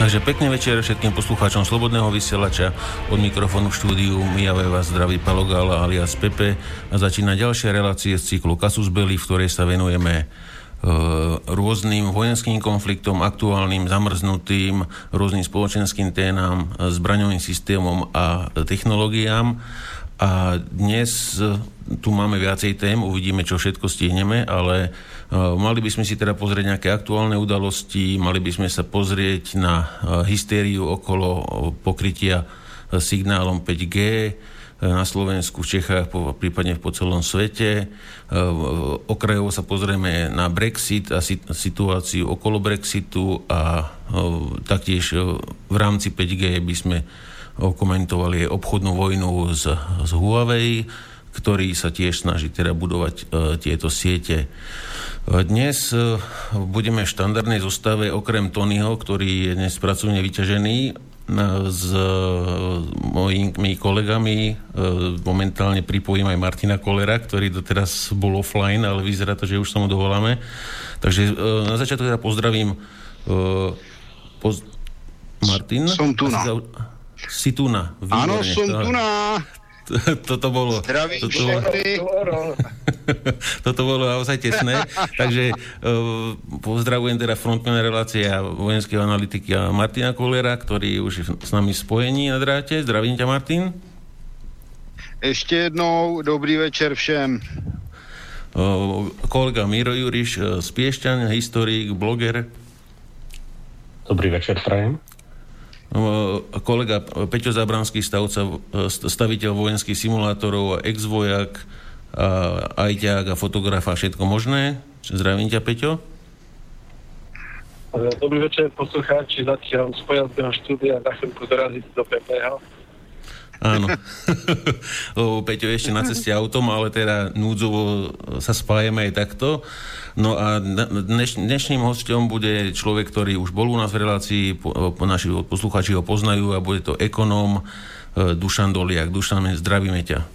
Takže pekný večer všetkým poslucháčom Slobodného vysielača. Od mikrofónu v štúdiu Mijave vás zdraví Palo Gála alias Pepe a začína ďalšia relácia z cyklu Casus Belli, v ktorej sa venujeme rôznym vojenským konfliktom, aktuálnym, zamrznutým, rôznym spoločenským témam, zbraňovým systémom a technológiám. A dnes tu máme viacej tém, uvidíme, čo všetko stihneme, ale mali by sme si teda pozrieť nejaké aktuálne udalosti, mali by sme sa pozrieť na hystériu okolo pokrytia signálom 5G na Slovensku, v Čechách, prípadne po celom svete. Okrajovo sa pozrieme na Brexit a situáciu okolo Brexitu a taktiež v rámci 5G by sme komentovali obchodnú vojnu z Huawei, ktorý sa tiež snaží teda budovať tieto siete. Dnes budeme v štandardnej zostave okrem Tonyho, ktorý je dnes pracovne vyťažený, s mojimi kolegami. Momentálne pripojím aj Martina Kollera, ktorý doteraz bol offline, ale vyzerá to, že už sa mu dovoláme. Takže na začiatok teda pozdravím Martin. Som tu na. Si tu na. Áno, som tu na. Toto bolo... Toto bolo naozaj tesné. Takže pozdravujem teda frontmana relácie a vojenského analytika Martina Kollera, ktorý už je s nami spojení na dráte. Zdravím ťa, Martin. Ešte jednou dobrý večer všem. Kolega Miro Juriš z Piešťan, historik, bloger. Dobrý večer, prajem. Kolega Peťo Zabranský, staviteľ vojenských simulátorov, ex-vojak, ajťák a fotograf a všetko možné. Zdravím ťa, Peťo. Dobrý večer, poslucháči, zatiaľ z pojazného štúdia za chvíľku doraziť do Pepeho. Áno. Peťo je ešte na ceste autom, ale teda núdzovo sa spájame aj takto. No a dnešným hosťom bude človek, ktorý už bol u nás v relácii, naši poslucháči ho poznajú a bude to ekonóm Dušan Doliak. Dušan, zdravíme ťa.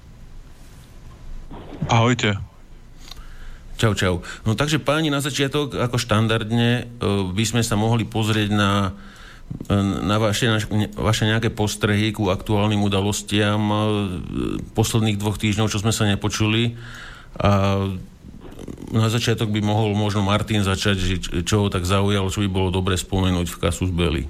Ahojte. Čau, čau. No takže páni, na začiatok, ako štandardne, by sme sa mohli pozrieť na vaše nejaké postrehy ku aktuálnym udalostiam posledných 2 týždňov, čo sme sa nepočuli. A na začiatok by mohol možno Martin začať, že čo ho tak zaujalo, čo by bolo dobre spomenúť v Casus Belli.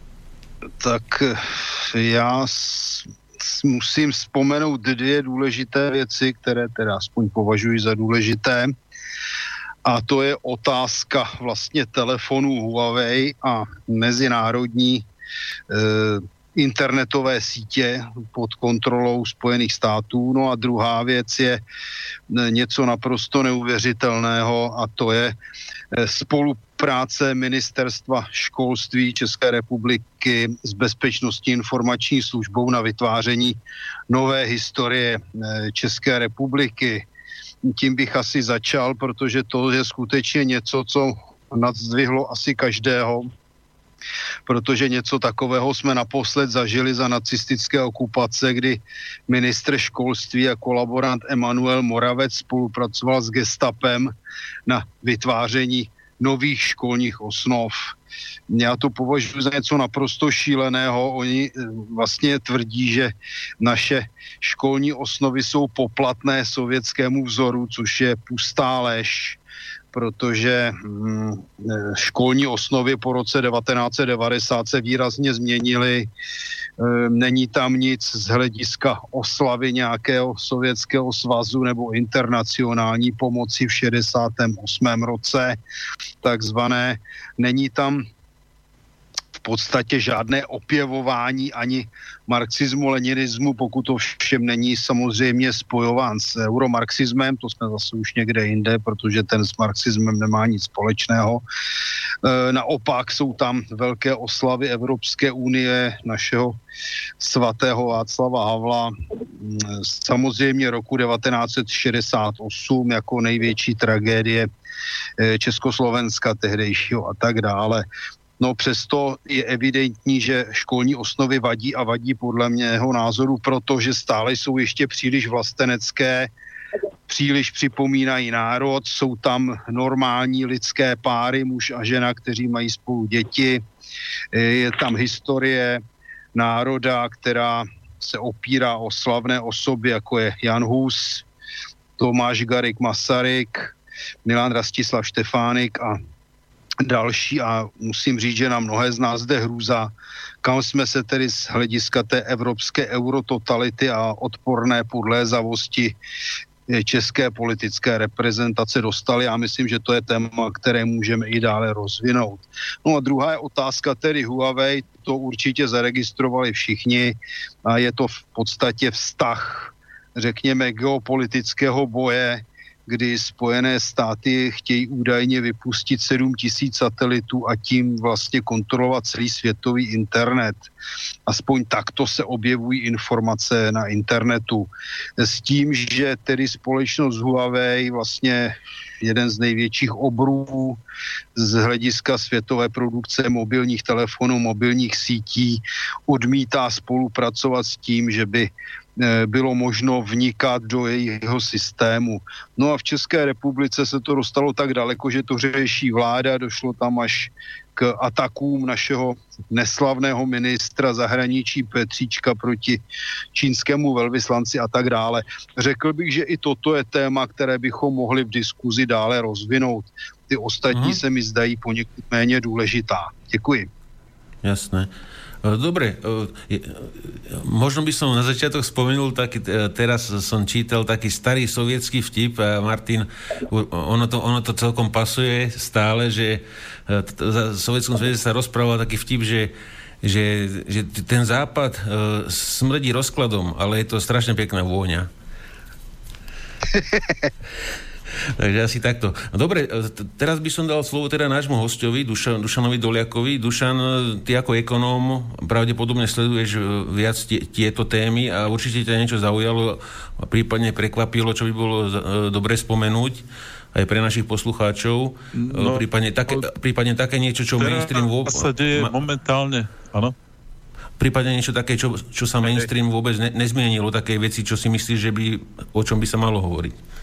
Tak já musím vzpomenout 2 důležité věci, které teda aspoň považuji za důležité. A to je otázka vlastně telefonů Huawei a mezinárodní internetové sítě pod kontrolou Spojených států. No a druhá věc je něco naprosto neuvěřitelného a to je spolupráce Ministerstva školství České republiky s Bezpečnostní informační službou na vytváření nové historie České republiky. Tím bych asi začal, protože to je skutečně něco, co nadzvihlo asi každého, protože něco takového jsme naposled zažili za nacistické okupace, kdy ministr školství a kolaborant Emanuel Moravec spolupracoval s gestapem na vytváření nových školních osnov. Já to považuji za něco naprosto šíleného. Oni vlastně tvrdí, že naše školní osnovy jsou poplatné sovětskému vzoru, což je pustá lež, protože školní osnovy po roce 1990 se výrazně změnily. Není tam nic z hlediska oslavy nějakého sovětského svazu nebo internacionální pomoci v 68. roce, takzvané. Není tam v podstatě žádné opěvování ani marxismu, leninismu, pokud to všem není samozřejmě spojován s euromarxismem, to jsme zase už někde jinde, protože ten s marxismem nemá nic společného. Naopak jsou tam velké oslavy Evropské unie, našeho svatého Václava Havla, samozřejmě roku 1968 jako největší tragédie Československa tehdejšího a tak dále. No přesto je evidentní, že školní osnovy vadí a vadí podle mého názoru, protože stále jsou ještě příliš vlastenecké, příliš připomínají národ, jsou tam normální lidské páry, muž a žena, kteří mají spolu děti, Je tam historie národa, která se opírá o slavné osoby, jako je Jan Hus, Tomáš Garrigue Masaryk, Milan Rastislav Štefánik a další, a musím říct, že na mnohé z nás jde hrůza, kam jsme se tedy z hlediska té evropské eurototality a odporné podlézavosti české politické reprezentace dostali. Já myslím, že to je téma, které můžeme i dále rozvinout. No a druhá je otázka tedy Huawei, to určitě zaregistrovali všichni a je to v podstatě vztah, řekněme, geopolitického boje, kdy Spojené státy chtějí údajně vypustit 7 000 satelitů a tím vlastně kontrolovat celý světový internet. Aspoň takto se objevují informace na internetu. S tím, že tedy společnost Huawei, vlastně jeden z největších obrů z hlediska světové produkce mobilních telefonů, mobilních sítí, odmítá spolupracovat s tím, že by bylo možno vnikat do jejího systému. No a v České republice se to dostalo tak daleko, že to řeší vláda, došlo tam až k atakům našeho neslavného ministra zahraničí Petříčka proti čínskému velvyslanci a tak dále. Řekl bych, že i toto je téma, které bychom mohli v diskuzi dále rozvinout. Ty ostatní se mi zdají poněkud méně důležitá. Děkuji. Jasné. Dobre, možno by som na začiatok spomenul taký, teraz som čítal taký starý sovietský vtip, Martin, ono to celkom pasuje stále, že v sovietskom svete sa rozprával taký vtip, že ten západ smrdí rozkladom, ale je to strašne pekná vôňa. Takže asi takto. Dobre, teraz by som dal slovo teda nášmu hostovi, Dušanovi Doliakovi. Dušan, ty ako ekonóm pravdepodobne sleduješ viac tieto témy a určite ťa niečo zaujalo a prípadne prekvapilo, čo by bolo dobre spomenúť aj pre našich poslucháčov. No, prípadne také niečo, čo mainstream vôbec... sa deje momentálne, áno? Prípadne niečo také, čo sa mainstream vôbec nezmienilo, také veci, čo si myslíš, že o čom by sa malo hovoriť?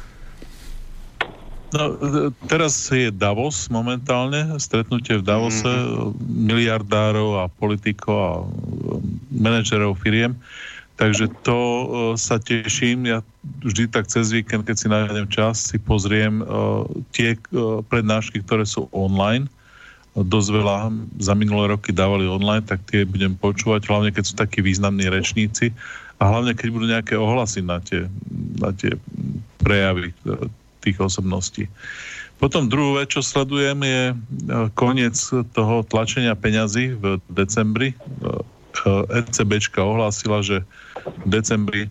No, teraz je Davos momentálne, stretnutie v Davose miliardárov a politikov a manažerov firiem, takže to sa teším. Ja vždy tak cez víkend, keď si nájdem čas, si pozriem tie prednášky, ktoré sú online. Dosť veľa za minulé roky dávali online, tak tie budem počúvať, hlavne keď sú takí významní rečníci a hlavne keď budú nejaké ohlasy na tie prejavy tých osobností. Potom druhú vec, čo sledujem, je koniec toho tlačenia peňazí v decembri. ECBčka ohlásila, že v decembri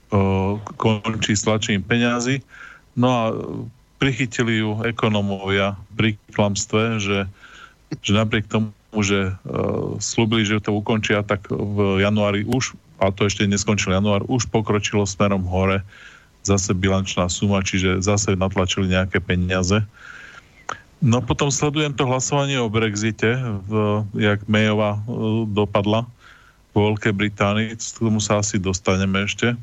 končí s tlačením peňazí. No a prichytili ju ekonómovia pri klamstve, že napriek tomu, že slúbili, že to ukončia, tak v januári už, a to ešte neskončil január, už pokročilo smerom hore zase bilančná suma, čiže zase natlačili nejaké peniaze. No potom sledujem to hlasovanie o Brexite, jak Mayová dopadla vo Veľkej Británii, k tomu sa asi dostaneme ešte.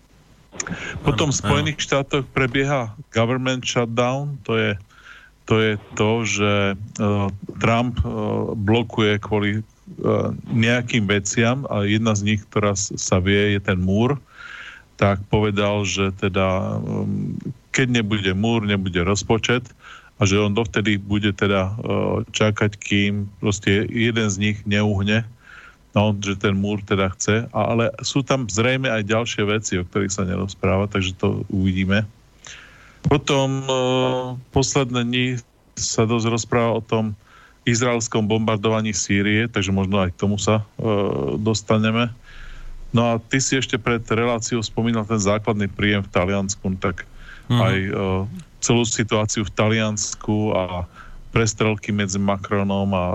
Potom v Spojených štátoch prebieha government shutdown, to je to, že Trump blokuje kvôli nejakým veciam a jedna z nich, ktorá sa vie, je ten múr. Tak povedal, že teda keď nebude múr, nebude rozpočet a že on dovtedy bude teda čakať, kým proste jeden z nich neuhne, no, že ten múr teda chce, ale sú tam zrejme aj ďalšie veci, o ktorých sa nerozpráva, takže to uvidíme. Potom posledné dni sa dosť rozpráva o tom izraelskom bombardovaní Sýrie, takže možno aj k tomu sa dostaneme. No a ty si ešte pred reláciou spomínal ten základný príjem v Taliansku, tak aj celú situáciu v Taliansku a prestrelky medzi Macronom a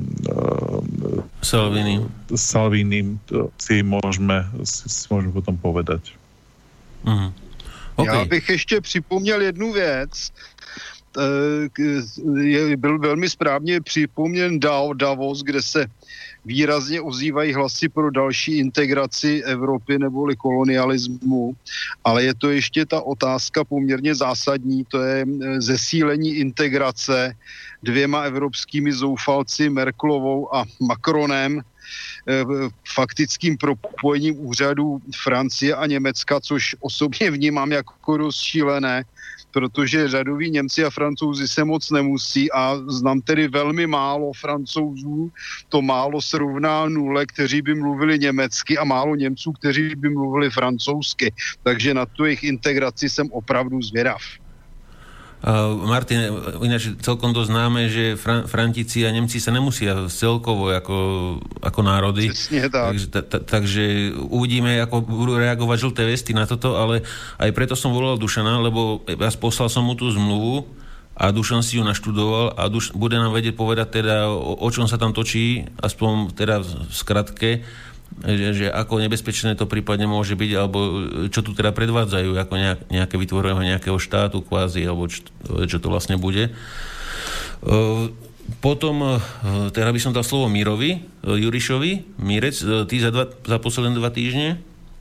Salvinim si môžeme potom povedať. Okay. Já bych ještě připomněl jednu věc. byl velmi správně připomněn Davos, kde se výrazně ozývají hlasy pro další integraci Evropy neboli kolonialismu, ale je to ještě ta otázka poměrně zásadní, to je zesílení integrace dvěma evropskými zoufalci Merkelovou a Macronem, faktickým propojením úřadů Francie a Německa, což osobně vnímám jako dost šílené, protože řadoví Němci a Francouzi se moc nemusí a znám tedy velmi málo Francouzů, to málo se rovná nule, kteří by mluvili německy a málo Němců, kteří by mluvili francouzsky. Takže na tu jejich integraci jsem opravdu zvědav. Martin, ináč celkom to známe, že Frantíci a Nemci sa nemusia celkovo ako národy. Přesně tak. Takže uvidíme, ako budú reagovať žlté vesty na toto, ale aj preto som volal Dušana, lebo ja poslal som mu tú zmluvu a Dušan si ju naštudoval a bude nám vedieť povedať teda, o čom sa tam točí, aspoň teda v skratke, že ako nebezpečné to prípadne môže byť, alebo čo tu teda predvádzajú, ako nejaké vytvorenie nejakého štátu kvázi, alebo čo to vlastne bude. Potom, teda by som dal slovo Mírovi, Jurišovi. Mírec, ty za posledné 2 týždne?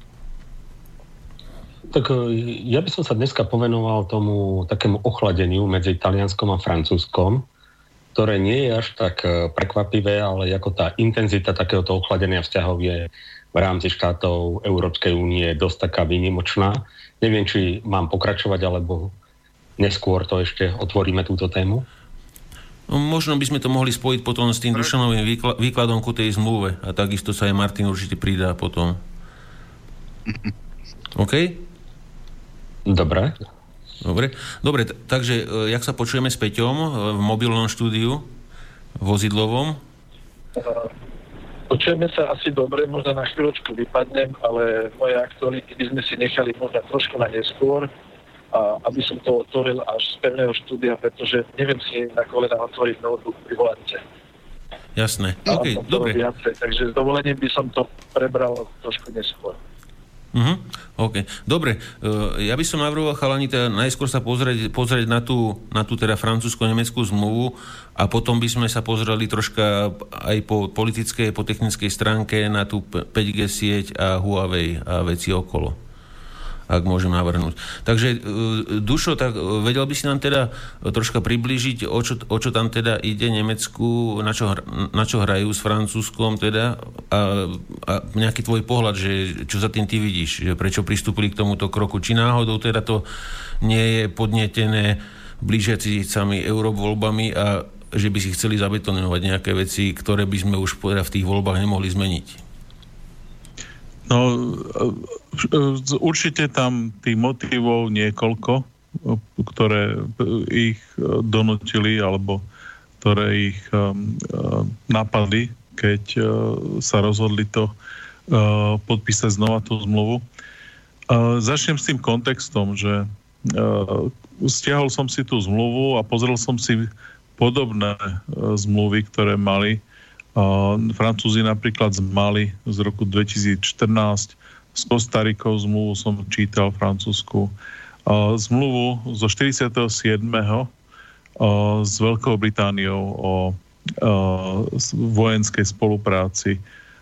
Tak ja by som sa dneska povenoval tomu takému ochladeniu medzi Talianskom a Francúzskom, ktoré nie je až tak prekvapivé, ale ako tá intenzita takéhoto ochladenia vzťahov je v rámci štátov Európskej únie dosť taká výnimočná. Neviem, či mám pokračovať, alebo neskôr to ešte otvoríme túto tému. No, možno by sme to mohli spojiť potom s tým Dušanovým výkladom ku tej zmluve a takisto sa aj Martin určite pridá potom. OK? Dobre, takže jak sa počujeme s Peťom v mobilnom štúdiu vozidlovom? Počujeme sa asi dobre, možno na chvíľočku vypadnem, ale moje aktuality by sme si nechali možno trošku na neskôr, a aby som to otvoril až z pevného štúdia, pretože neviem si na kolena otvoriť notebook pri volante. Jasné, OK, dobre. Takže s dovolením by som to prebral trošku neskôr. OK. Dobre, ja by som navrhoval chalani teda najskôr sa pozrieť na tú teda francúzsko-nemeckú zmluvu a potom by sme sa pozreli troška aj po politickej, po technickej stránke na tú 5G sieť a Huawei a veci okolo, ak môžem navrhnúť. Takže Dušo, tak vedel by si nám teda troška priblížiť, o čo tam teda ide Nemecku, na čo hrajú s Francúzskom teda a nejaký tvoj pohľad, že čo za tým ty vidíš, že prečo pristúpili k tomuto kroku, či náhodou teda to nie je podnietené blížiacimi eurovoľbami a že by si chceli zabetonovať nejaké veci, ktoré by sme už v tých voľbách nemohli zmeniť. No, určite tam tých motivov niekoľko, ktoré ich donútili, alebo ktoré ich napadli, keď sa rozhodli to podpísať znova tú zmluvu. Začnem s tým kontextom, že stiahol som si tú zmluvu a pozrel som si podobné zmluvy, ktoré mali Francúzi napríklad z Mali z roku 2014, s Kostarikou zmluvu som čítal francúzsku, zmluvu zo 47. S Veľkou Britániou o vojenskej spolupráci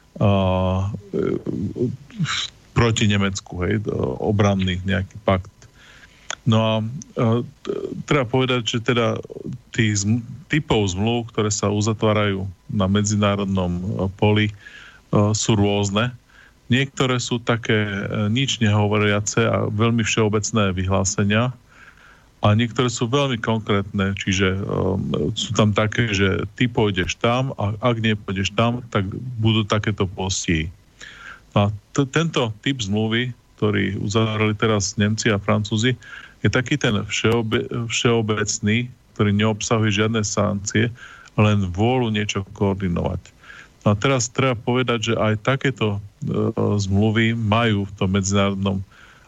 proti Nemecku, obranný nejaký pakt. No a treba povedať, že teda tých typov zmluv, ktoré sa uzatvárajú na medzinárodnom poli, sú rôzne. Niektoré sú také nič nehovoriace a veľmi všeobecné vyhlásenia a niektoré sú veľmi konkrétne, čiže sú tam také, že ty pôjdeš tam a ak nepôjdeš tam, tak budú takéto postihy. A tento typ zmluvy, ktorý uzavreli teraz Nemci a Francúzi, je taký ten všeobecný, ktorý neobsahuje žiadne sankcie, len vôľu niečo koordinovať. No a teraz treba povedať, že aj takéto zmluvy majú v tom medzinárodnom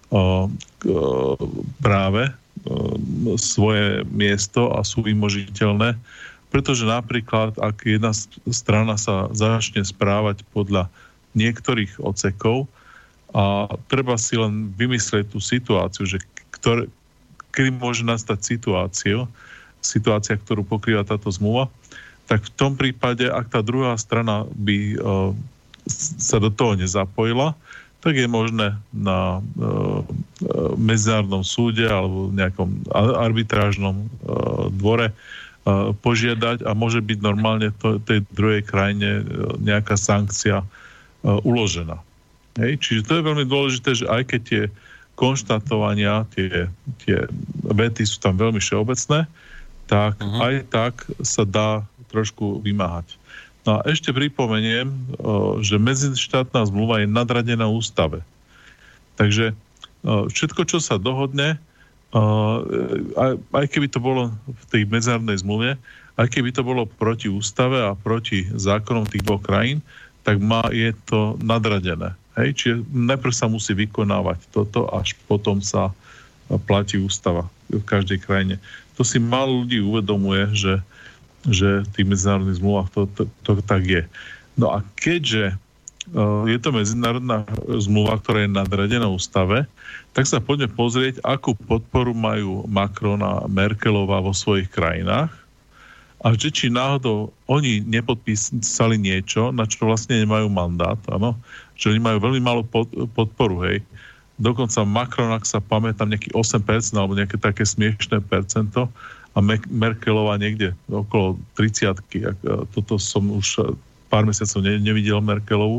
práve svoje miesto a sú vymožiteľné, pretože napríklad, ak jedna strana sa začne správať podľa niektorých odsekov a treba si len vymyslieť tú situáciu, že kedy môže nastať situácia, ktorú pokrýva táto zmluva, tak v tom prípade, ak tá druhá strana by sa do toho nezapojila, tak je možné na medzinárodnom súde alebo nejakom arbitrážnom dvore požiadať a môže byť normálne tej druhej krajine nejaká sankcia uložená. Hej? Čiže to je veľmi dôležité, že aj keď tie konštatovania, tie vety sú tam veľmi všeobecné, tak aj tak sa dá trošku vymáhať. No a ešte pripomeniem, že medzištátna zmluva je nadradená ústave. Takže všetko, čo sa dohodne, aj keby to bolo v tej medzinárodnej zmluve, aj keby to bolo proti ústave a proti zákonom tých dvoch krajín, tak je to nadradené. Hej? Čiže najprv sa musí vykonávať toto, až potom sa platí ústava v každej krajine. To si málo ľudí uvedomuje, že v tých medzinárodných zmluvách to tak je. No a keďže je to medzinárodná zmluva, ktorá je nadradená ústave, tak sa poďme pozrieť, akú podporu majú Macron a Merkelová vo svojich krajinách a že či náhodou oni nepodpísali niečo, na čo vlastne nemajú mandát, áno? Že oni majú veľmi malú podporu, hej. Dokonca Macron, ak sa pamätám, nejaký 8% alebo nejaké také smiešné percento a Merkelová niekde okolo 30-ky. Toto som už pár mesiacov nevidel Merkelovu.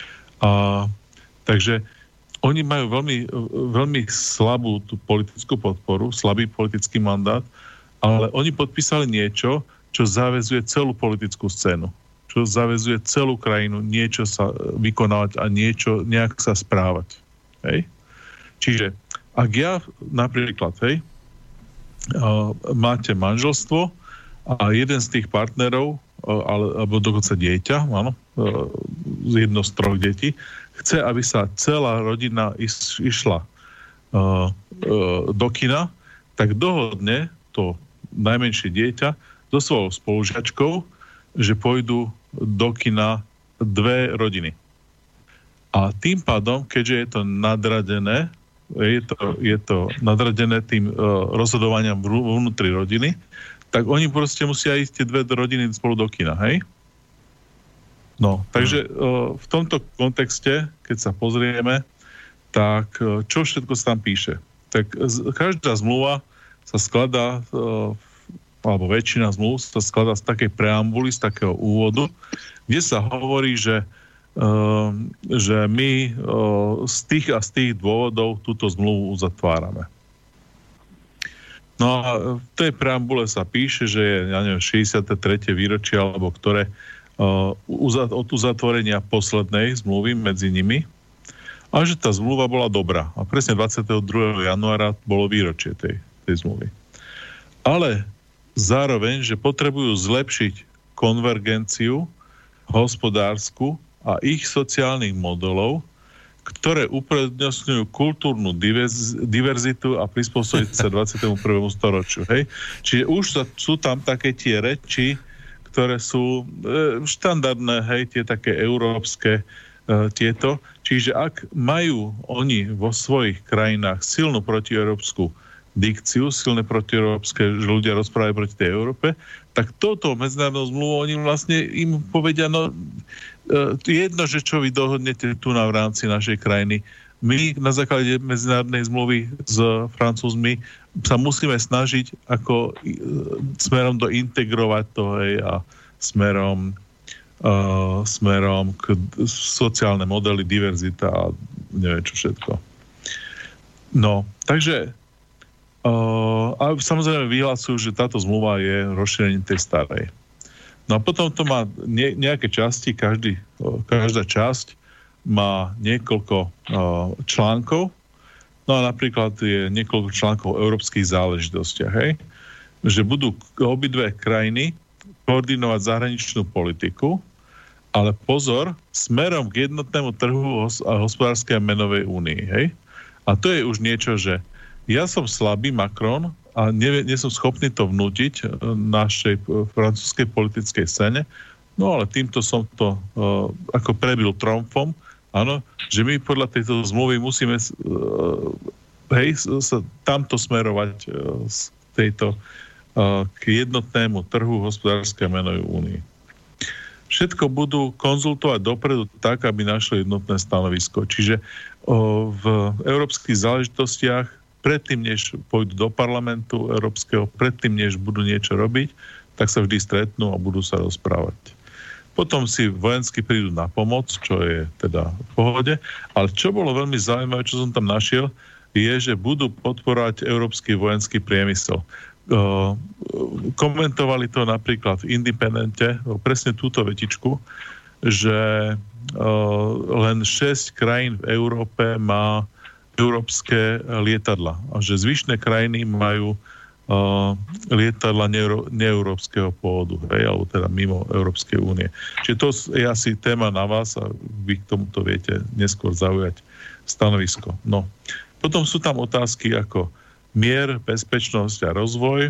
Takže oni majú veľmi, veľmi slabú tú politickú podporu, slabý politický mandát, ale oni podpísali niečo, čo zaväzuje celú politickú scénu. Čo zaväzuje celú krajinu niečo sa vykonávať a nejak sa správať. Hej? Čiže ak ja napríklad, máte manželstvo a jeden z tých partnerov, alebo dokonca dieťa, áno, jedno z 3 detí, chce, aby sa celá rodina išla do kina, tak dohodne to najmenšie dieťa so svojou spolužiačkou, že pôjdu do kina 2 rodiny. A tým pádom, keďže je to nadradené, je to nadradené tým rozhodovaniam vnútri rodiny, tak oni proste musia ísť tie 2 rodiny spolu do kina, hej? No, takže v tomto kontexte, keď sa pozrieme, tak čo všetko sa tam píše? Tak každá zmluva sa skladá, alebo väčšina zmluv sa skladá z takej preambuly, z takého úvodu, kde sa hovorí, že my z tých dôvodov túto zmluvu uzatvárame. No a v tej preambule sa píše, že je, 63. výročie, alebo ktoré od uzatvorenia poslednej zmluvy medzi nimi a že tá zmluva bola dobrá. A presne 22. januára bolo výročie tej zmluvy. Ale zároveň, že potrebujú zlepšiť konvergenciu hospodársku a ich sociálnych modelov, ktoré uprednostňujú kultúrnu diverzitu a prispôsobiť sa 21. storočiu. Hej? Čiže už sú tam také tie reči, ktoré sú štandardné, hej, tie také európske tieto. Čiže ak majú oni vo svojich krajinách silnú protieurópsku dikciu, silné protieurópske, že ľudia rozprávajú proti tej Európe, tak toto medzinárodnou zmluvou oni vlastne im povedia, no jedno, že čo vy dohodnete tu v rámci našej krajiny. My na základe medzinárodnej zmluvy s Francúzmi sa musíme snažiť ako smerom dointegrovať to, hej, a smerom k sociálne modely, diverzita a neviem čo všetko. No, takže a samozrejme vyhlasujú, že táto zmluva je rozšírením tej starej. No a potom to má nejaké časti, každá časť má niekoľko článkov. No a napríklad je niekoľko článkov o európskych záležitostiach, hej? Že budú obidve krajiny koordinovať zahraničnú politiku, ale pozor, smerom k jednotnému trhu a hospodárskej a menovej únii, hej? A to je už niečo, že ja som slabý Macron a nie som schopný to vnútiť našej francúzskej politickej scéne, no ale týmto som to ako prebil tromfom, áno, že my podľa tejto zmluvy musíme sa tamto smerovať z tejto k jednotnému trhu hospodárskej a menovej únii. Všetko budú konzultovať dopredu tak, aby našli jednotné stanovisko. Čiže v európskych záležitostiach predtým, než pôjdu do parlamentu európskeho, predtým, než budú niečo robiť, tak sa vždy stretnú a budú sa rozprávať. Potom si vojensky prídu na pomoc, čo je teda v pohode. Ale čo bolo veľmi zaujímavé, čo som tam našiel, je, že budú podporovať európsky vojenský priemysel. Komentovali to napríklad v Independente, presne túto vetičku, že len 6 krajín v Európe má európske lietadla a že zvyšné krajiny majú lietadla neeurópskeho pôvodu, alebo teda mimo Európskej únie. Čiže to je asi téma na vás a vy k tomuto viete neskôr zaujať stanovisko. No. Potom sú tam otázky ako mier, bezpečnosť a rozvoj,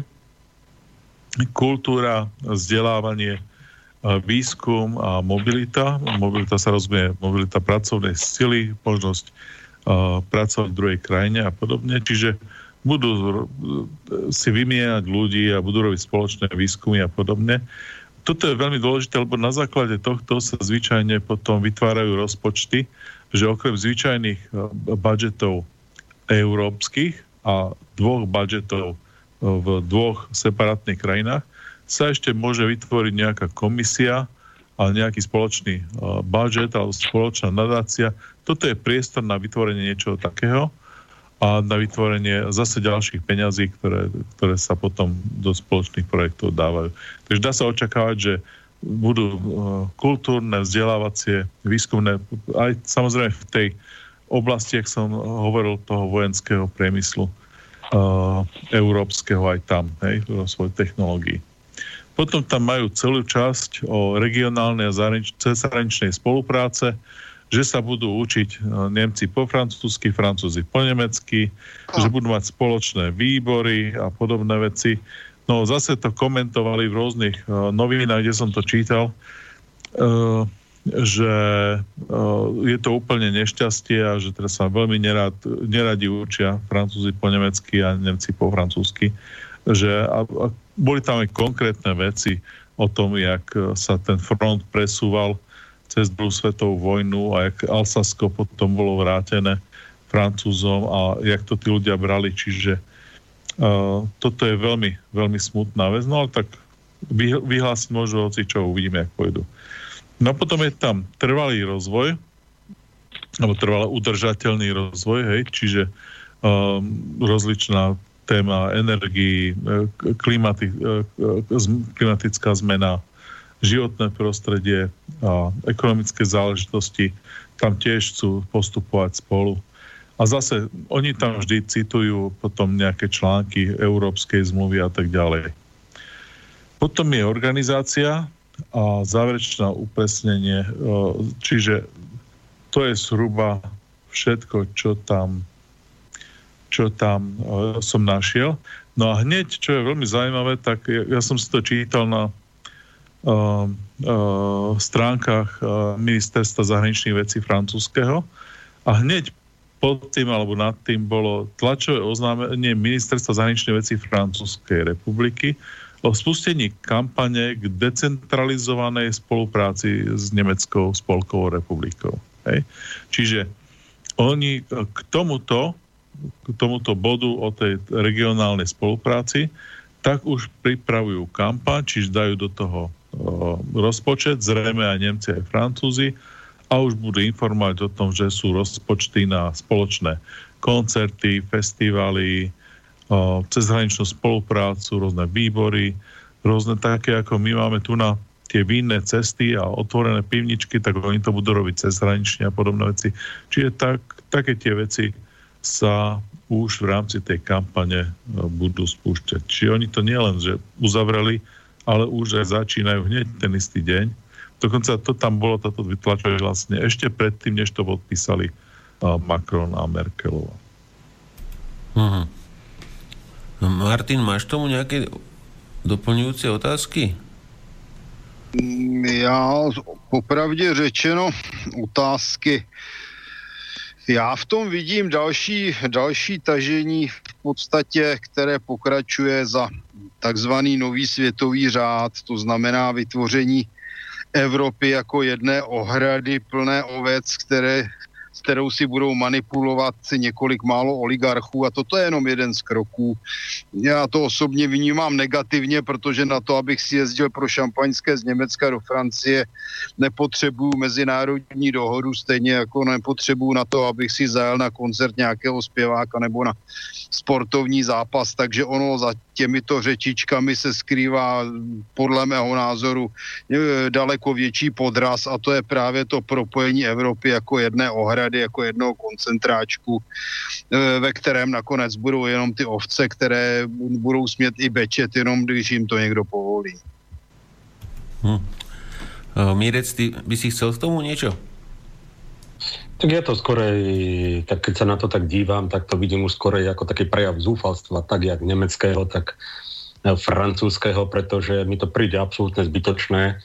kultúra, vzdelávanie, výskum a mobilita. Mobilita sa rozumie, mobilita pracovnej sily, možnosť pracovať v druhej krajine a podobne. Čiže budú si vymieňať ľudí a budú robiť spoločné výskumy a podobne. Toto je veľmi dôležité, lebo na základe tohto sa zvyčajne potom vytvárajú rozpočty, že okrem zvyčajných budžetov európskych a 2 budžetov v 2 separátnych krajinách sa ešte môže vytvoriť nejaká komisia a nejaký spoločný budžet alebo spoločná nadácia. Toto je priestor na vytvorenie niečoho takého a na vytvorenie zase ďalších peňazí, ktoré sa potom do spoločných projektov dávajú. Takže dá sa očakávať, že budú kultúrne, vzdelávacie, výskumné, aj samozrejme v tej oblasti, ak som hovoril, toho vojenského priemyslu európskeho aj tam, svojej technológii. Potom tam majú celú časť o regionálnej a zahraničnej spolupráce, že sa budú učiť Nemci po francúzsky, Francúzi po nemecky, že budú mať spoločné výbory a podobné veci. No zase to komentovali v rôznych novinách, kde som to čítal, že je to úplne nešťastie a že teraz sa veľmi neradi učia Francúzi po nemecky a Nemci po francúzsky. A boli tam aj konkrétne veci o tom, jak sa ten front presúval cez druhú svetovú vojnu a jak Alsasko potom bolo vrátené Francúzom a jak to tí ľudia brali. Čiže toto je veľmi, veľmi smutná vec. No ale tak vyhlásiť môžu hoci čo, uvidíme, jak pôjdu. No potom je tam trvalý rozvoj, alebo trvalý udržateľný rozvoj, čiže rozličná téma energií, klimatická zmena, životné prostredie a ekonomické záležitosti tam tiež chcú postupovať spolu. A zase oni tam vždy citujú potom nejaké články Európskej zmluvy a tak ďalej. Potom je organizácia a záverečné upresnenie, čiže to je zhruba všetko, čo tam som našiel. No a hneď, čo je veľmi zaujímavé, tak ja som si to čítal na stránkach Ministerstva zahraničných vecí francúzskeho a hneď pod tým alebo nad tým bolo tlačové oznámenie Ministerstva zahraničných vecí Francúzskej republiky o spustení kampane k decentralizovanej spolupráci s Nemeckou spolkovou republikou. Hej. Čiže oni k tomuto bodu o tej regionálnej spolupráci tak už pripravujú kampaň, čiže dajú do toho rozpočet, zrejme aj Nemci, aj Francúzi a už budú informovať o tom, že sú rozpočty na spoločné koncerty, festivaly, cezhraničnú spoluprácu, rôzne výbory, rôzne také, ako my máme tu na tie vínne cesty a otvorené pivničky, tak oni to budú robiť cezhranične a podobné veci. Čiže také tie veci sa už v rámci tej kampane budú spúšťať. Čiže oni to nielen, že uzavreli, ale už aj začínajú hneď ten istý deň. Dokonca to tam bolo, toto vytlačové vlastne ešte predtým, než to podpísali Macron a Merkelová. Uh-huh. Martin, máš tomu nejaké doplňujúce otázky? Já popravdě řečeno otázky. Já v tom vidím další tažení v podstatě, které pokračuje za takzvaný nový světový řád, to znamená vytvoření Evropy jako jedné ohrady plné ovec, s kterou si budou manipulovat několik málo oligarchů a toto je jenom jeden z kroků. Já to osobně vnímám negativně, protože na to, abych si jezdil pro šampaňské z Německa do Francie, nepotřebuju mezinárodní dohodu, stejně jako nepotřebuju na to, abych si zajel na koncert nějakého zpěváka nebo na sportovní zápas, takže ono za těmito řečičkami se skrývá podle mého názoru daleko větší podraz a to je právě to propojení Evropy jako jedné ohrady, jako jednoho koncentráčku, ve kterém nakonec budou jenom ty ovce, které budou smět i bečet, jenom když jim to někdo povolí. Mírec, ty by si chcel k tomu niečo? Tak ja to skorej, tak keď sa na to tak dívam, tak to vidím už skorej ako taký prejav zúfalstva, tak jak nemeckého, tak francúzského, pretože mi to príde absolútne zbytočné.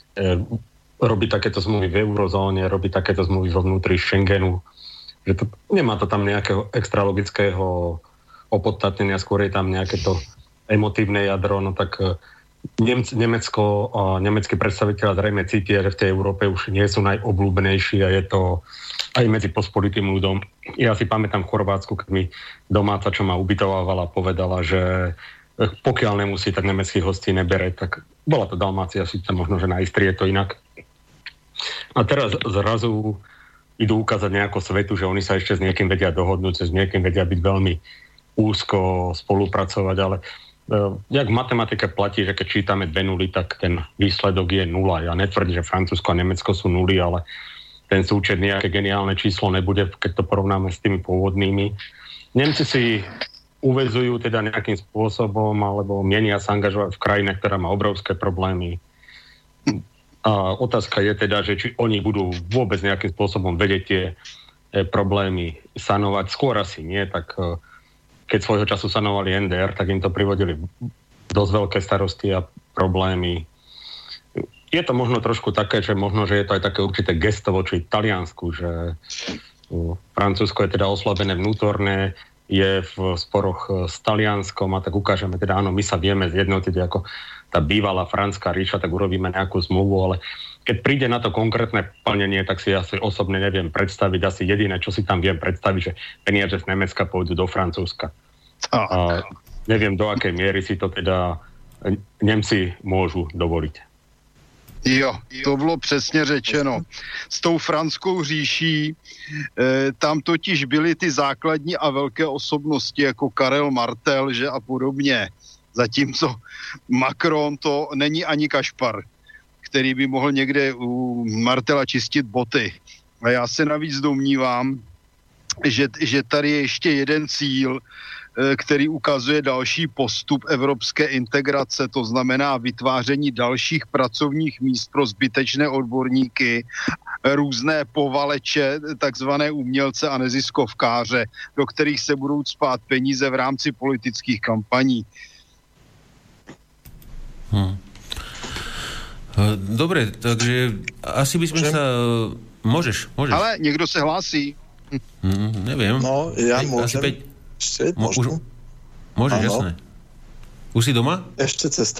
Robí takéto zmluvy v eurozóne, robí takéto zmluvy vo vnútri Schengenu, že to, nemá to tam nejakého extralogického opodstatnenia, skôr je tam nejaké to emotívne jadro, no tak Nemecko a nemeckí predstaviteľa zrejme cítia, že v tej Európe už nie sú najobľúbenejší a je to aj medzi pospolitým ľudom. Ja si pamätám v Chorvátsku, keď mi domáca, čo ma ubytovávala, povedala, že pokiaľ nemusí, tak nemeckých hostí nebere, tak bola to Dalmácia, síce možno, že na Istrii je to inak. A teraz zrazu idú ukázať nejako svetu, že oni sa ešte s niekým vedia dohodnúť, s niekým vedia byť veľmi úzko spolupracovať, ale jak v matematike platí, že keď čítame 2 nuly, tak ten výsledok je 0. Ja netvrdím, že Francúzsko a Nemecko sú nuly, ale ten súčet nejaké geniálne číslo nebude, keď to porovnáme s tými pôvodnými. Nemci si uväzujú teda nejakým spôsobom alebo mienia sa angažovať v krajine, ktorá má obrovské problémy. A otázka je teda, že či oni budú vôbec nejakým spôsobom vedieť tie problémy sanovať. Skôr asi nie, tak keď svojho času sanovali NDR, tak im to privodili dosť veľké starosti a problémy. Je to možno trošku také, že možno, že je to aj také určité gesto voči Taliansku, že Francúzsko je teda oslabené vnútorné, je v sporoch s Talianskom a tak ukážeme teda, áno, my sa vieme zjednotiť ako tá bývalá franská ríša, tak urobíme nejakú zmluvu, ale keď príde na to konkrétne plnenie, tak si asi osobne neviem predstaviť. Asi jediné, čo si tam viem predstaviť, že peniaze z Nemecka pôjdu do Francúzska. A neviem, do akej miery si to teda Nemci môžu dovoliť. Jo, to bylo přesně řečeno. S tou franskou říší, tam totiž byly ty základní a velké osobnosti, jako Karel Martel, že a podobně. Zatímco Macron to není ani kašpar, který by mohl někde u Martela čistit boty. A já se navíc domnívám, že tady je ještě jeden cíl, který ukazuje další postup evropské integrace, to znamená vytváření dalších pracovních míst pro zbytečné odborníky, různé povaleče, takzvané umělce a neziskovkáře, do kterých se budou cpát peníze v rámci politických kampaní. Dobre, takže asi by sme sa... Môžeš. Ale niekto sa hlásí. Neviem. No, ja môžem. Môžeš, jasné. Už si doma? Ešte cez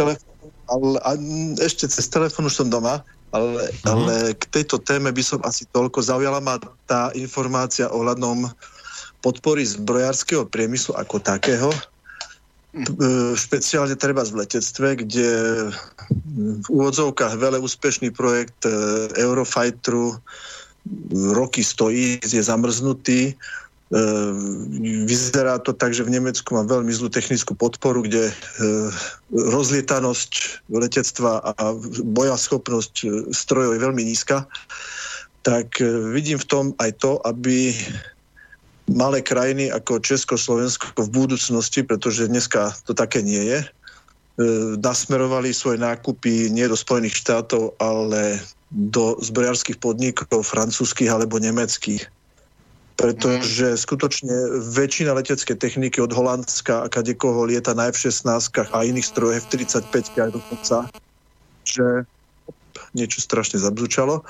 telefón už som doma, ale k tejto téme by som asi toľko. Zaujala ma tá informácia ohľadom podpory zbrojárskeho priemyslu ako takého. Špeciálne treba v letectve, kde v úvodzovkách veľa úspešný projekt Eurofighteru roky stojí, je zamrznutý. Vyzerá to tak, že v Nemecku má veľmi zlú technickú podporu, kde rozlietanosť letectva a bojaschopnosť strojov je veľmi nízka. Tak vidím v tom aj to, aby malé krajiny ako Česko, Slovensko v budúcnosti, pretože dneska to také nie je, nasmerovali svoje nákupy nie do Spojených štátov, ale do zbrojárskych podnikov francúzskych alebo nemeckých. Pretože skutočne väčšina leteckej techniky od Holandska a kadekoho lieta na F-16 a iných strojoch F-35 aj dokonca, že niečo strašne zabzučalo.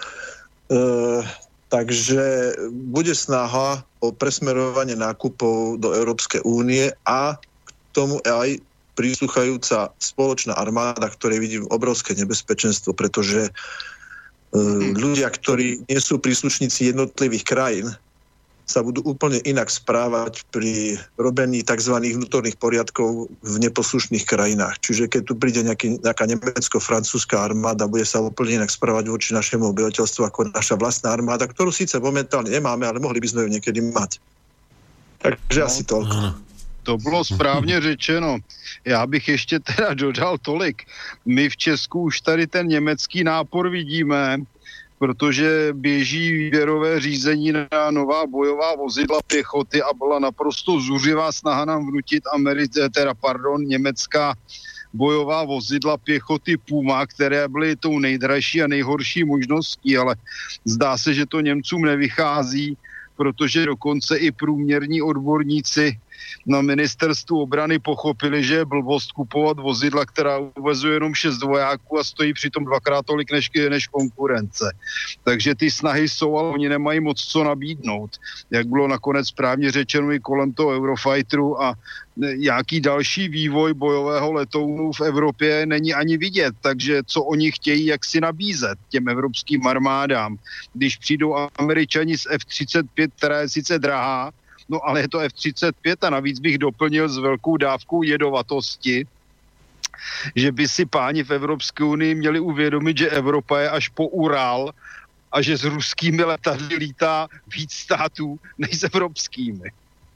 Takže bude snaha o presmerovanie nákupov do Európskej únie a k tomu aj prísluchajúca spoločná armáda, ktorej vidím obrovské nebezpečenstvo, pretože ľudia, ktorí nie sú príslušníci jednotlivých krajín, sa budú úplne inak správať pri robení tzv. Vnútorných poriadkov v neposlušných krajinách. Čiže keď tu príde nejaká nemecko-francúzska armáda, bude sa úplne inak správať voči našemu obyvateľstvu ako naša vlastná armáda, ktorú síce momentálne nemáme, ale mohli by sme ju niekedy mať. Takže asi toľko. To bylo správně řečeno. Já bych ještě teda dodal tolik. My v Česku už tady ten německý nápor vidíme, protože běží výběrové řízení na nová bojová vozidla pěchoty a byla naprosto zuřivá snaha nám vnutit německá bojová vozidla pěchoty Puma, které byly tou nejdražší a nejhorší možností, ale zdá se, že to Němcům nevychází, protože dokonce i průměrní odborníci na ministerstvu obrany pochopili, že je blbost kupovat vozidla, která uvezuje jenom 6 vojáků a stojí přitom 2x tolik než konkurence. Takže ty snahy jsou, ale oni nemají moc co nabídnout. Jak bylo nakonec správně řečeno i kolem toho Eurofighteru a nějaký další vývoj bojového letounu v Evropě není ani vidět, takže co oni chtějí, jak si nabízet těm evropským armádám. Když přijdou Američani z F-35, která je sice drahá, no ale je to F-35 a navíc bych doplnil s velkou dávkou jedovatosti, že by si páni v Evropské unii měli uvědomit, že Evropa je až po Ural a že s ruskými letadly lítá víc států než s evropskými.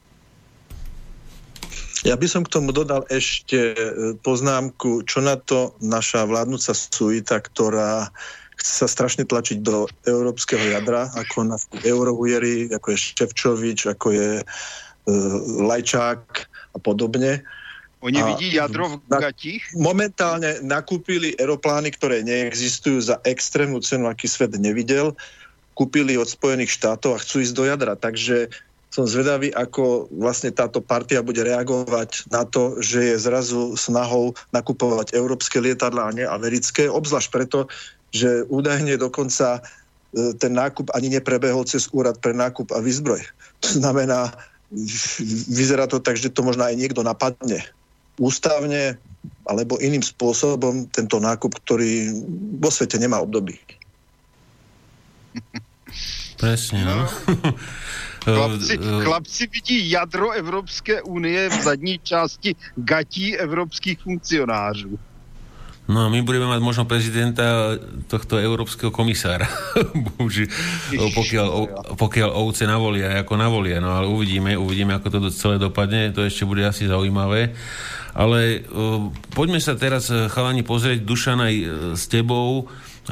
Ja by som k tomu dodal ešte poznámku, čo na to naša vládnúca suita, ktorá chce sa strašne tlačiť do európskeho jadra, ako na eurohujeri, ako je Ševčovič, ako je Lajčák a podobne. Oni vidí jadro v gatích? Momentálne nakúpili aeroplány, ktoré neexistujú za extrémnu cenu, aký svet nevidel. Kúpili od Spojených štátov a chcú ísť do jadra. Takže som zvedavý, ako vlastne táto partia bude reagovať na to, že je zrazu snahou nakupovať európske lietadlá a nie americké. Obzvlášť preto, že údajne dokonca ten nákup ani neprebehol cez úrad pre nákup a výzbroj. To znamená, vyzerá to tak, že to možno aj niekto napadne ústavne alebo iným spôsobom tento nákup, ktorý vo svete nemá období. Presne, no. Chlapci vidí jadro Evropské unie v zadní části gatí evropských funkcionářů. No a my budeme mať možno prezidenta tohto európskeho komisára. pokiaľ ovce navolia, ako navolia. No ale uvidíme, ako to celé dopadne. To ešte bude asi zaujímavé. Ale poďme sa teraz, chalani, pozrieť, Dušan, aj s tebou.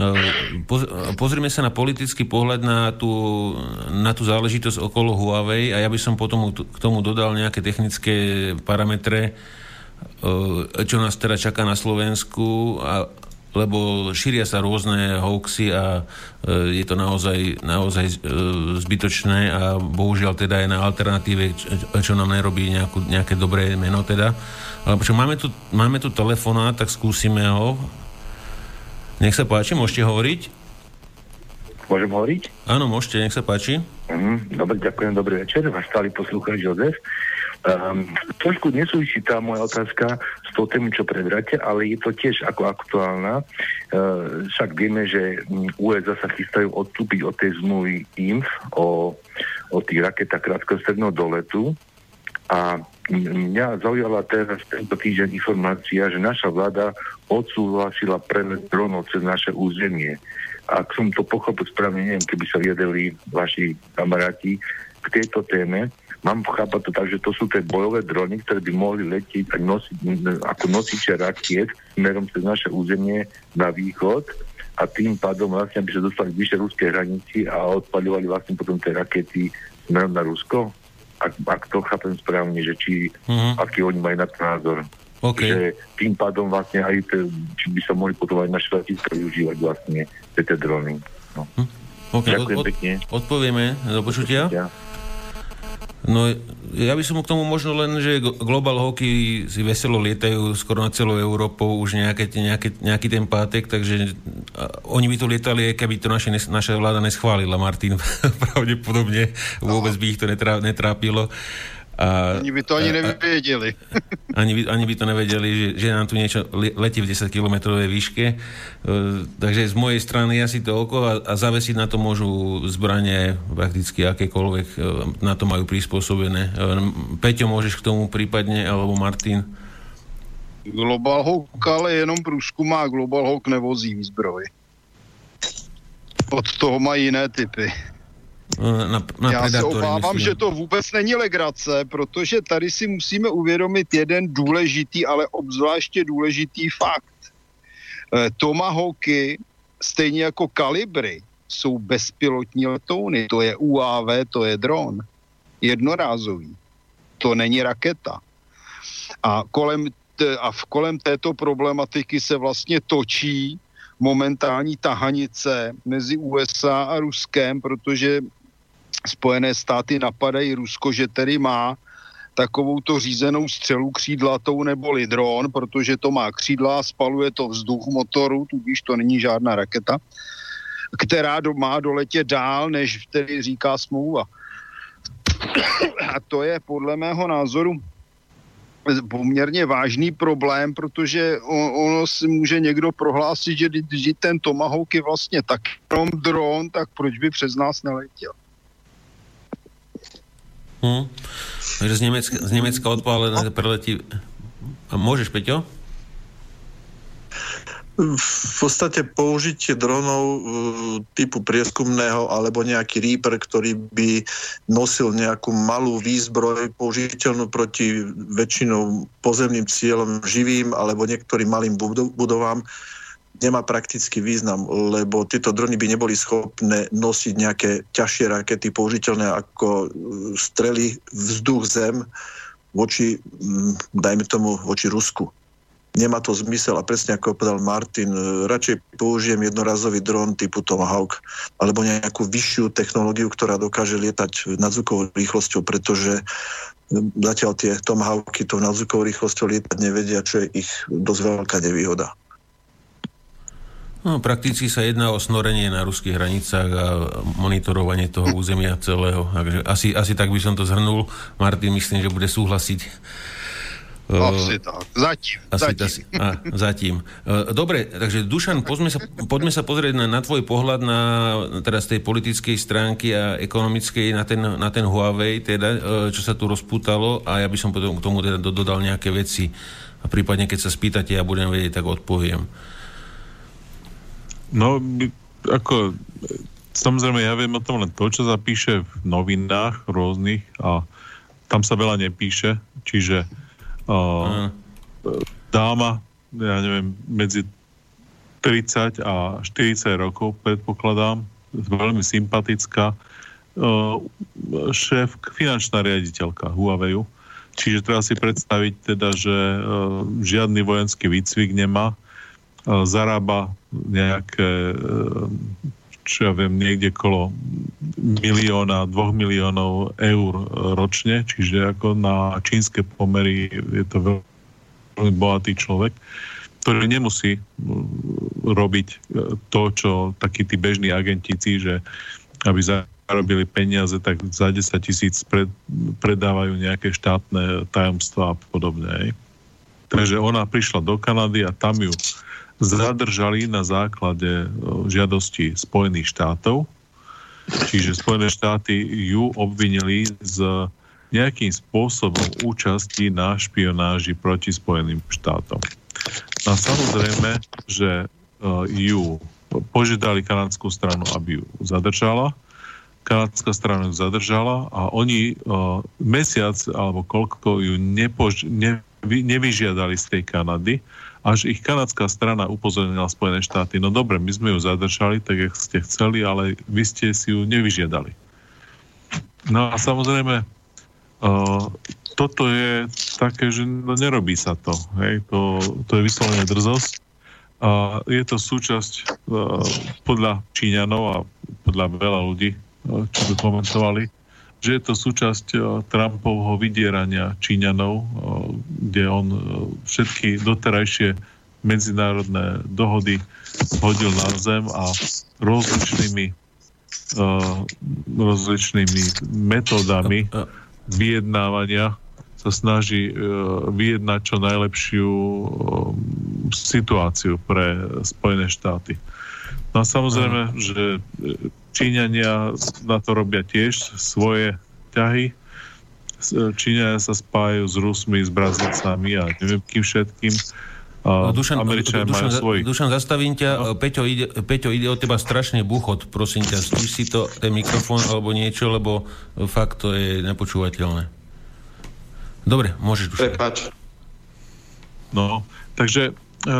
Pozrime sa na politický pohľad na tú záležitosť okolo Huawei a ja by som potom k tomu dodal nejaké technické parametre, čo nás teda čaká na Slovensku, lebo šíria sa rôzne hoaxy a je to naozaj zbytočné a bohužiaľ teda je na alternatíve, čo nám nerobí nejaké dobré meno teda. Ale máme tu telefonát, tak skúsime ho. Nech sa páči, môžete hovoriť? Môžem hovoriť? Áno, môžete, nech sa páči. Dobre, ďakujem, dobrý večer. Váš stály poslúchač Jozef. Trošku nesúvisí tá moja otázka s tou tému, čo predráte, ale je to tiež ako aktuálna. Však vieme, že USA sa chystajú odstúpiť od tej zmluvy INF o tých raketách krátkodobého doletu a mňa zaujala teraz tento týždeň informácia, že naša vláda odsúhlasila prelet dronov cez naše územie. Ak som to pochopil správne, neviem, keby sa viedeli vaši kamaráti k tejto téme, mám chápať to tak, že to sú tie bojové drony, ktoré by mohli letieť a nosiť ako nosiče rakiet smerom cez naše územie na východ a tým pádom vlastne by sa dostali vyššie ruskej hranici a odpaľovali vlastne potom tie rakety smerom na Rusko. Ak to chápem správne, že aký oni majú na to názor. Okay. Že tým pádom vlastne aj či by sa mohli potom aj naše letiska využívať vlastne tie drony. No. Okay. Ďakujem pekne. Odpovieme do počutia. Ja. No, ja by som k tomu možno len, že Global Hawky si veselo lietajú skoro na celou Európou už nejaký ten pátek, takže oni by to lietali, keby to naša vláda neschválila, Martin. Pravdepodobne vôbec by ich to netrápilo. Oni by to ani nevedeli. Ani by to nevedeli, že nám tu niečo letí v 10-kilometrovej výške. Takže z mojej strany asi to oko a zavesiť na to môžu zbranie prakticky akékoľvek, na to majú prispôsobené. Peťo, môžeš k tomu prípadne, alebo Martin? Global Hawk ale jenom průzkum a Global Hawk nevozí výzbroj. Od toho mají jiné typy. Já se obávám, že to vůbec není legrace, protože tady si musíme uvědomit jeden důležitý, ale obzvláště důležitý fakt. Tomahawky, stejně jako kalibry, jsou bezpilotní letouny. To je UAV, to je dron. Jednorázový. To není raketa. A kolem této problematiky se vlastně točí momentální tahanice mezi USA a Ruskem, protože Spojené státy napadají Rusko, že tedy má takovouto řízenou střelu křídlatou neboli dron, protože to má křídla, spaluje to vzduch motoru, tudíž to není žádná raketa, která má doletět dál, než tedy říká smlouva. A to je podle mého názoru poměrně vážný problém, protože ono si může někdo prohlásit, že ten Tomahawk je vlastně tak dron, tak proč by přes nás neletěl? Takže z Nemecka odpálené preletí. A môžeš, Peťo? V podstate použitie dronov typu prieskumného alebo nejaký Reaper, ktorý by nosil nejakú malú výzbroj použiteľnú proti väčšinou pozemným cieľom živým alebo niektorým malým budovám, nemá praktický význam, lebo tieto drony by neboli schopné nosiť nejaké ťažšie rakety použiteľné ako strely vzduch-zem voči, dajme tomu, voči Rusku. Nemá to zmysel a presne ako povedal Martin, radšej použijem jednorazový dron typu Tomahawk alebo nejakú vyššiu technológiu, ktorá dokáže lietať nadzvukovou rýchlosťou, pretože zatiaľ tie Tomahawky to nadzvukovou rýchlosťou lietať nevedia, čo je ich dosť veľká nevýhoda. No, prakticky sa jedná o snorenie na ruských hranicách a monitorovanie toho územia celého. Takže asi tak by som to zhrnul. Martin, myslím, že bude súhlasiť. Asi tak. Zatím. Dobre, takže Dušan, poďme sa pozrieť na tvoj pohľad na teraz tej politickej stránky a ekonomickej na ten Huawei, teda, čo sa tu rozpútalo, a ja by som potom k tomu teda dodal nejaké veci a prípadne, keď sa spýtate, ja budem vedieť, tak odpoviem. No, ako samozrejme, ja viem o tom len to, čo sa píše v novinách rôznych a tam sa veľa nepíše, čiže dáma, ja neviem, medzi 30 a 40 rokov predpokladám, veľmi sympatická, finančná riaditeľka Huawei, čiže treba si predstaviť teda, že žiadny vojenský výcvik nemá, zarába nejaké, čo ja viem, niekde kolo 1 milióna, 2 miliónov eur ročne, čiže ako na čínske pomery je to veľmi bohatý človek, ktorý nemusí robiť to, čo takí tí bežní agentici, že aby zarobili peniaze, tak za 10 000 predávajú nejaké štátne tajomstvá a podobne. Takže ona prišla do Kanady a tam ju zadržali na základe žiadosti Spojených štátov. Čiže Spojené štáty ju obvinili z nejakým spôsobom účasti na špionáži proti Spojeným štátom. No a samozrejme, že ju požiadali kanadskú stranu, aby ju zadržala. Kanadská strana ju zadržala a oni mesiac alebo koľko ju nevyžiadali z tej Kanady, až ich kanadská strana upozornila Spojené štáty. No dobre, my sme ju zadržali, tak jak ste chceli, ale vy ste si ju nevyžiadali. No a samozrejme, toto je také, že nerobí sa to. Hej? To je vyslovene drzosť. Je to súčasť podľa Číňanov a podľa veľa ľudí, čo by komentovali, že je to súčasť Trumpovho vydierania Číňanov, kde on všetky doterajšie medzinárodné dohody hodil na zem a rozličnými metódami vyjednávania sa snaží vyjednať čo najlepšiu situáciu pre Spojené štáty. No a samozrejme, že Číňania na to robia tiež svoje ťahy. Číňania sa spájajú s Rusmi, s Brazílcami a neviem kým všetkým. Američania majú svojich. Dušan, zastavím ťa. Peťo, ide o teba strašne buchot. Prosím ťa, stíš si to, ten mikrofón alebo niečo, lebo fakt to je nepočúvateľné. Dobre, môžeš, Dušan. Prepáč. No, takže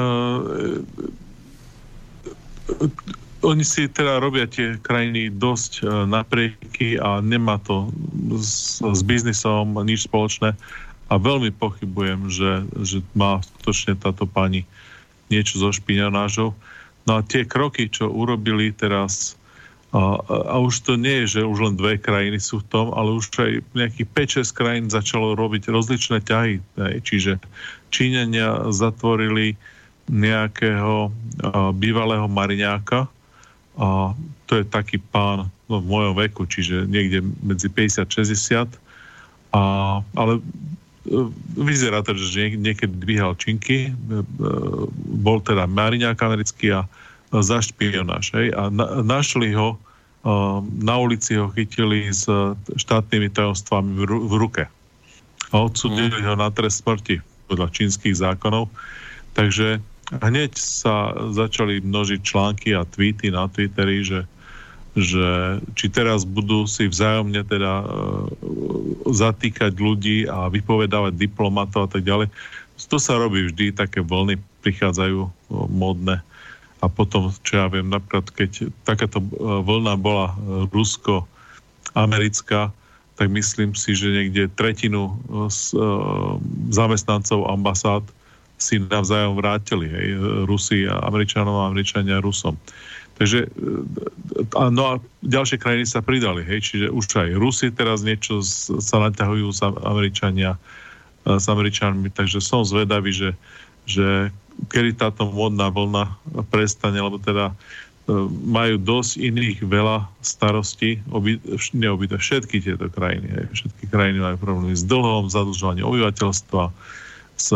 oni si teda robia tie krajiny dosť naprieky a nemá to s biznisom nič spoločné a veľmi pochybujem, že má skutočne táto pani niečo so špionážou. No a tie kroky, čo urobili teraz, a už to nie je, že už len 2 krajiny sú v tom, ale už aj nejakých 5-6 krajín začalo robiť rozličné ťahy. Čiže Číňania zatvorili nejakého bývalého mariňáka, a to je taký pán v mojom veku, čiže niekde medzi 50-60, ale vyzerá to, že niekedy dvíhal činky, bol teda mariňák americký a za špionáž. A našli ho, na ulici ho chytili s štátnymi tajomstvami v ruke. A odsúdili ho na trest smrti podľa čínskych zákonov. Takže hneď sa začali množiť články a tweety na Twitteri, že či teraz budú si vzájomne teda zatýkať ľudí a vypovedávať diplomatov a tak ďalej. To sa robí vždy, také vlny prichádzajú módne. A potom, čo ja viem, napríklad, keď takáto vlna bola rusko-americká, tak myslím si, že niekde tretinu zamestnancov ambasád si navzájom vrátili, hej, Rusi a Američanom a Američania Rusom. Takže, no a ďalšie krajiny sa pridali, hej, čiže už aj Rusi teraz niečo sa naťahujú s Američanmi, takže som zvedavý, že kedy táto modná vlna prestane, lebo teda majú dosť iných veľa starostí, všetky tieto krajiny, hej, všetky krajiny majú problémy s dlhom, zadlžovaním obyvateľstva, s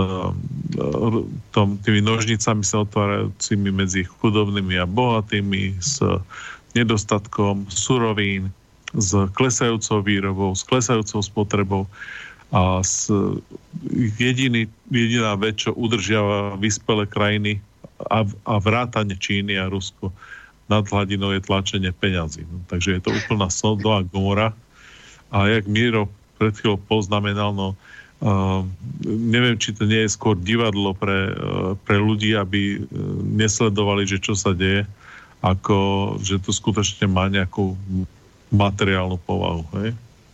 tými nožnicami sa otvárajúcimi medzi chudobnými a bohatými, s nedostatkom surovín, s klesajúcou výrobou, s klesajúcou spotrebou a jediná vec, čo udržiava vyspelé krajiny a vrátane Číny a Rusko nad hladinou je tlačenie peňazí. No, takže je to úplná Sodoma a Gomora. A jak Miro pred chvíľou poznamenal, no neviem, či to nie je skôr divadlo pre ľudí, aby nesledovali, že čo sa deje, ako že to skutočne má nejakú materiálnu povahu. Hej?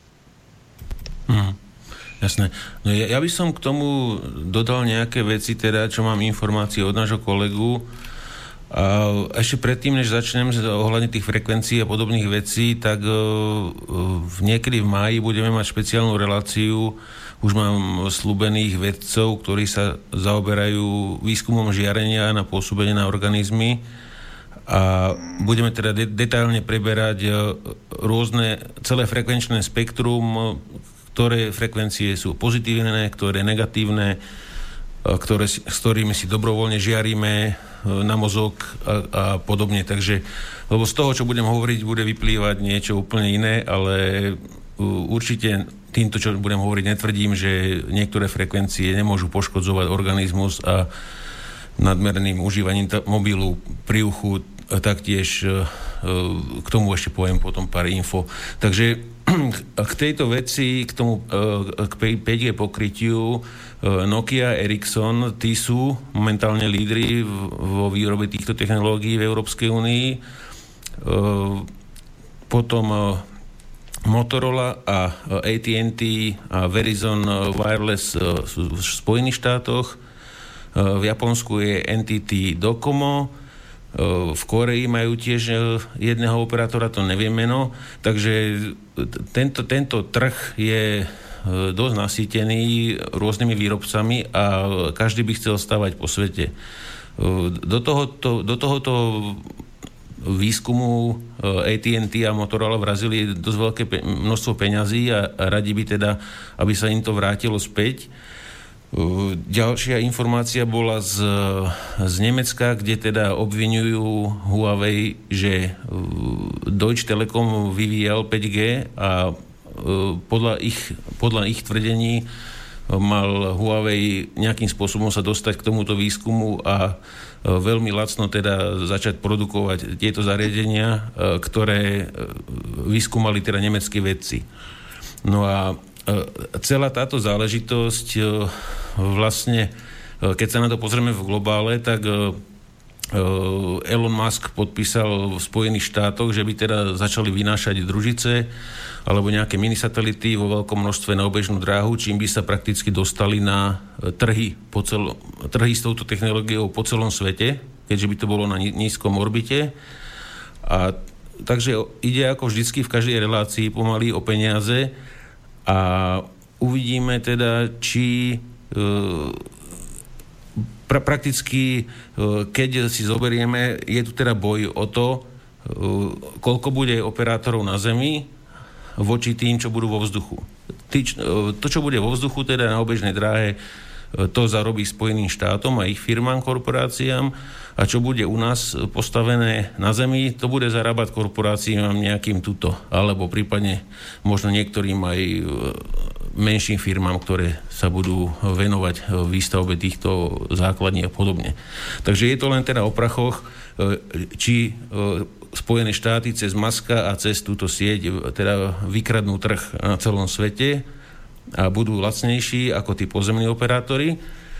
Jasné. No ja by som k tomu dodal nejaké veci, teda, čo mám informácie od nášho kolegu. A ešte predtým, než začnem ohľadne tých frekvencií a podobných vecí, tak niekedy v máji budeme mať špeciálnu reláciu. Už mám slúbených vedcov, ktorí sa zaoberajú výskumom žiarenia na pôsobenie na organizmy a budeme teda detailne preberať celé frekvenčné spektrum, ktoré frekvencie sú pozitívne, ktoré negatívne, s ktorými si dobrovoľne žiaríme na mozog a podobne. Takže, lebo z toho, čo budem hovoriť, bude vyplývať niečo úplne iné, ale určite týmto, čo budem hovoriť, netvrdím, že niektoré frekvencie nemôžu poškodzovať organizmus a nadmerným užívaním mobilu pri uchu taktiež k tomu ešte poviem potom pár info. Takže k tejto veci, k tomu k 5G pokrytiu Nokia, Ericsson, tí sú momentálne lídri vo výrobe týchto technológií v Európskej únii. Potom Motorola a AT&T a Verizon Wireless sú v Spojených štátoch. V Japonsku je NTT Docomo. V Koreji majú tiež jedného operátora, to neviem meno. Takže tento trh je dosť nasýtený rôznymi výrobcami a každý by chcel stavať po svete. Do tohoto výskumu AT&T a Motorola vrazili dosť veľké množstvo peňazí a radi by teda, aby sa im to vrátilo späť. Ďalšia informácia bola z Nemecka, kde teda obviňujú Huawei, že Deutsche Telekom vyvíjal 5G a podľa ich tvrdení mal Huawei nejakým spôsobom sa dostať k tomuto výskumu a veľmi lacno teda začať produkovať tieto zariadenia, ktoré vyskúmali teda nemeckí vedci. No a celá táto záležitosť vlastne, keď sa na to pozrieme v globále, tak Elon Musk podpísal v Spojených štátoch, že by teda začali vynášať družice alebo nejaké minisatelity vo veľkom množstve na obežnú dráhu, čím by sa prakticky dostali na trhy s touto technológiou po celom svete, keďže by to bolo na nízkom orbite. A takže ide ako vždycky v každej relácii pomaly o peniaze a uvidíme teda, či prakticky, keď si zoberieme, je tu teda boj o to, koľko bude operátorov na Zemi voči tým, čo budú vo vzduchu. To, čo bude vo vzduchu, teda na obežnej dráhe, to zarobí Spojeným štátom a ich firmám, korporáciám, a čo bude u nás postavené na Zemi, to bude zarábať korporáciám nejakým tuto, alebo prípadne možno niektorým aj menším firmám, ktoré sa budú venovať výstavbe týchto základní a podobne. Takže je to len teda o prachoch, či Spojené štáty cez Muska a cez túto sieť teda vykradnú trh na celom svete a budú lacnejší ako tí pozemní operátori.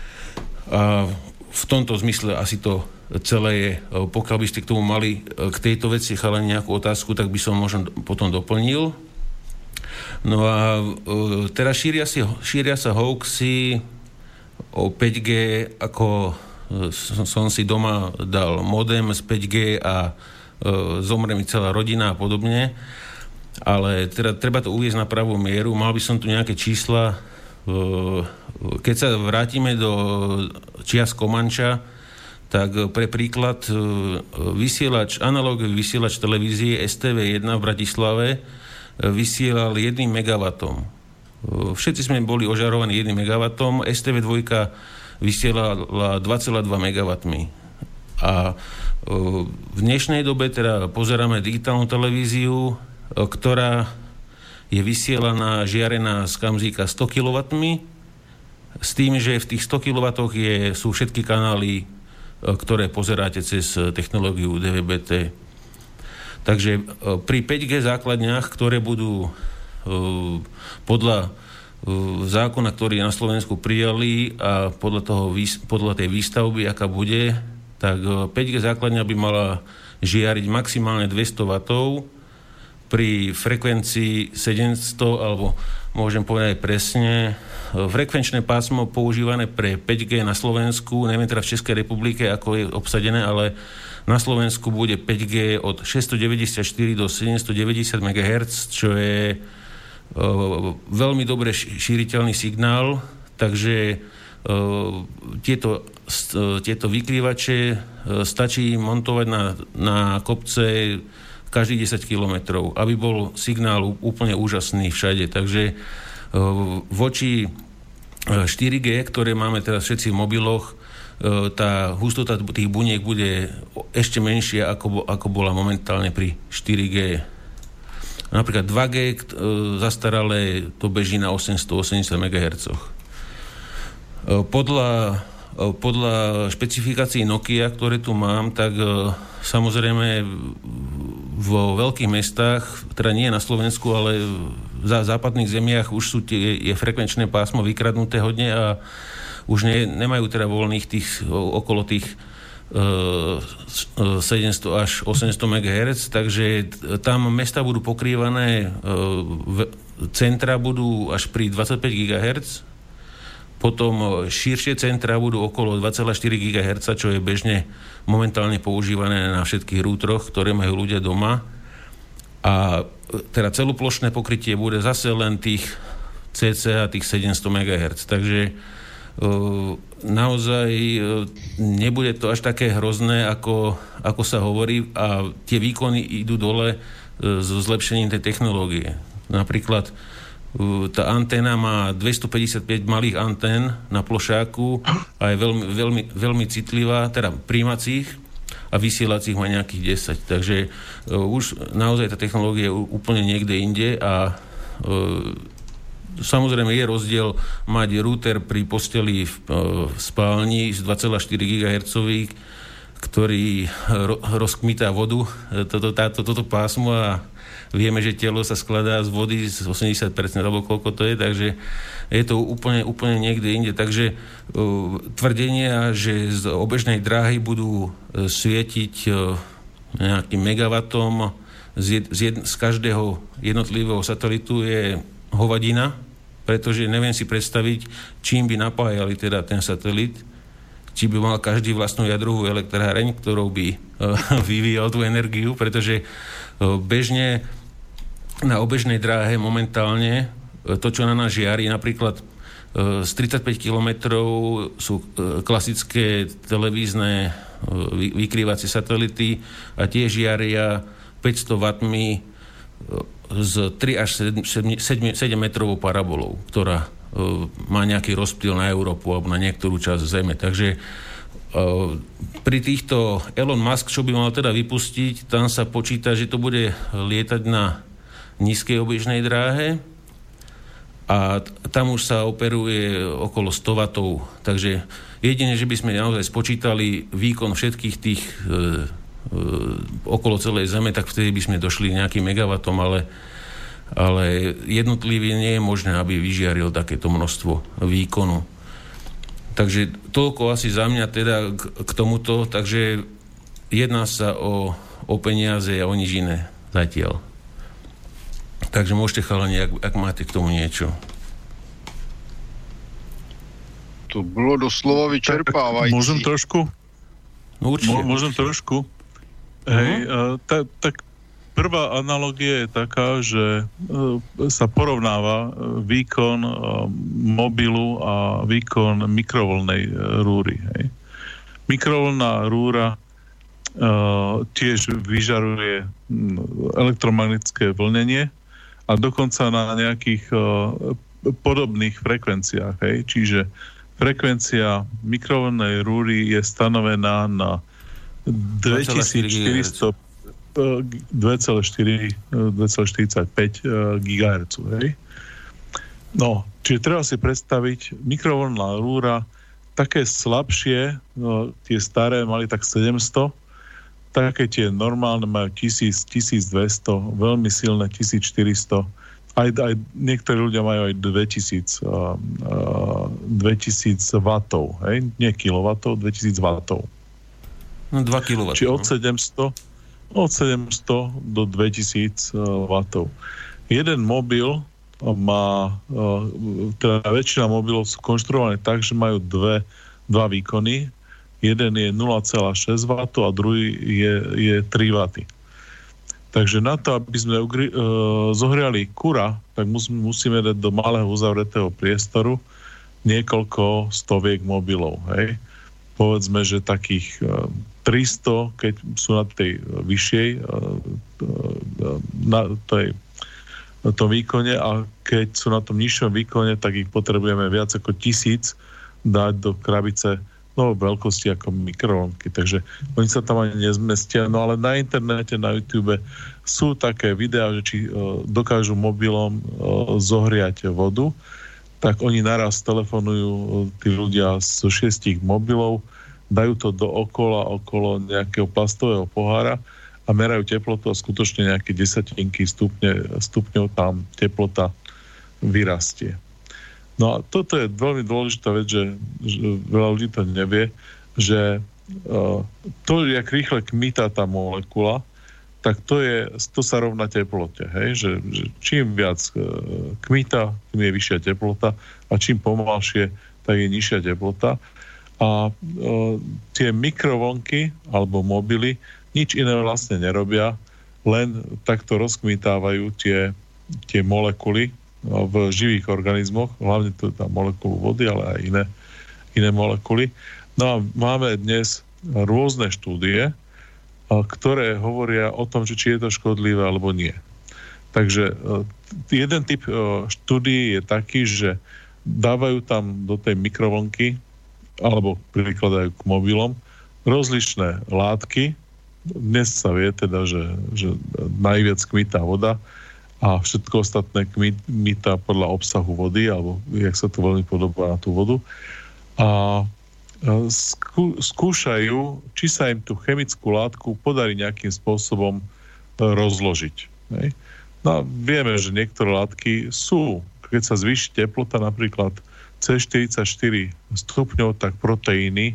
A v tomto zmysle asi to celé je. Pokiaľ by ste k tomu mali k tejto veci chalani nejakú otázku, tak by som možno potom doplnil. No a teraz šíria sa hoaxy o 5G, ako som si doma dal modem z 5G a zomre mi celá rodina a podobne. Ale teda treba to uviesť na pravú mieru. Mal by som tu nejaké čísla. Keď sa vrátime do čias Komanča, tak pre príklad analógový vysielač televízie STV1 v Bratislave vysielal 1 MW. Všetci sme boli ožarovaní 1 MW. STV2 vysielala 2,2 MW. A v dnešnej dobe teda pozeráme digitálnu televíziu, ktorá je vysielaná, žiarená z kamzíka 100 kW, s tým, že v tých 100 kW sú všetky kanály, ktoré pozeráte cez technológiu DVB-T. Takže pri 5G základniach, ktoré budú podľa zákona, ktorý na Slovensku prijali a podľa tej výstavby, aká bude, tak 5G základňa by mala žiariť maximálne 200 W pri frekvencii 700, alebo môžem povedať presne, frekvenčné pásmo používané pre 5G na Slovensku, neviem teda v Českej republike, ako je obsadené, ale na Slovensku bude 5G od 694 do 790 MHz, čo je veľmi dobre šíriteľný signál, takže tieto vykrývače stačí montovať na kopce každých 10 kilometrov, aby bol signál úplne úžasný všade. Takže voči 4G, ktoré máme teraz všetci v mobiloch, tá hustota tých buniek bude ešte menšia, ako bola momentálne pri 4G. Napríklad 2G zastaralé to beží na 880 MHz. Podľa špecifikácií Nokia, ktoré tu mám, tak samozrejme vo veľkých mestách, teda nie na Slovensku, ale v západných zemiach už je frekvenčné pásmo vykradnuté hodne a už nemajú teda voľných tých okolo tých 700 až 800 MHz, takže tam mesta budú pokrývané, centra budú až pri 25 GHz, potom širšie centra budú okolo 2,4 GHz, čo je bežne momentálne používané na všetkých rútroch, ktoré majú ľudia doma. A teda celoplošné pokrytie bude zase len tých cca tých 700 MHz. Takže naozaj nebude to až také hrozné, ako sa hovorí, a tie výkony idú dole so zlepšením tej technológie. Napríklad tá anténa má 255 malých antén na plošáku a je veľmi, veľmi, veľmi citlivá, teda príjmacích, a vysielacích má nejakých 10. Takže už naozaj tá technológia je úplne niekde inde a samozrejme je rozdiel mať router pri posteli v spálni z 2,4 GHz, ktorý rozkmitá vodu, toto pásmo, a vieme, že telo sa skladá z vody z 80%, alebo koľko to je, takže je to úplne niekde inde. Takže tvrdenia, že z obežnej dráhy budú svietiť nejakým megawatom z každého jednotlivého satelitu, je hovadina, pretože neviem si predstaviť, čím by napájali teda ten satelit, či by mal každý vlastnú jadrovú elektráreň, ktorou by vyvíjal tú energiu, pretože bežne na obežnej dráhe momentálne to, čo na nás žiari, napríklad z 35 kilometrov sú klasické televízne vykrývacie satelity a tie žiaria 500 W z 3 až 7 metrovou parabolou, ktorá má nejaký rozptyl na Európu alebo na niektorú časť Zeme. Takže pri týchto Elon Musk, čo by mal teda vypustiť, tam sa počíta, že to bude lietať na nízkej obežnej dráhe a tam už sa operuje okolo 100 W. Takže jedine, že by sme naozaj spočítali výkon všetkých tých okolo celej Zeme, tak vtedy by sme došli nejakým megawatom, ale jednotlivý nie je možné, aby vyžiaril takéto množstvo výkonu. Takže toľko asi za mňa teda k tomuto, takže jedná sa o peniaze a o nič iné zatiaľ. Takže môžete, chalani, ak máte k tomu niečo. To bylo doslova vyčerpávající. Môžem trošku? No, určite. Môžem trošku? Hej, tak prvá analogia je taká, že sa porovnáva výkon mobilu a výkon mikrovlnnej rúry. Hej. Mikrovlnná rúra tiež vyžaruje elektromagnetické vlnenie a dokonca na nejakých podobných frekvenciách. Hej. Čiže frekvencia mikrovlnnej rúry je stanovená na 2,45 GHz. Hej? No, čiže treba si predstaviť, mikrovlnná rúra, také slabšie, tie staré mali tak 700, také tie normálne majú 1000, 1200, veľmi silné 1400, aj niektorí ľudia majú aj 2000 W, hej? Nie kilovatov, 2000 W. No 2 kW. Či od 700 do 2000 W. Jeden mobil má, teda väčšina mobilov sú konštruované tak, že majú dva výkony. Jeden je 0,6 W a druhý je 3 W. Takže na to, aby sme zohriali kura, tak musíme dať do malého uzavretého priestoru niekoľko stoviek mobilov. Hej? Povedzme, že takých 300, keď sú na tej vyššej na tom výkone, a keď sú na tom nižšom výkone, tak ich potrebujeme viac ako 1000 dať do krabice veľkosti ako mikrovlnky. Takže oni sa tam ani nezmestia. No ale na internete, na YouTube sú také videá, že či dokážu mobilom zohriať vodu, tak oni naraz telefonujú tí ľudia zo 6 mobilov, dajú to okolo nejakého plastového pohára a merajú teplotu a skutočne nejaké desatinky stupňov tam teplota vyrastie. No a toto je veľmi dôležitá vec, že veľa ľudí to nevie, že to, jak rýchle kmitá tá molekula, tak to sa rovná teplote. Hej? Že čím viac kmitá, tým je vyššia teplota a čím pomalšie, tak je nižšia teplota. A tie mikrovlnky alebo mobily nič iné vlastne nerobia, len takto rozkmitávajú tie molekuly v živých organizmoch, hlavne to tá molekulu vody, ale aj iné iné molekuly. No a máme dnes rôzne štúdie, ktoré hovoria o tom, že či je to škodlivé alebo nie. Takže jeden typ štúdií je taký, že dávajú tam do tej mikrovlnky alebo prikladajú k mobilom rozličné látky. Dnes sa vie teda, že najviac kmitá voda a všetko ostatné kmitá podľa obsahu vody, alebo jak sa to veľmi podobá na tú vodu. A skúšajú, či sa im tú chemickú látku podarí nejakým spôsobom rozložiť. Hej? No vieme, že niektoré látky sú, keď sa zvýši teplota napríklad C44 stupňov, tak proteíny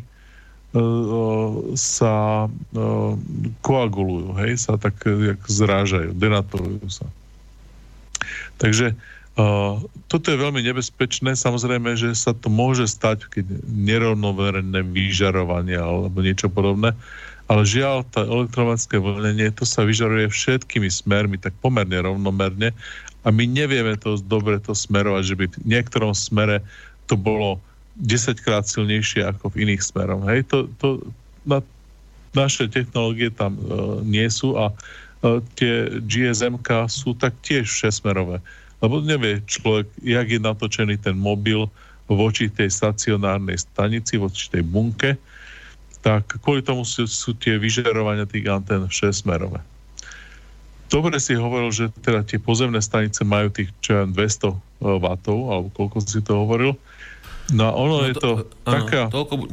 sa koagulujú, hej, sa tak jak zrážajú, denaturujú sa. Takže toto je veľmi nebezpečné. Samozrejme, že sa to môže stať, keď nerovnomerné vyžarovanie alebo niečo podobné, ale žiaľ, tá elektromagnetické vlnenie, to sa vyžaruje všetkými smermi, tak pomerne rovnomerne a my nevieme to dobre to smerovať, že by v niektorom smere to bolo 10-krát silnejšie ako v iných smerom. Hej, naše technológie tam nie sú a tie GSM-ka sú tak tiež všesmerové. Lebo nevie človek, jak je natočený ten mobil voči tej stacionárnej stanici, voči tej bunke, tak kvôli tomu sú tie vyžarovania tých antén všesmerové. Dobre si hovoril, že teda tie pozemné stanice majú tých 200 W, alebo koľko si to hovoril. No a ono je to taká...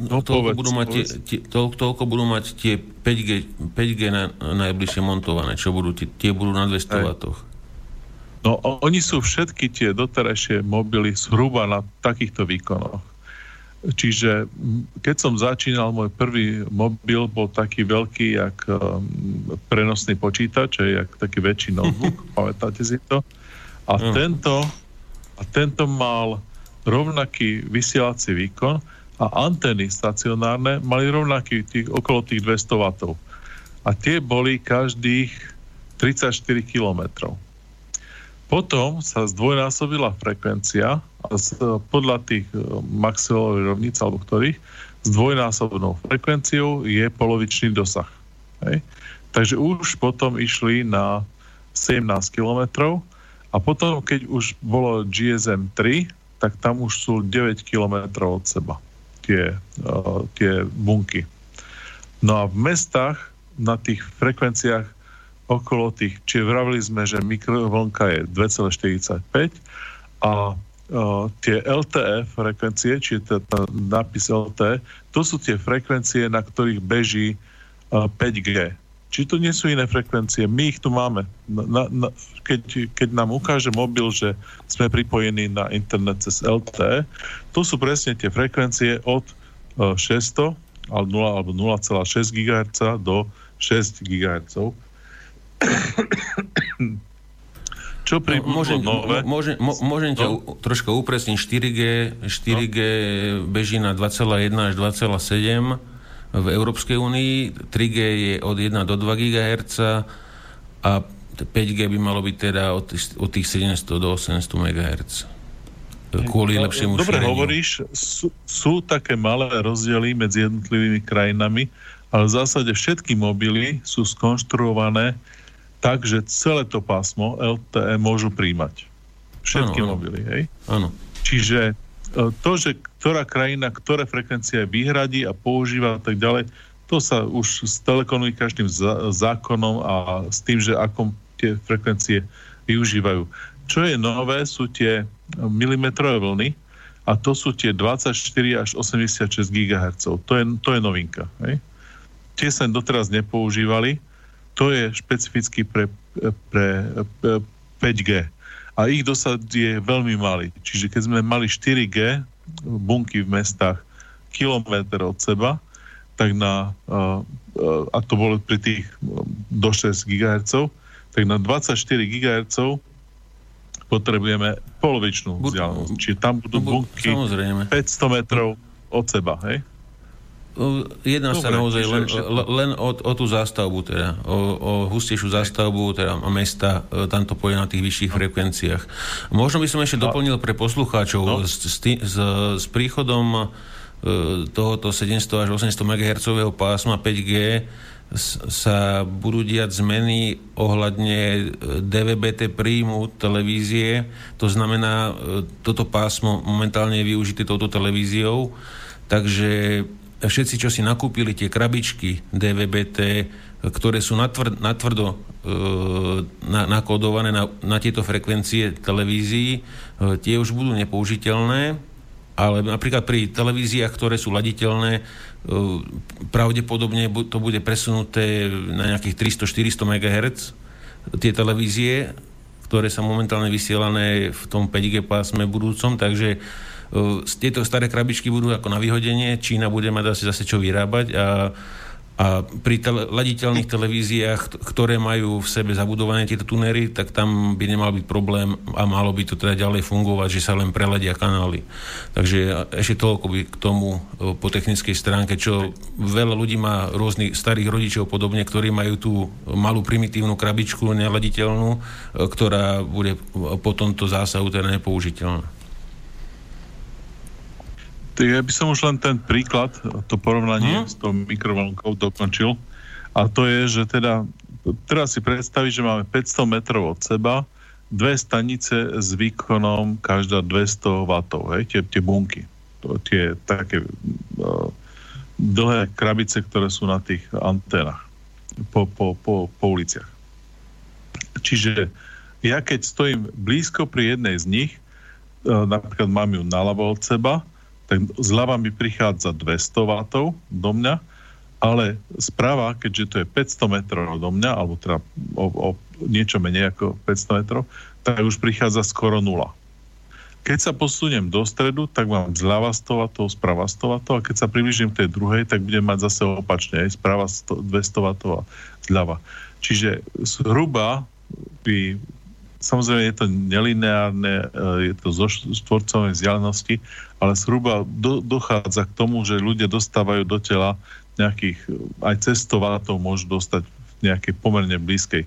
Toľko budú mať tie 5G najbližšie montované, čo budú, tie budú na 200 W. No oni sú všetky tie doterajšie mobily zhruba na takýchto výkonoch. Čiže keď som začínal, môj prvý mobil bol taký veľký, jak prenosný počítač, jak taký väčší notebook, pamätáte si to? A tento mal rovnaký vysielací výkon a antény stacionárne mali rovnaký okolo tých 200 W. A tie boli každých 34 kilometrov. Potom sa zdvojnásobila frekvencia a podľa tých Maxwellových rovníc, alebo ktorých, s dvojnásobnou frekvenciou je polovičný dosah. Hej? Takže už potom išli na 17 kilometrov a potom, keď už bolo GSM 3, tak tam už sú 9 kilometrov od seba tie bunky. No a v mestách na tých frekvenciách okolo tých, čiže vravili sme, že mikrovlnka je 2,45 a tie LTE frekvencie, čiže ten nápis LTE, to sú tie frekvencie, na ktorých beží 5G. Či to nie sú iné frekvencie? My ich tu máme. Keď nám ukáže mobil, že sme pripojení na internet cez LTE, to sú presne tie frekvencie od 600 alebo 0,6 GHz do 6 GHz. Čo môžem ťa troška upresniť. 4G beží na 2,1 až 2,7 v Európskej únii, 3G je od 1 do 2 GHz a 5G by malo byť teda od tých 700 do 800 MHz. Kvôli lepšiemu šíreniu. Dobre hovoríš, sú také malé rozdiely medzi jednotlivými krajinami, ale v zásade všetky mobily sú skonštruované tak, že celé to pásmo LTE môžu príjmať. Všetky mobily, hej? Áno. Čiže to, že ktorá krajina, ktoré frekvencie vyhradí a používa a tak ďalej, to sa už s telekomunikačným zákonom a s tým, že akom tie frekvencie využívajú. Čo je nové, sú tie milimetrové vlny a to sú tie 24 až 86 GHz. To je novinka. Hej? Tie sa doteraz nepoužívali. To je špecificky pre 5G. A ich dosah je veľmi malý. Čiže keď sme mali 4G bunky v mestách kilometr od seba, tak a to bolo pri tých do 6 GHz, tak na 24 GHz potrebujeme polovičnú vzdialenosť. Čiže tam budú bunky 500 metrov od seba, hej? Jedná sa naozaj len o tú zástavbu, teda, o hustejšiu zástavbu, teda mesta, tam to pôjde na tých vyšších frekvenciách. Možno by som ešte doplnil pre poslucháčov s príchodom tohoto 700 až 800 MHz pásma 5G sa budú diať zmeny ohľadne DVB-T príjmu televízie. To znamená, toto pásmo momentálne je využité touto televíziou, takže všetci, čo si nakúpili tie krabičky DVB-T, ktoré sú natvrdo nakódované na tieto frekvencie televízií, tie už budú nepoužiteľné, ale napríklad pri televíziách, ktoré sú laditeľné, pravdepodobne to bude presunuté na nejakých 300-400 MHz. Tie televízie, ktoré sa momentálne vysielané v tom 5G pásme budúcom, takže tieto staré krabičky budú ako na vyhodenie. Čína bude mať asi zase čo vyrábať a pri laditeľných televíziách, ktoré majú v sebe zabudované tieto tunery, tak tam by nemal byť problém a malo by to teda ďalej fungovať, že sa len preladia kanály. Takže ešte toľko by k tomu po technickej stránke, čo veľa ľudí má rôznych starých rodičov podobne, ktorí majú tú malú primitívnu krabičku neladiteľnú, ktorá bude po tomto zásahu teda nepoužiteľná. Ja by som už len ten príklad, to porovnanie s tou mikrovlnkou dokončil. A to je, že teda teraz si predstaviť, že máme 500 metrov od seba dve stanice s výkonom každá 200 W, tie bunky. Tie také dlhé krabice, ktoré sú na tých anténach po uliciach. Čiže ja keď stojím blízko pri jednej z nich, napríklad mám ju naľavo od seba, tak zľava mi prichádza 200 W do mňa, ale správa, keďže to je 500 metrov do mňa, alebo teda o niečo menej ako 500 metrov, tak už prichádza skoro 0. Keď sa posuniem do stredu, tak mám zľava 100 W, správa 100 W, a keď sa priblížim k tej druhej, tak budem mať zase opačne, aj správa 200 W zľava. Čiže zhruba by... Samozrejme je to nelineárne, je to zo štvorcovej vzdialenosti, ale zhruba dochádza k tomu, že ľudia dostávajú do tela nejakých, aj cez 100 W môžu dostať v nejakej pomerne blízkej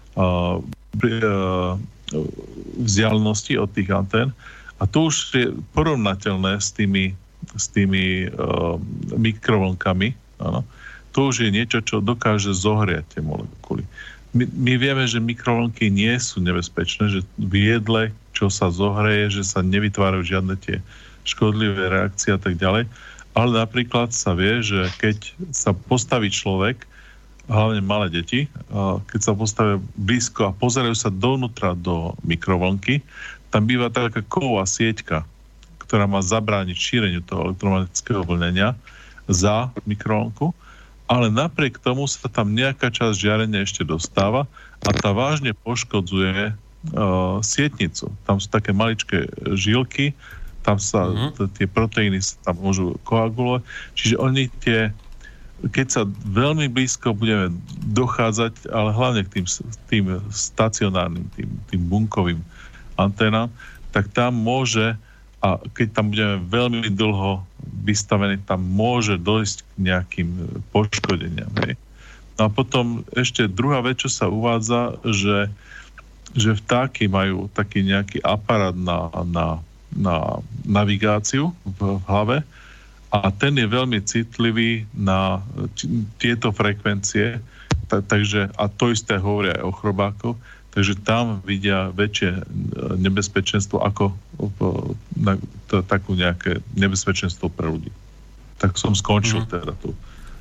vzdialenosti od tých antén. A to už je porovnateľné s tými mikrovlnkami. Áno. To už je niečo, čo dokáže zohriať tie molekuly. My vieme, že mikrovlnky nie sú nebezpečné, že v jedle, čo sa zohreje, že sa nevytvárajú žiadne tie škodlivé reakcie a tak ďalej. Ale napríklad sa vie, že keď sa postaví človek, hlavne malé deti, keď sa postavia blízko a pozerajú sa dovnútra do mikrovlnky, tam býva taká kovová sieťka, ktorá má zabrániť šíreniu toho elektromagnetického vlnenia za mikrovlnku. Ale napriek tomu sa tam nejaká časť žiarenia ešte dostáva a tá vážne poškodzuje sietnicu. Tam sú také maličké žilky, tam sa tie proteíny sa tam môžu koagulovať. Čiže oni keď sa veľmi blízko budeme dochádzať, ale hlavne k tým stacionárnym, tým bunkovým anténám, tak tam môže, a keď tam budeme veľmi dlho vystavení, tam môže dojsť k nejakým poškodeniam. No a potom ešte druhá vec, čo sa uvádza, že vtáky majú taký nejaký aparát na navigáciu v hlave a ten je veľmi citlivý na tieto frekvencie, takže, a to isté hovoria aj o chrobákoch, takže tam vidia väčšie nebezpečenstvo ako takú nejaké nebezpečenstvo pre ľudí. Tak som skončil teda tu.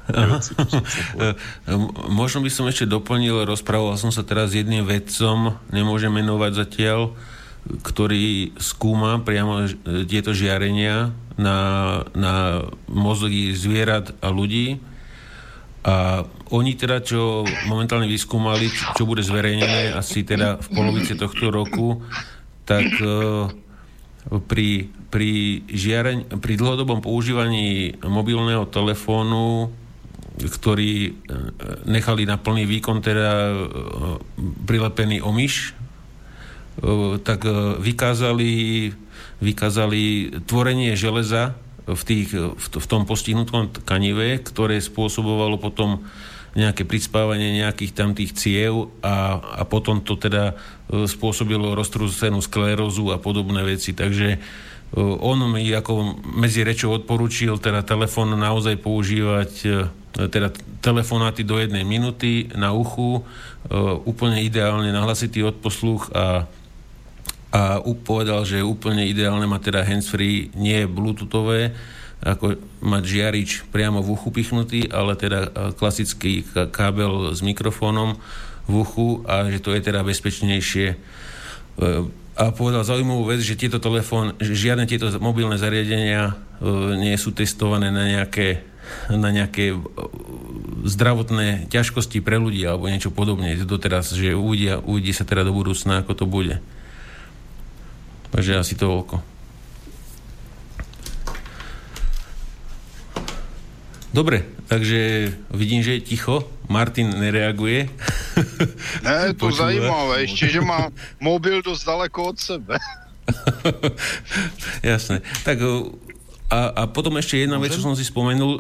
Možno by som ešte doplnil, rozprával som sa teraz s jedným vedcom, nemôžem menovať zatiaľ, ktorý skúma priamo tieto žiarenia na mozgy zvierat a ľudí. A oni teda, čo momentálne vyskúmali, čo bude zverejnené asi teda v polovici tohto roku, tak pri dlhodobom používaní mobilného telefónu, ktorý nechali na plný výkon teda prilepený o myš, tak vykázali tvorenie železa v tom postihnutom tkanive, ktoré spôsobovalo potom nejaké prispávanie nejakých tam tých ciev a potom to teda spôsobilo roztrúsenú sklerózu a podobné veci. Takže on mi ako medzi rečou odporučil teda telefón naozaj používať teda telefonáty do 1 minúty na uchu, úplne ideálne na hlasitý odposluch a povedal, že úplne ideálne má teda handsfree, nie bluetoothové, ako mať žiarič priamo v uchu pichnutý, ale teda klasický kábel s mikrofónom v uchu a že to je teda bezpečnejšie. A povedal zaujímavú vec, že žiadne tieto mobilné zariadenia nie sú testované na nejaké zdravotné ťažkosti pre ľudí alebo niečo podobne. Doteraz, že uvidí sa teda do budúcna, ako to bude. Takže asi toľko. Dobre, takže vidím, že je ticho. Martin nereaguje. Ne, to zajímavé, ještě, že má mobil dost daleko od sebe. Jasné. Tak a potom ešte jedna vec, čo som si spomenul,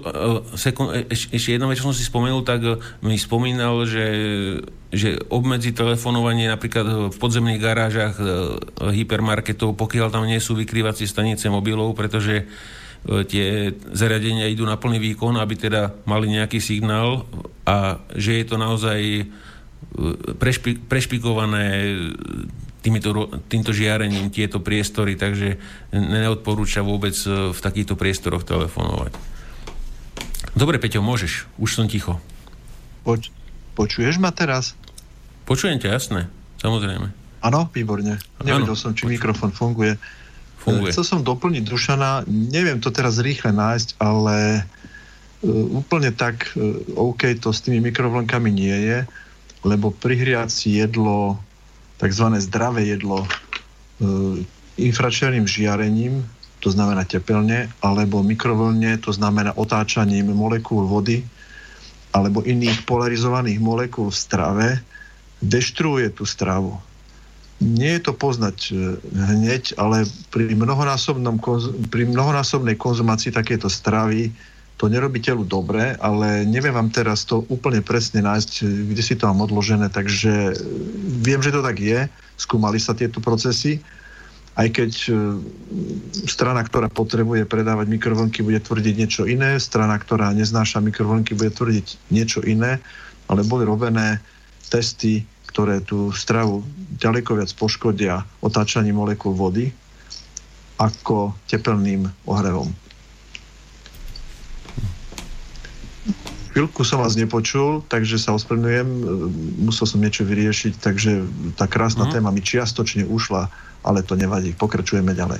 tak mi spomínal, že obmedzi telefonovanie napríklad v podzemných garážach hypermarketov, pokiaľ tam nie sú vykrývacie stanice mobilov, pretože tie zariadenia idú na plný výkon, aby teda mali nejaký signál a že je to naozaj prešpikované týmto žiarením tieto priestory, takže neodporúča vôbec v takýchto priestoroch telefonovať. Dobre, Peťo, môžeš. Už som ticho. Počuješ ma teraz? Počujem ťa, jasné. Samozrejme. Áno, výborne. Nevedel som, či mikrofón funguje. Chcel som doplniť Dušana. Neviem to teraz rýchle nájsť, ale úplne tak OK to s tými mikrovlnkami nie je, lebo prihriať si jedlo, takzvané zdravé jedlo infračerným žiarením, to znamená tepelne, alebo mikrovlne, to znamená otáčaním molekúl vody alebo iných polarizovaných molekúl v strave, deštruuje tú stravu. Nie je to poznať hneď, ale pri mnohonásobnej konzumácii takéto stravy to nerobí telu dobre, ale neviem vám teraz to úplne presne nájsť, kde si to mám odložené, takže viem, že to tak je, skúmali sa tieto procesy, aj keď strana, ktorá potrebuje predávať mikrovlnky, bude tvrdiť niečo iné, strana, ktorá neznáša mikrovlnky, bude tvrdiť niečo iné, ale boli robené testy, ktoré tú stravu ďaleko viac poškodia otáčaním molekúl vody ako tepelným ohrevom. Chvíľku som vás nepočul, takže sa ospravedlňujem, musel som niečo vyriešiť, takže tá krásna téma mi čiastočne ušla, ale to nevadí, pokračujeme ďalej.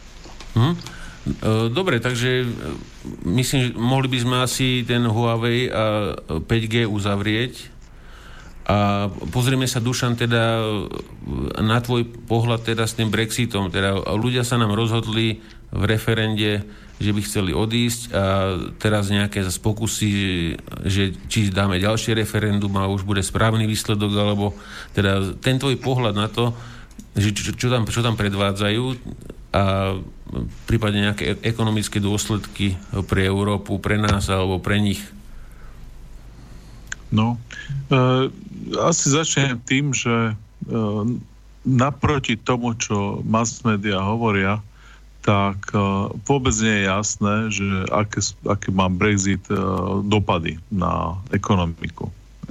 Dobre, takže myslím, že mohli by sme asi ten Huawei a 5G uzavrieť a pozrieme sa, Dušan, teda na tvoj pohľad teda s tým Brexitom, teda ľudia sa nám rozhodli v referende, že by chceli odísť a teraz nejaké pokusy, že či dáme ďalšie referendum a už bude správny výsledok, alebo teda ten tvoj pohľad na to, že čo tam predvádzajú a prípadne nejaké ekonomické dôsledky pre Európu, pre nás alebo pre nich. No, asi začnem tým, že naproti tomu, čo mass media hovoria, tak vôbec nie je jasné, že aké má Brexit dopady na ekonomiku.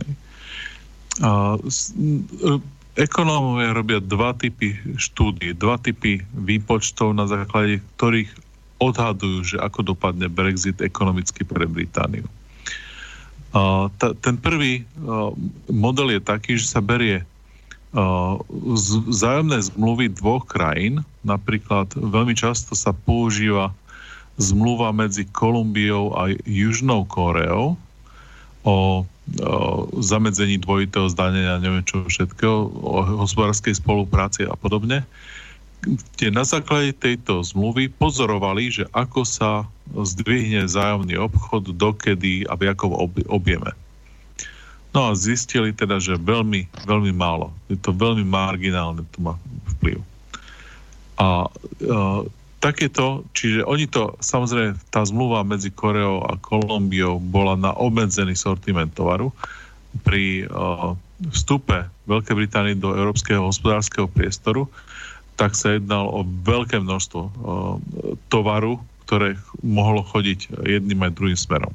Ekonómovia robia dva typy štúdií, dva typy výpočtov, na základe ktorých odhadujú, že ako dopadne Brexit ekonomicky pre Britániu. Ten prvý model je taký, že sa berie vzájomné zmluvy dvoch krajín. Napríklad veľmi často sa používa zmluva medzi Kolumbiou a Južnou Kóreou o zamedzení dvojitého zdanenia, neviem čo všetkého, o hospodárskej spolupráci a podobne, kde na základe tejto zmluvy pozorovali, že ako sa zdvihne vzájomný obchod, dokedy a v jakom objeme. No a zistili teda, že veľmi, veľmi málo. Je to veľmi marginálne, to má vplyv. A takéto, čiže oni to, samozrejme, tá zmluva medzi Koreou a Kolumbiou bola na obmedzený sortiment tovaru. Pri vstupe Veľkej Británie do Európskeho hospodárskeho priestoru, tak sa jednalo o veľké množstvo tovaru, ktoré mohlo chodiť jedným aj druhým smerom.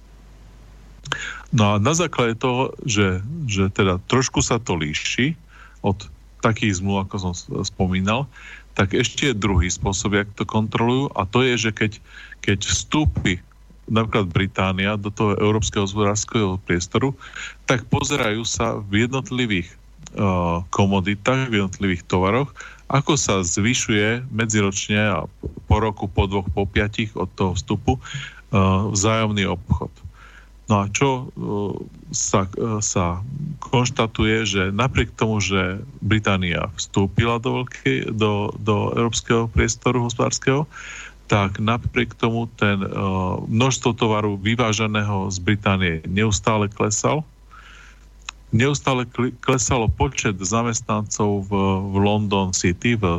No a na základe toho, že teda trošku sa to líši od takých zmluv, ako som spomínal, tak ešte je druhý spôsob, jak to kontrolujú, a to je, že keď vstúpi napríklad Británia do toho európskeho hospodárskeho priestoru, tak pozerajú sa v jednotlivých komoditách, v jednotlivých tovaroch, ako sa zvyšuje medziročne a po roku, po 2, po 5 od toho vstupu vzájomný obchod. No a čo sa konštatuje, že napriek tomu, že Británia vstúpila do európskeho priestoru hospodárskeho, tak napriek tomu ten množstvo tovaru vyvážaného z Británie neustále klesal. Neustále klesalo počet zamestnancov v London City, v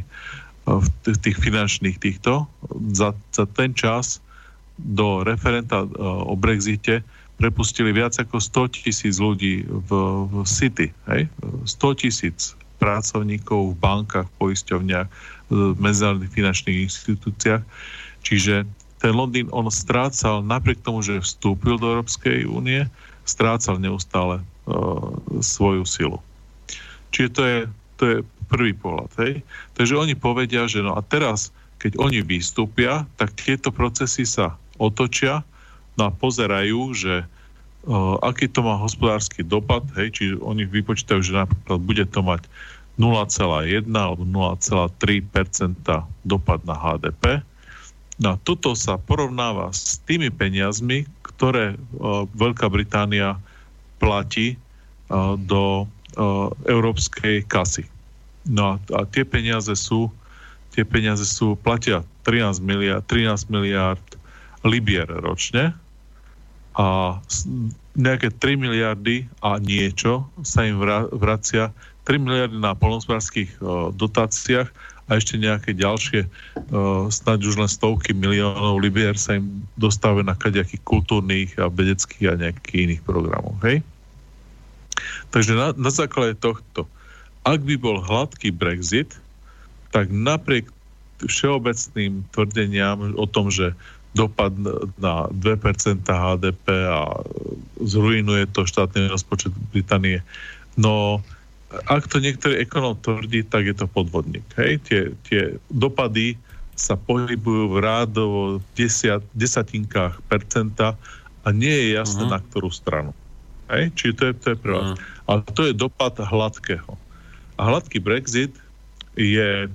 tých finančných týchto. Za ten čas do referenta o Brexite prepustili viac ako 100,000 ľudí v City. Hej? 100,000 pracovníkov v bankách, poisťovniach, v medzinárodných finančných inštitúciách. Čiže ten Londýn, on strácal, napriek tomu, že vstúpil do Európskej únie, strácal neustále svoju silu. Čiže to je prvý pohľad. Hej? Takže oni povedia, že no a teraz, keď oni vystúpia, tak tieto procesy sa otočia a pozerajú, že aký to má hospodársky dopad, hej, čiže oni vypočítajú, že napríklad bude to mať 0,1 alebo 0,3% dopad na HDP. No a toto sa porovnáva s tými peniazmi, ktoré Veľká Británia platí do európskej kasy. No a tie peniaze platia 13 miliárd libier ročne a nejaké 3 miliardy a niečo sa im vracia, 3 miliardy na poľnohospodárskych dotáciách a ešte nejaké ďalšie snáď už len stovky miliónov libier sa im dostávajú na kadejakých kultúrnych a vedeckých a nejakých iných programov. Hej? Takže na základe tohto, ak by bol hladký Brexit, tak napriek všeobecným tvrdeniam o tom, že dopad na 2% HDP a zruinuje to štátny rozpočet Británie. No, ak to niektorý ekonóm tvrdí, tak je to podvodník. Hej? Tie dopady sa pohybujú v rádovo desatinkách percenta a nie je jasné, na ktorú stranu. Hej? Čiže to je prvá. Ale to je dopad hladkého. A hladký Brexit je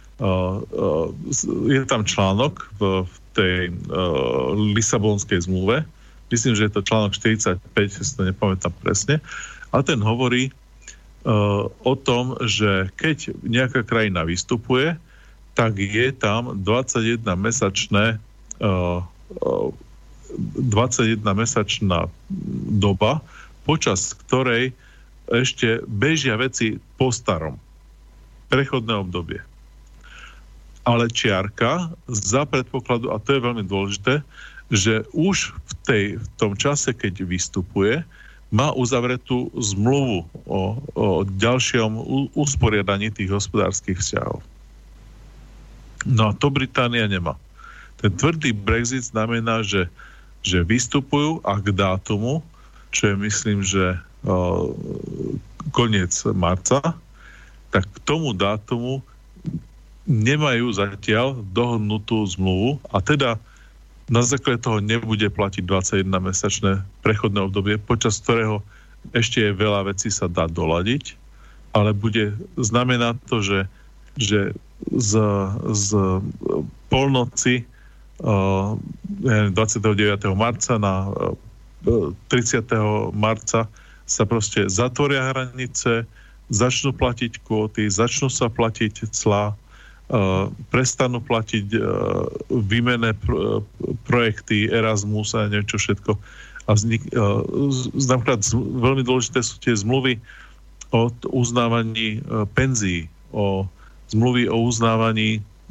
tam článok v tej Lisabonskej zmluve. Myslím, že je to článok 45, si to nepamätám presne. A ten hovorí o tom, že keď nejaká krajina vystupuje, tak je tam 21-mesačná doba, počas ktorej ešte bežia veci po starom. Prechodné obdobie. Ale čiarka za predpokladu, a to je veľmi dôležité, že už v tom čase, keď vystupuje, má uzavretú zmluvu o ďalšom usporiadaní tých hospodárskych vzťahov. No a to Británia nemá. Ten tvrdý Brexit znamená, že vystupujú a k dátumu, čo je myslím, že koniec marca, tak k tomu dátumu nemajú zatiaľ dohodnutú zmluvu a teda na základe toho nebude platiť 21-mesačné prechodné obdobie, počas ktorého ešte je veľa vecí sa dá doladiť, ale bude znamená to, že z polnoci 29. marca na 30. marca sa proste zatvoria hranice, začnú platiť kvóty, začnú sa platiť clá, prestanú platiť výmenné projekty Erasmus a neviem čo všetko. A napríklad veľmi dôležité sú tie zmluvy o uznávaní penzií, zmluvy o uznávaní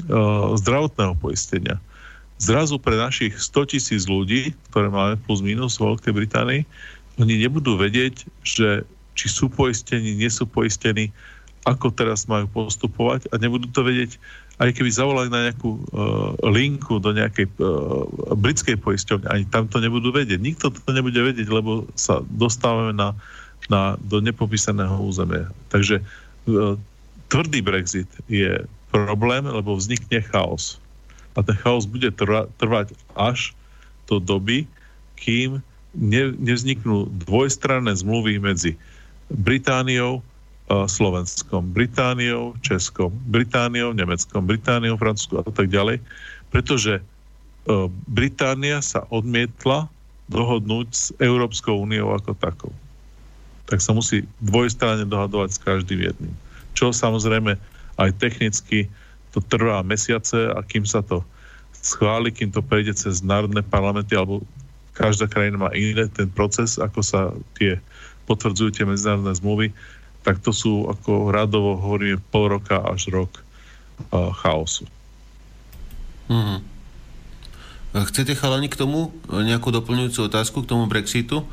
zdravotného poistenia. Zrazu pre našich 100,000 ľudí, ktoré máme plus minus v Veľkej Británii, oni nebudú vedieť, že či sú poistení, nie sú poistení, ako teraz majú postupovať a nebudú to vedieť, aj keby zavolali na nejakú linku do nejakej britskej poisťovne, ani tam to nebudú vedieť. Nikto to nebude vedieť, lebo sa dostávame do nepopísaného územia. Takže tvrdý Brexit je problém, lebo vznikne chaos. A ten chaos bude trvať až do doby, kým nevzniknú dvojstranné zmluvy medzi Britániou, Slovenskom, Britániou, Českom, Britániou, Nemeckom, Britániou, Francúzskom a tak ďalej, pretože Británia sa odmietla dohodnúť s Európskou úniou ako takou. Tak sa musí dvojstranne dohadovať s každým jedným. Čo samozrejme aj technicky to trvá mesiace a kým sa to schváli, kým to prejde cez národné parlamenty, alebo každá krajina má iný ten proces, ako sa potvrdzujú tie medzinárodné zmluvy, tak to sú, ako radovo hovoríme, pol roka až rok chaosu. Mm-hmm. Chcete, chalani, k tomu nejakú doplňujúcu otázku, k tomu Brexitu?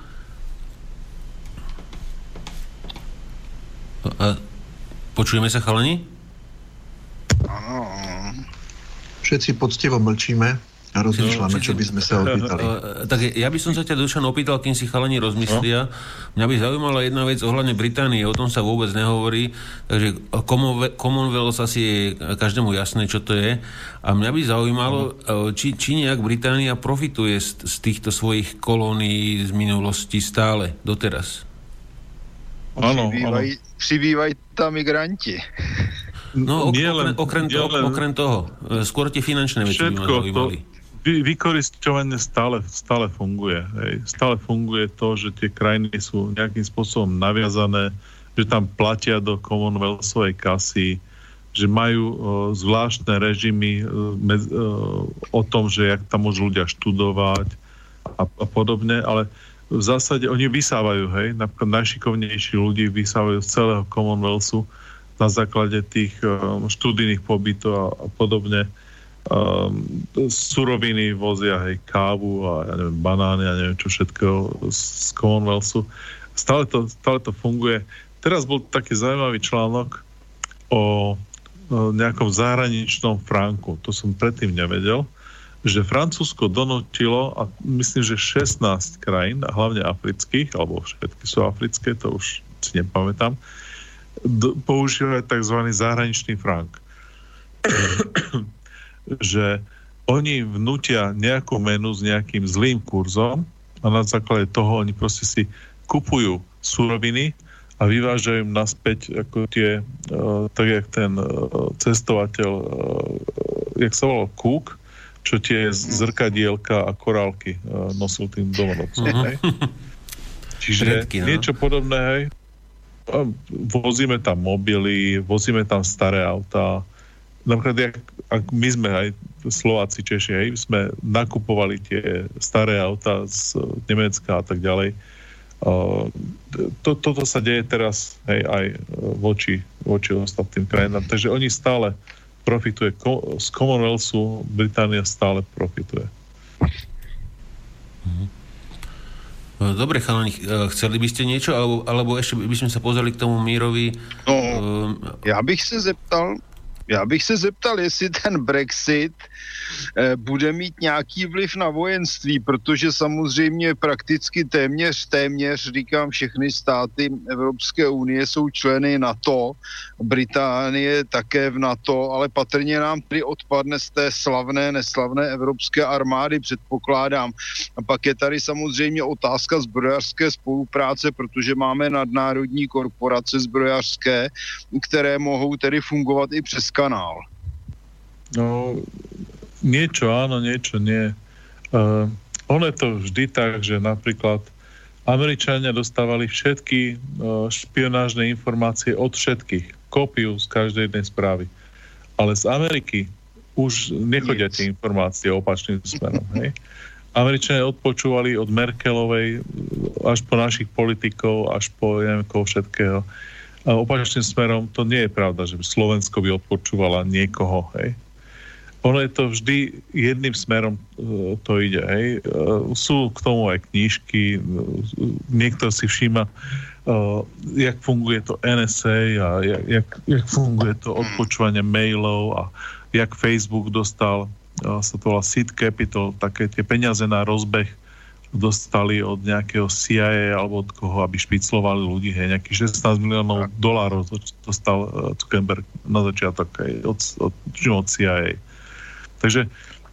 Počujeme sa, chalani? Áno. Všetci poctivo mlčíme a rozmýšľame, čo by sme sa opýtali. Tak ja by som sa ťa, Dušan, opýtal, kým si chalani rozmyslia. Mňa by zaujímala jedna vec ohľadne Británie, o tom sa vôbec nehovorí, takže Commonwealth asi je každému jasné, čo to je. A mňa by zaujímalo, či nejak Británia profituje z týchto svojich kolónií z minulosti stále, doteraz. Áno. Přibývají tam migranti. No, okrem toho. Skôr tie finančné veci by ma zaujímali. Vykorisťovanie stále funguje. Hej. Stále funguje to, že tie krajiny sú nejakým spôsobom naviazané, že tam platia do Commonwealthovej kasy, že majú zvláštne režimy o tom, že jak tam môžu ľudia študovať a podobne, ale v zásade oni vysávajú, hej, napríklad najšikovnejší ľudí vysávajú z celého Commonwealthu na základe tých študijných pobytov a podobne. Suroviny vozia, hej, kávu a ja neviem, banány a neviem čo všetko z Commonwealthu. Stále to funguje. Teraz bol taký zaujímavý článok o nejakom zahraničnom franku. To som predtým nevedel, že Francúzsko donútilo, a myslím, že 16 krajín, a hlavne afrických, alebo všetky sú africké, to už si nepamätám, používať tzv. Zahraničný frank. Že oni vnútia nejakú menu s nejakým zlým kurzom a na základe toho oni proste si kupujú suroviny a vyvážajú im naspäť ako tie, tak jak ten cestovateľ, jak sa volal Cook, čo tie zrkadielka a korálky nosil tým domorodcom. Čiže niečo podobné, hej. Vozíme tam mobily, vozíme tam staré autá. Napríklad, ak my sme aj Slováci, Češi, hej, sme nakupovali tie staré autá z Nemecka a tak ďalej. Toto sa deje teraz, hej, aj voči ostatným krajinám. Takže oni stále profituje. Z Commonwealthu Británia stále profituje. Dobre, chalani, chceli by ste niečo, alebo ešte by sme sa pozreli k tomu mírovi? No, já bych se zeptal, jestli ten Brexit bude mít nějaký vliv na vojenství, protože samozřejmě prakticky téměř, říkám, všechny státy Evropské unie jsou členy NATO, Británie také v NATO, ale patrně nám tedy odpadne z té neslavné evropské armády, předpokládám. A pak je tady samozřejmě otázka zbrojařské spolupráce, protože máme nadnárodní korporace zbrojařské, které mohou tedy fungovat i přes kanál. No, niečo áno, niečo nie. Ono je to vždy tak, že napríklad Američania dostávali všetky špionážne informácie od všetkých. Kópiu z každej jednej správy. Ale z Ameriky už nechodia tie informácie opačným smerom. Hej? Američania odpočúvali od Merkelovej až po našich politikov, až po neviem koho všetkého. A opačným smerom to nie je pravda, že Slovensko by odpočúvala niekoho. Hej? ono je to vždy jedným smerom to ide. Hej. Sú k tomu aj knižky, niekto si všíma, jak funguje to NSA a jak funguje to odpočúvanie mailov a jak Facebook dostal, sa to volá Seed Capital, také tie peniaze na rozbeh dostali od nejakého CIA alebo od koho, aby špiclovali ľudí, hej, nejakých $16 miliónov dostal Zuckerberg na začiatok od CIA. Takže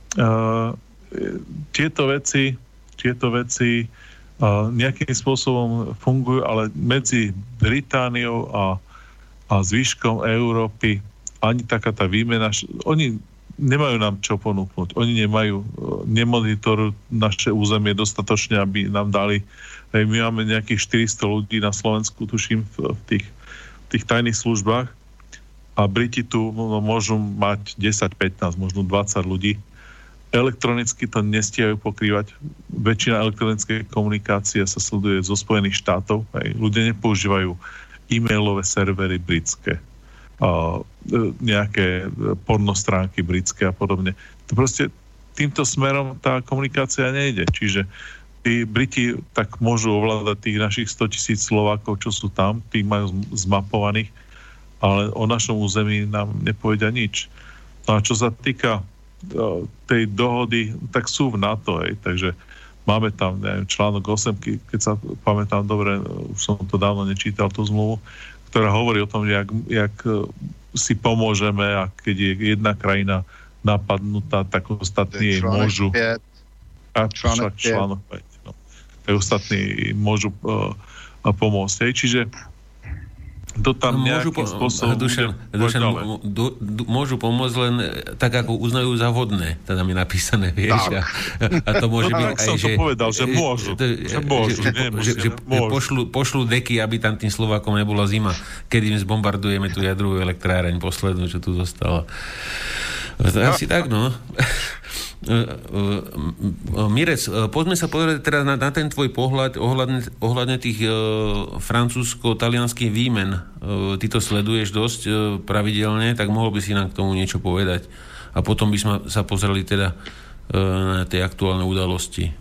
tieto veci nejakým spôsobom fungujú, ale medzi Britániou a zvyškom Európy ani taká tá výmena, oni nemajú nám čo ponúknuť. Oni nemonitorujú naše územie dostatočne, aby nám dali. My máme nejakých 400 ľudí na Slovensku, tuším, v tých tajných službách a Briti tu môžu mať 10, 15, možno 20 ľudí. Elektronicky to nestihajú pokrývať. Väčšina elektronickej komunikácie sa sleduje zo Spojených štátov. Ľudia nepoužívajú e-mailové servery britské. Nejaké pornostránky britské a podobne. To proste týmto smerom tá komunikácia nejde. Čiže tí Briti tak môžu ovládať tých našich 100,000 Slovákov, čo sú tam, tých majú zmapovaných, ale o našom území nám nepovedia nič. No a čo sa týka tej dohody, tak sú v NATO, takže máme tam, neviem, článok 8, keď sa pamätám dobre, už som to dávno nečítal, tú zmluvu, ktorá hovorí o tom, jak si pomôžeme a keď je jedna krajina napadnutá, tak ostatní jej môžu. Článok 5. No. Tak ostatní môžu pomôcť. Čiže to tam nejakým spôsobom môžu pomôcť len tak, ako uznajú za vhodné. To tam je napísané, vieš. A to môže byť aj, že... povedal, že môžu. Pošlú deky, aby tam tým Slovákom nebola zima, keď im zbombardujeme tú jadrovú elektráreň poslednú, čo tu zostala. Asi tak, no. Mirec, poďme sa pozrieť teraz na ten tvoj pohľad ohľadne tých francúzsko-talianských výmen. Ty to sleduješ dosť pravidelne, tak mohol by si nám k tomu niečo povedať. A potom by sme sa pozreli teda na tie aktuálne udalosti.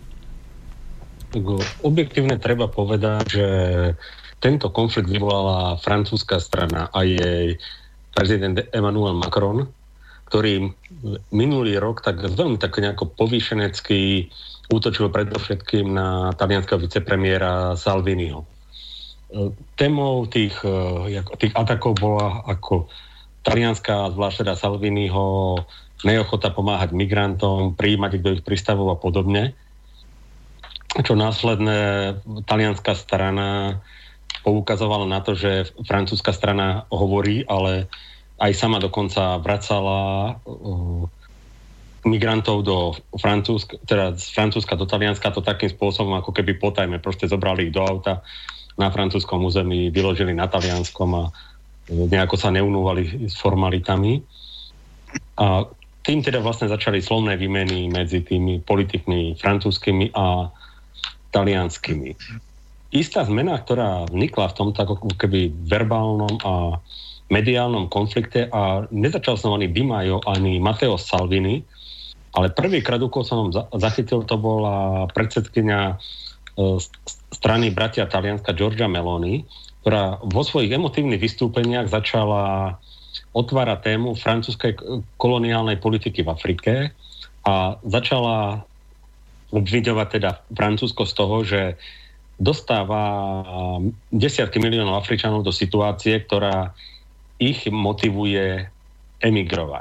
Objektívne treba povedať, že tento konflikt vyvolala francúzska strana a jej prezident Emmanuel Macron, ktorý minulý rok tak veľmi tak nejako povýšenecky útočil predovšetkým na talianskeho vicepremiéra Salviniho. Témou tých atakov bola ako talianská, zvlášť teda Salviniho, neochota pomáhať migrantom, prijímať ich do ich prístavov a podobne. Čo následne talianská strana poukazovala na to, že francúzska strana hovorí, ale aj sama dokonca vracala migrantov do Francúzska, teda z Francúzska do Talianska, to takým spôsobom, ako keby potajme, proste zobrali ich do auta na francúzskom území, vyložili na talianskom a nejako sa neunúvali s formalitami. A tým teda vlastne začali slovné výmeny medzi tými politikmi francúzskymi a talianskymi. Istá zmena, ktorá vnikla v tomto ako keby verbálnom a mediálnom konflikte a nezačal som ani Di Maio, ani Matteo Salvini, ale prvýkrát, ako som zachytil, to bola predsedkyňa strany Bratia Talianska Giorgia Meloni, ktorá vo svojich emotívnych vystúpeniach začala otvárať tému francúzskej koloniálnej politiky v Afrike a začala obviňovať teda Francúzsko z toho, že dostáva desiatky miliónov Afričanov do situácie, ktorá ich motivuje emigrovať.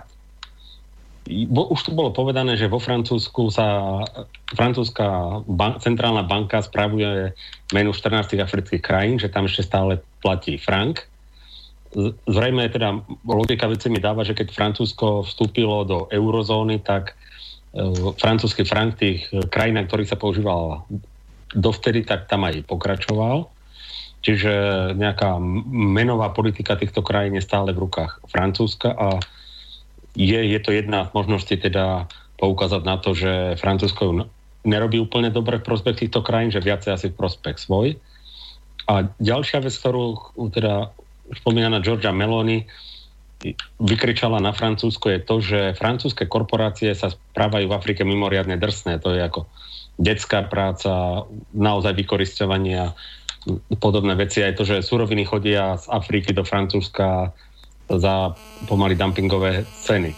Už tu bolo povedané, že vo Francúzsku sa francúzska centrálna banka spravuje menu 14 afrických krajín, že tam ešte stále platí frank. Zrejme teda logika veci mi dáva, že keď Francúzsko vstúpilo do eurozóny, tak francúzsky frank tých krajín, ktorých sa používal dovtedy, tak tam aj pokračoval. Čiže nejaká menová politika týchto krajín je stále v rukách Francúzska a je to jedna z možností teda poukázať na to, že Francúzsko nerobí úplne dobre v prospech týchto krajín, že viacej asi v prospech svoj. A ďalšia vec, ktorú teda spomínaná Giorgia Meloni, vykričala na Francúzsko, je to, že francúzske korporácie sa správajú v Afrike mimoriadne drsné. To je ako detská práca, naozaj vykorisťovanie a podobné veci. Aj to, že suroviny chodia z Afriky do Francúzska za pomaly dumpingové ceny.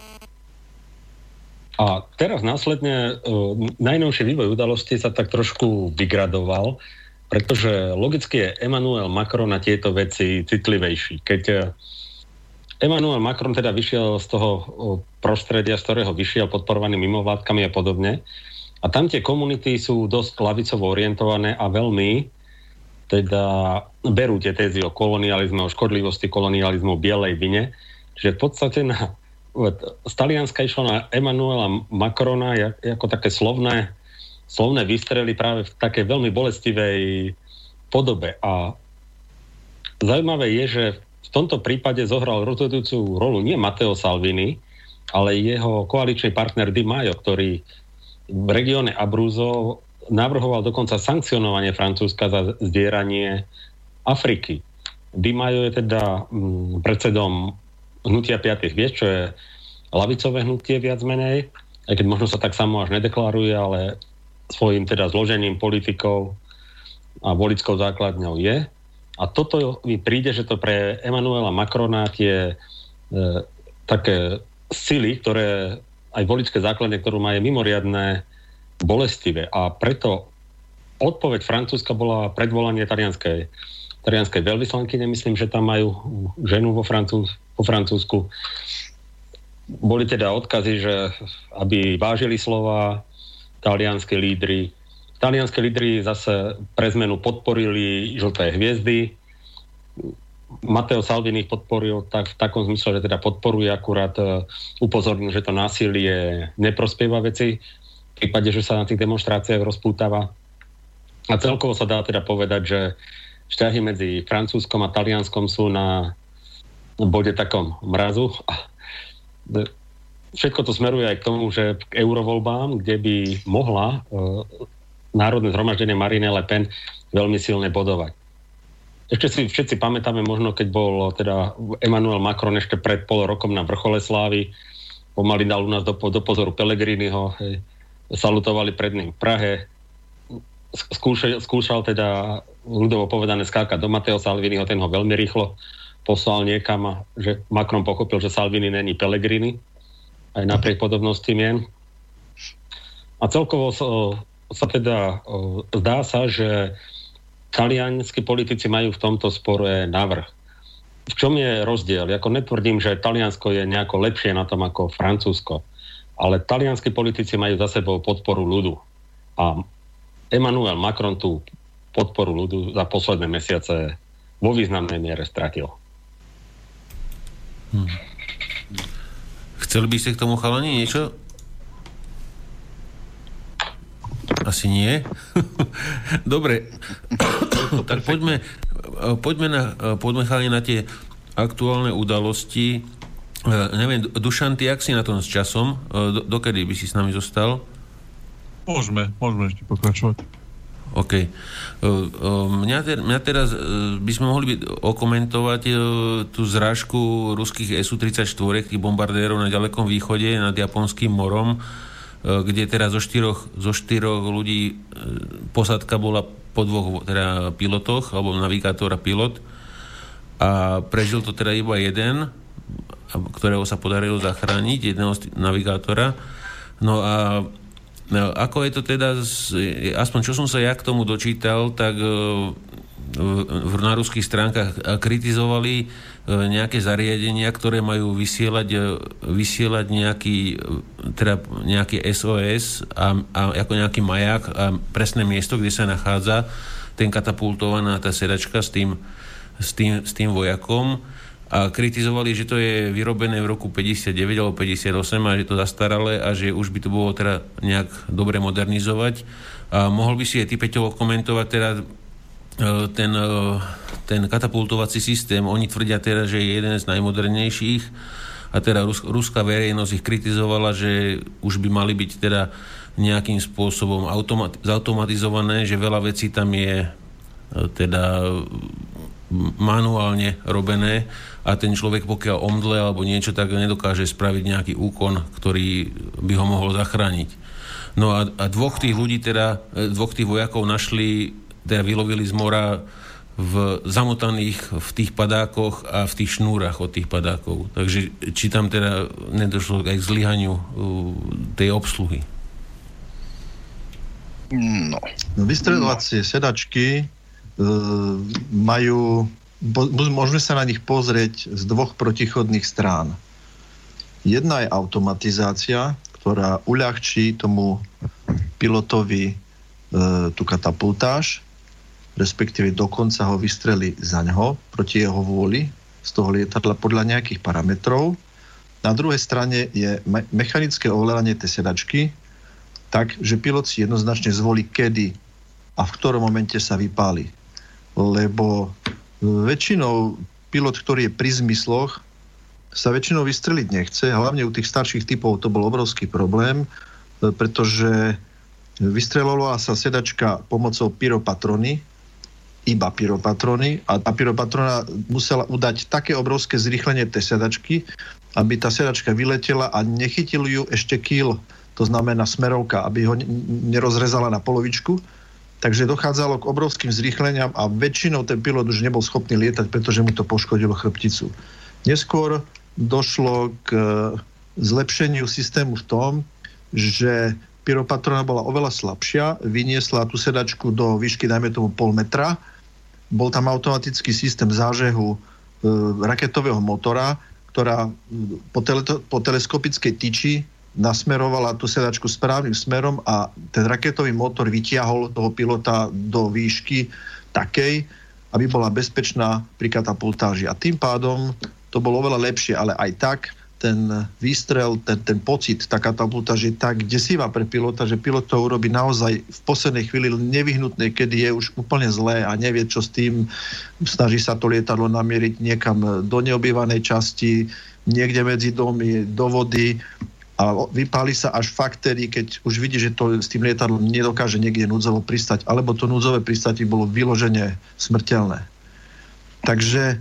A teraz následne najnovší vývoj udalosti sa tak trošku vygradoval, pretože logicky je Emmanuel Macron na tieto veci citlivejší. Keď Emmanuel Macron teda vyšiel z toho prostredia, z ktorého vyšiel podporovaný mimovládkami a podobne, a tam tie komunity sú dosť lavicovo orientované a veľmi teda berú tie tézy o kolonializme, o škodlivosti kolonializmu, o bielej vine. Čiže v podstate z Talianska išlo na Emmanuela Macrona ako také slovné výstrely práve v takej veľmi bolestivej podobe. A zaujímavé je, že v tomto prípade zohral rozhodujúcu rolu nie Matteo Salvini, ale jeho koaličný partner Di Maio, ktorý v regióne Abruzzo navrhoval dokonca sankcionovanie Francúzska za zdieranie Afriky. Di Maio je teda predsedom hnutia 5 hviezd, čo je ľavicové hnutie viac menej, aj keď možno sa tak samo až nedeklaruje, ale svojím teda zložením politikov a volickou základňou je. A toto mi príde, že to pre Emmanuela Macrona tie také sily, ktoré aj voličské základne, ktorú má, je mimoriadne bolestivé. A preto odpoveď Francúzska bola predvolanie talianskej veľvyslankyne. Myslím, že tam majú ženu vo Francúzsku. Boli teda odkazy, že aby vážili slova talianskí lídri. Talianskí lídri zase pre zmenu podporili žlté hviezdy. Matteo Salvini ich podporil tak v takom zmysle, že teda podporuje, akurát upozornil, že to násilie neprospieva veci, v prípade, že sa na tých demonštráciách rozpútava. A celkovo sa dá teda povedať, že vzťahy medzi Francúzskom a Talianskom sú na bode takom mrazu. Všetko to smeruje aj k tomu, že k eurovoľbám, kde by mohla Národné zhromaždenie Marine Le Pen veľmi silne bodovať. Ešte si všetci pamätáme možno, keď bol teda Emmanuel Macron ešte pred pol rokom na vrchole slávy, pomaly dal u nás do pozoru Pellegriniho, salutovali pred ním v Prahe, skúšal teda ľudovo povedané skákať do Matteo Salviniho, ten ho veľmi rýchlo poslal niekam a že Macron pochopil, že Salvini není Pellegrini, aj napriek podobnosti mien. A celkovo sa teda zdá sa, že talianskí politici majú v tomto spore navrh. V čom je rozdiel? Ako netvrdím, že Taliansko je nejako lepšie na tom ako Francúzsko, ale talianskí politici majú za sebou podporu ľudu. A Emmanuel Macron tú podporu ľudu za posledné mesiace vo významnej miere stratil. Chceli by ste k tomu, chalani, niečo? Asi nie. Dobre. Tak poďme chalani na tie aktuálne udalosti. Neviem, Dušan, ty jak si na tom s časom? Dokedy by si s nami zostal? Môžeme ešte pokračovať. OK. Mňa teraz by sme mohli okomentovať tú zrážku ruských Su-34, tých bombardérov na ďalekom východe nad Japonským morom, kde teraz zo štyroch ľudí posádka bola po dvoch teda pilotoch, alebo navigátor a pilot. A prežil to teda iba jeden, ktorého sa podarilo zachrániť, jedného navigátora. No a ako je to teda, aspoň čo som sa ja k tomu dočítal, tak na ruských stránkach kritizovali nejaké zariadenia, ktoré majú vysielať nejaký SOS a ako nejaký maják a presné miesto, kde sa nachádza ten katapultovaná tá sedačka s tým vojakom. A kritizovali, že to je vyrobené v roku 59 alebo 58 a že to zastaralé a že už by to bolo teda nejak dobre modernizovať. A mohol by si aj ty, Peťo, komentovať teda ten katapultovací systém. Oni tvrdia teda, že je jeden z najmodernejších a teda ruská verejnosť ich kritizovala, že už by mali byť teda nejakým spôsobom zautomatizované, že veľa vecí tam je teda manuálne robené a ten človek pokiaľ omdle alebo niečo, tak nedokáže spraviť nejaký úkon, ktorý by ho mohol zachrániť. No a dvoch tých vojakov našli, teda vylovili z mora zamotaných v tých padákoch a v tých šnúrach od tých padákov. Takže či tam teda nedošlo aj k zlyhaniu tej obsluhy? No. Vystreľovacie sedačky môžeme sa na nich pozrieť z dvoch protichodných strán. Jedna je automatizácia, ktorá uľahčí tomu pilotovi tú katapultáž, respektíve dokonca ho vystrelí za ňoho proti jeho vôli z toho lietadla podľa nejakých parametrov. Na druhej strane je mechanické ovládanie tej sedačky tak, že pilot si jednoznačne zvolí, kedy a v ktorom momente sa vypáli. Lebo väčšinou pilot, ktorý je pri zmysloch, sa väčšinou vystreliť nechce. Hlavne u tých starších typov to bol obrovský problém, pretože vystreľovala sa sedačka pomocou pyropatrony, iba pyropatrony, a tá pyropatrona musela udať také obrovské zrýchlenie tej sedačky, aby tá sedačka vyletela a nechytil ju ešte kýl, to znamená smerovka, aby ho nerozrezala na polovičku. Takže dochádzalo k obrovským zrýchleniam a väčšinou ten pilot už nebol schopný lietať, pretože mu to poškodilo chrbticu. Neskôr došlo k zlepšeniu systému v tom, že pyropatrona bola oveľa slabšia, vyniesla tú sedačku do výšky, dajme tomu 0,5 metra. Bol tam automatický systém zážehu raketového motora, ktorá po teleskopickej tyči nasmerovala tú sedačku správnym smerom a ten raketový motor vytiahol toho pilota do výšky takej, aby bola bezpečná pri katapultáži. A tým pádom to bolo oveľa lepšie, ale aj tak ten výstrel, ten pocit, tá katapultáž je tak desivá pre pilota, že pilot to urobí naozaj v poslednej chvíli nevyhnutné, kedy je už úplne zlé a nevie, čo s tým. Snaží sa to lietadlo namieriť niekam do neobývanej časti, niekde medzi domy, do vody, a vypáli sa až fakt tedy, keď už vidí, že to s tým lietadlom nedokáže niekde núdzovo pristať, alebo to núdzové pristátie bolo vyložene smrteľné. Takže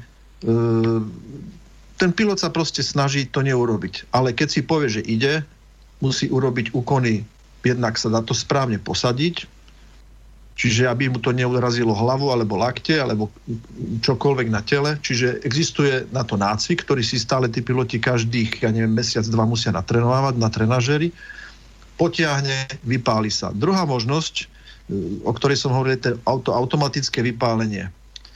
ten pilot sa proste snaží to neurobiť. Ale keď si povie, že ide, musí urobiť úkony, jednak sa dá to správne posadiť, čiže aby mu to neurazilo hlavu, alebo lakte, alebo čokoľvek na tele. Čiže existuje na to nácvik, ktorý si stále tí piloti každých, mesiac, 2 musia natrénovať na trenažéri. Potiahne, vypáli sa. Druhá možnosť, o ktorej som hovoril, je automatické vypálenie.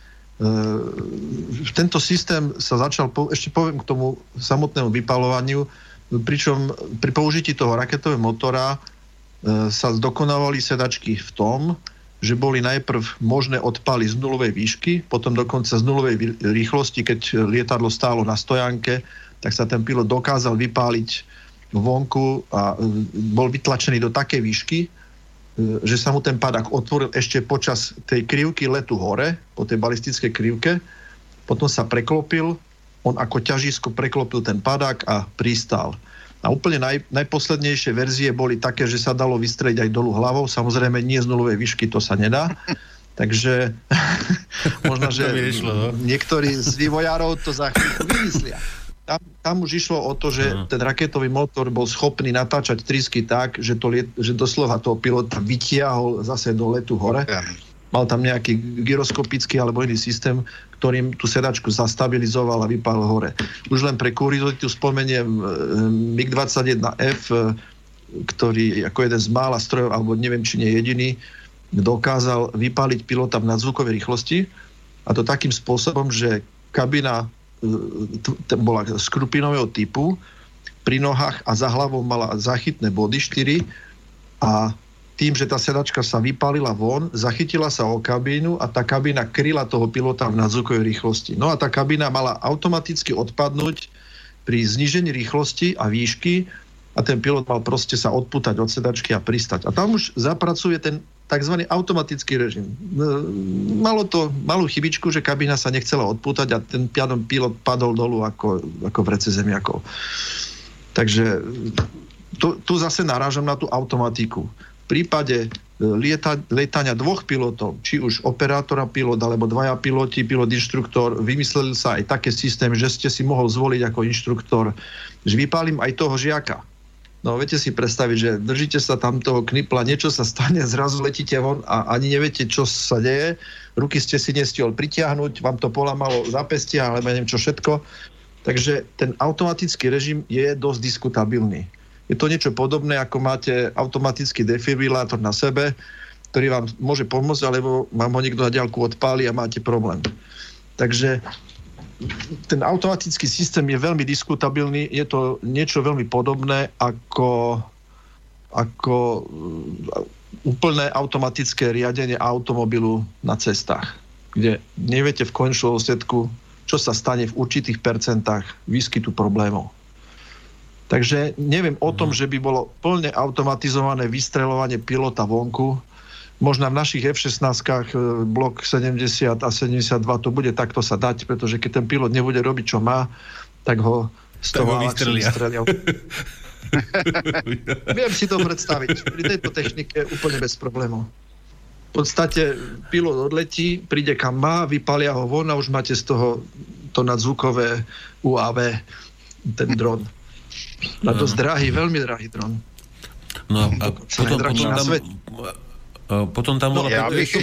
Tento systém sa začal, ešte poviem k tomu samotnému vypaľovaniu, pričom pri použití toho raketového motora sa zdokonávali sedačky v tom, že boli najprv možné odpály z nulovej výšky, potom dokonca z nulovej rýchlosti, keď lietadlo stálo na stojánke, tak sa ten pilot dokázal vypáliť vonku a bol vytlačený do takej výšky, že sa mu ten padák otvoril ešte počas tej krivky letu hore, po tej balistickej krivke, potom sa preklopil, on ako ťažisko preklopil ten padák a pristál. A úplne najposlednejšie verzie boli také, že sa dalo vystreliť aj dolu hlavou. Samozrejme, nie z nulovej výšky, to sa nedá. Takže možno, že niektorí z vývojárov to za chvíľku vymyslia. Tam už išlo o to, že ten raketový motor bol schopný natáčať trysky tak, že doslova toho pilota vytiahol zase do letu hore. Mal tam nejaký gyroskopický alebo iný systém, ktorým tú sedačku zastabilizoval a vypálil hore. Už len pre kuriositu spomeniem MiG-21F, ktorý ako jeden z mála strojov, alebo neviem, či nie jediný, dokázal vypáliť pilota v nadzvukovej rýchlosti, a to takým spôsobom, že kabina bola skrupinového typu, pri nohách a za hlavou mala záchytné body 4 a tým, že tá sedačka sa vypálila von, zachytila sa o kabínu a tá kabína kryla toho pilota v nadzvukovej rýchlosti. No a tá kabína mala automaticky odpadnúť pri znížení rýchlosti a výšky a ten pilot mal proste sa odpútať od sedačky a pristať. A tam už zapracuje ten tzv. Automatický režim. Malo to malú chybičku, že kabína sa nechcela odpútať a ten piadom pilot padol dolu ako v rece zemiakov. Takže tu zase narážam na tú automatiku. V prípade lietania 2 pilotov, či už operátora pilot, alebo 2 piloti, pilot inštruktor, vymysleli sa aj také systémy, že ste si mohol zvoliť ako inštruktor, že vypálim aj toho žiaka. No viete si predstaviť, že držíte sa tam toho knipla, niečo sa stane, zrazu letíte von a ani neviete, čo sa deje. Ruky ste si nestihol pritiahnuť, vám to polamalo zápestia, alebo neviem čo všetko. Takže ten automatický režim je dosť diskutabilný. Je to niečo podobné, ako máte automatický defibrilátor na sebe, ktorý vám môže pomôcť, alebo vám ho niekto na diaľku odpáli a máte problém. Takže ten automatický systém je veľmi diskutabilný. Je to niečo veľmi podobné ako úplné automatické riadenie automobilu na cestách, kde neviete v konečnom dôsledku, čo sa stane v určitých percentách výskytu problémov. Takže neviem o tom, že by bolo plne automatizované vystreľovanie pilota vonku. Možno v našich F-16 blok 70 a 72 to bude takto sa dať, pretože keď ten pilot nebude robiť, čo má, tak ho z toho vystrelia. Viem si to predstaviť. Pri tejto technike úplne bez problémov. V podstate pilot odletí, príde kam má, vypalia ho von a už máte z toho to nadzvukové UAV, ten dron. Na dosť drahý, veľmi drahý dron. No a potom tam bola... Ja bych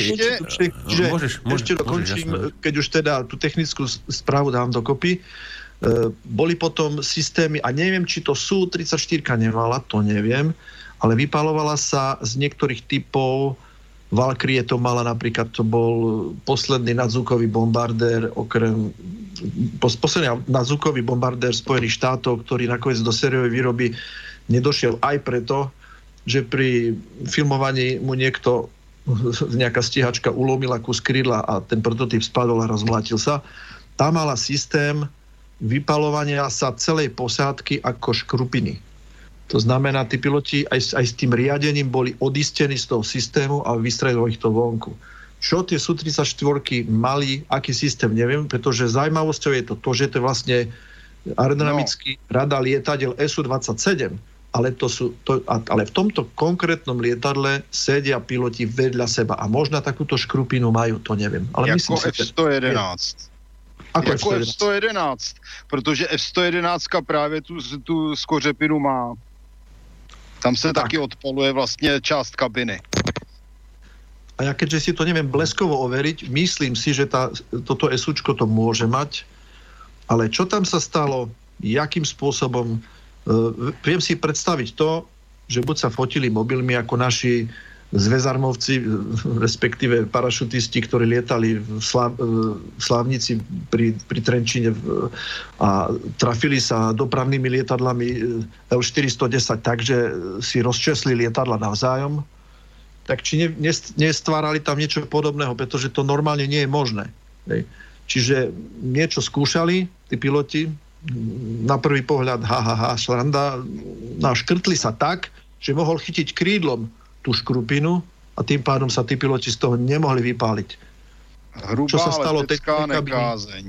ešte dokončím, keď už teda tú technickú správu dám dokopy. Boli potom systémy, a neviem, či to Su-34 nemala, to neviem, ale vypaľovala sa z niektorých typov. Valkyrie to mala napríklad, to bol posledný nadzvukový bombardér, okrem posledný nadzvukový bombardér Spojených štátov, ktorý nakoniec do sériovej výroby nedošiel aj preto, že pri filmovaní mu nejaká stíhačka ulomila kus krídla a ten prototyp spadol a rozmlátil sa. Tá mala systém vypaľovania sa celej posádky ako škrupiny. To znamená, tí piloti aj s tým riadením boli odistení z toho systému a vystrelilo ich to vonku. Čo tie Su-34 mali, aký systém, neviem, pretože zaujímavosťou je to, že to je vlastne aerodynamický rada lietadiel Su-27, ale v tomto konkrétnom lietadle sedia piloti vedľa seba a možno takúto škrupinu majú, to neviem. Ale jako F-111. Jako F-111, protože F-111 právě tu skořepinu má. Tam se taky odpaluje vlastně část kabiny. A ja keďže si to neviem bleskovo overiť, myslím si, že toto SUčko to môže mať, ale čo tam sa stalo, jakým spôsobom, viem si predstaviť to, že buď sa fotili mobilmi ako naši zväzarmovci, respektíve parašutisti, ktorí lietali v Slávnici pri Trenčíne a trafili sa dopravnými lietadlami L-410 tak, že si rozčesli lietadla navzájom, tak či nestvárali tam niečo podobného, pretože to normálne nie je možné. Čiže niečo skúšali tí piloti, na prvý pohľad šranda, škrtli sa tak, že mohol chytiť krídlom tú škrupinu a tým pádom sa tí piloti z toho nemohli vypáliť. Hrubá letecká nekázeň.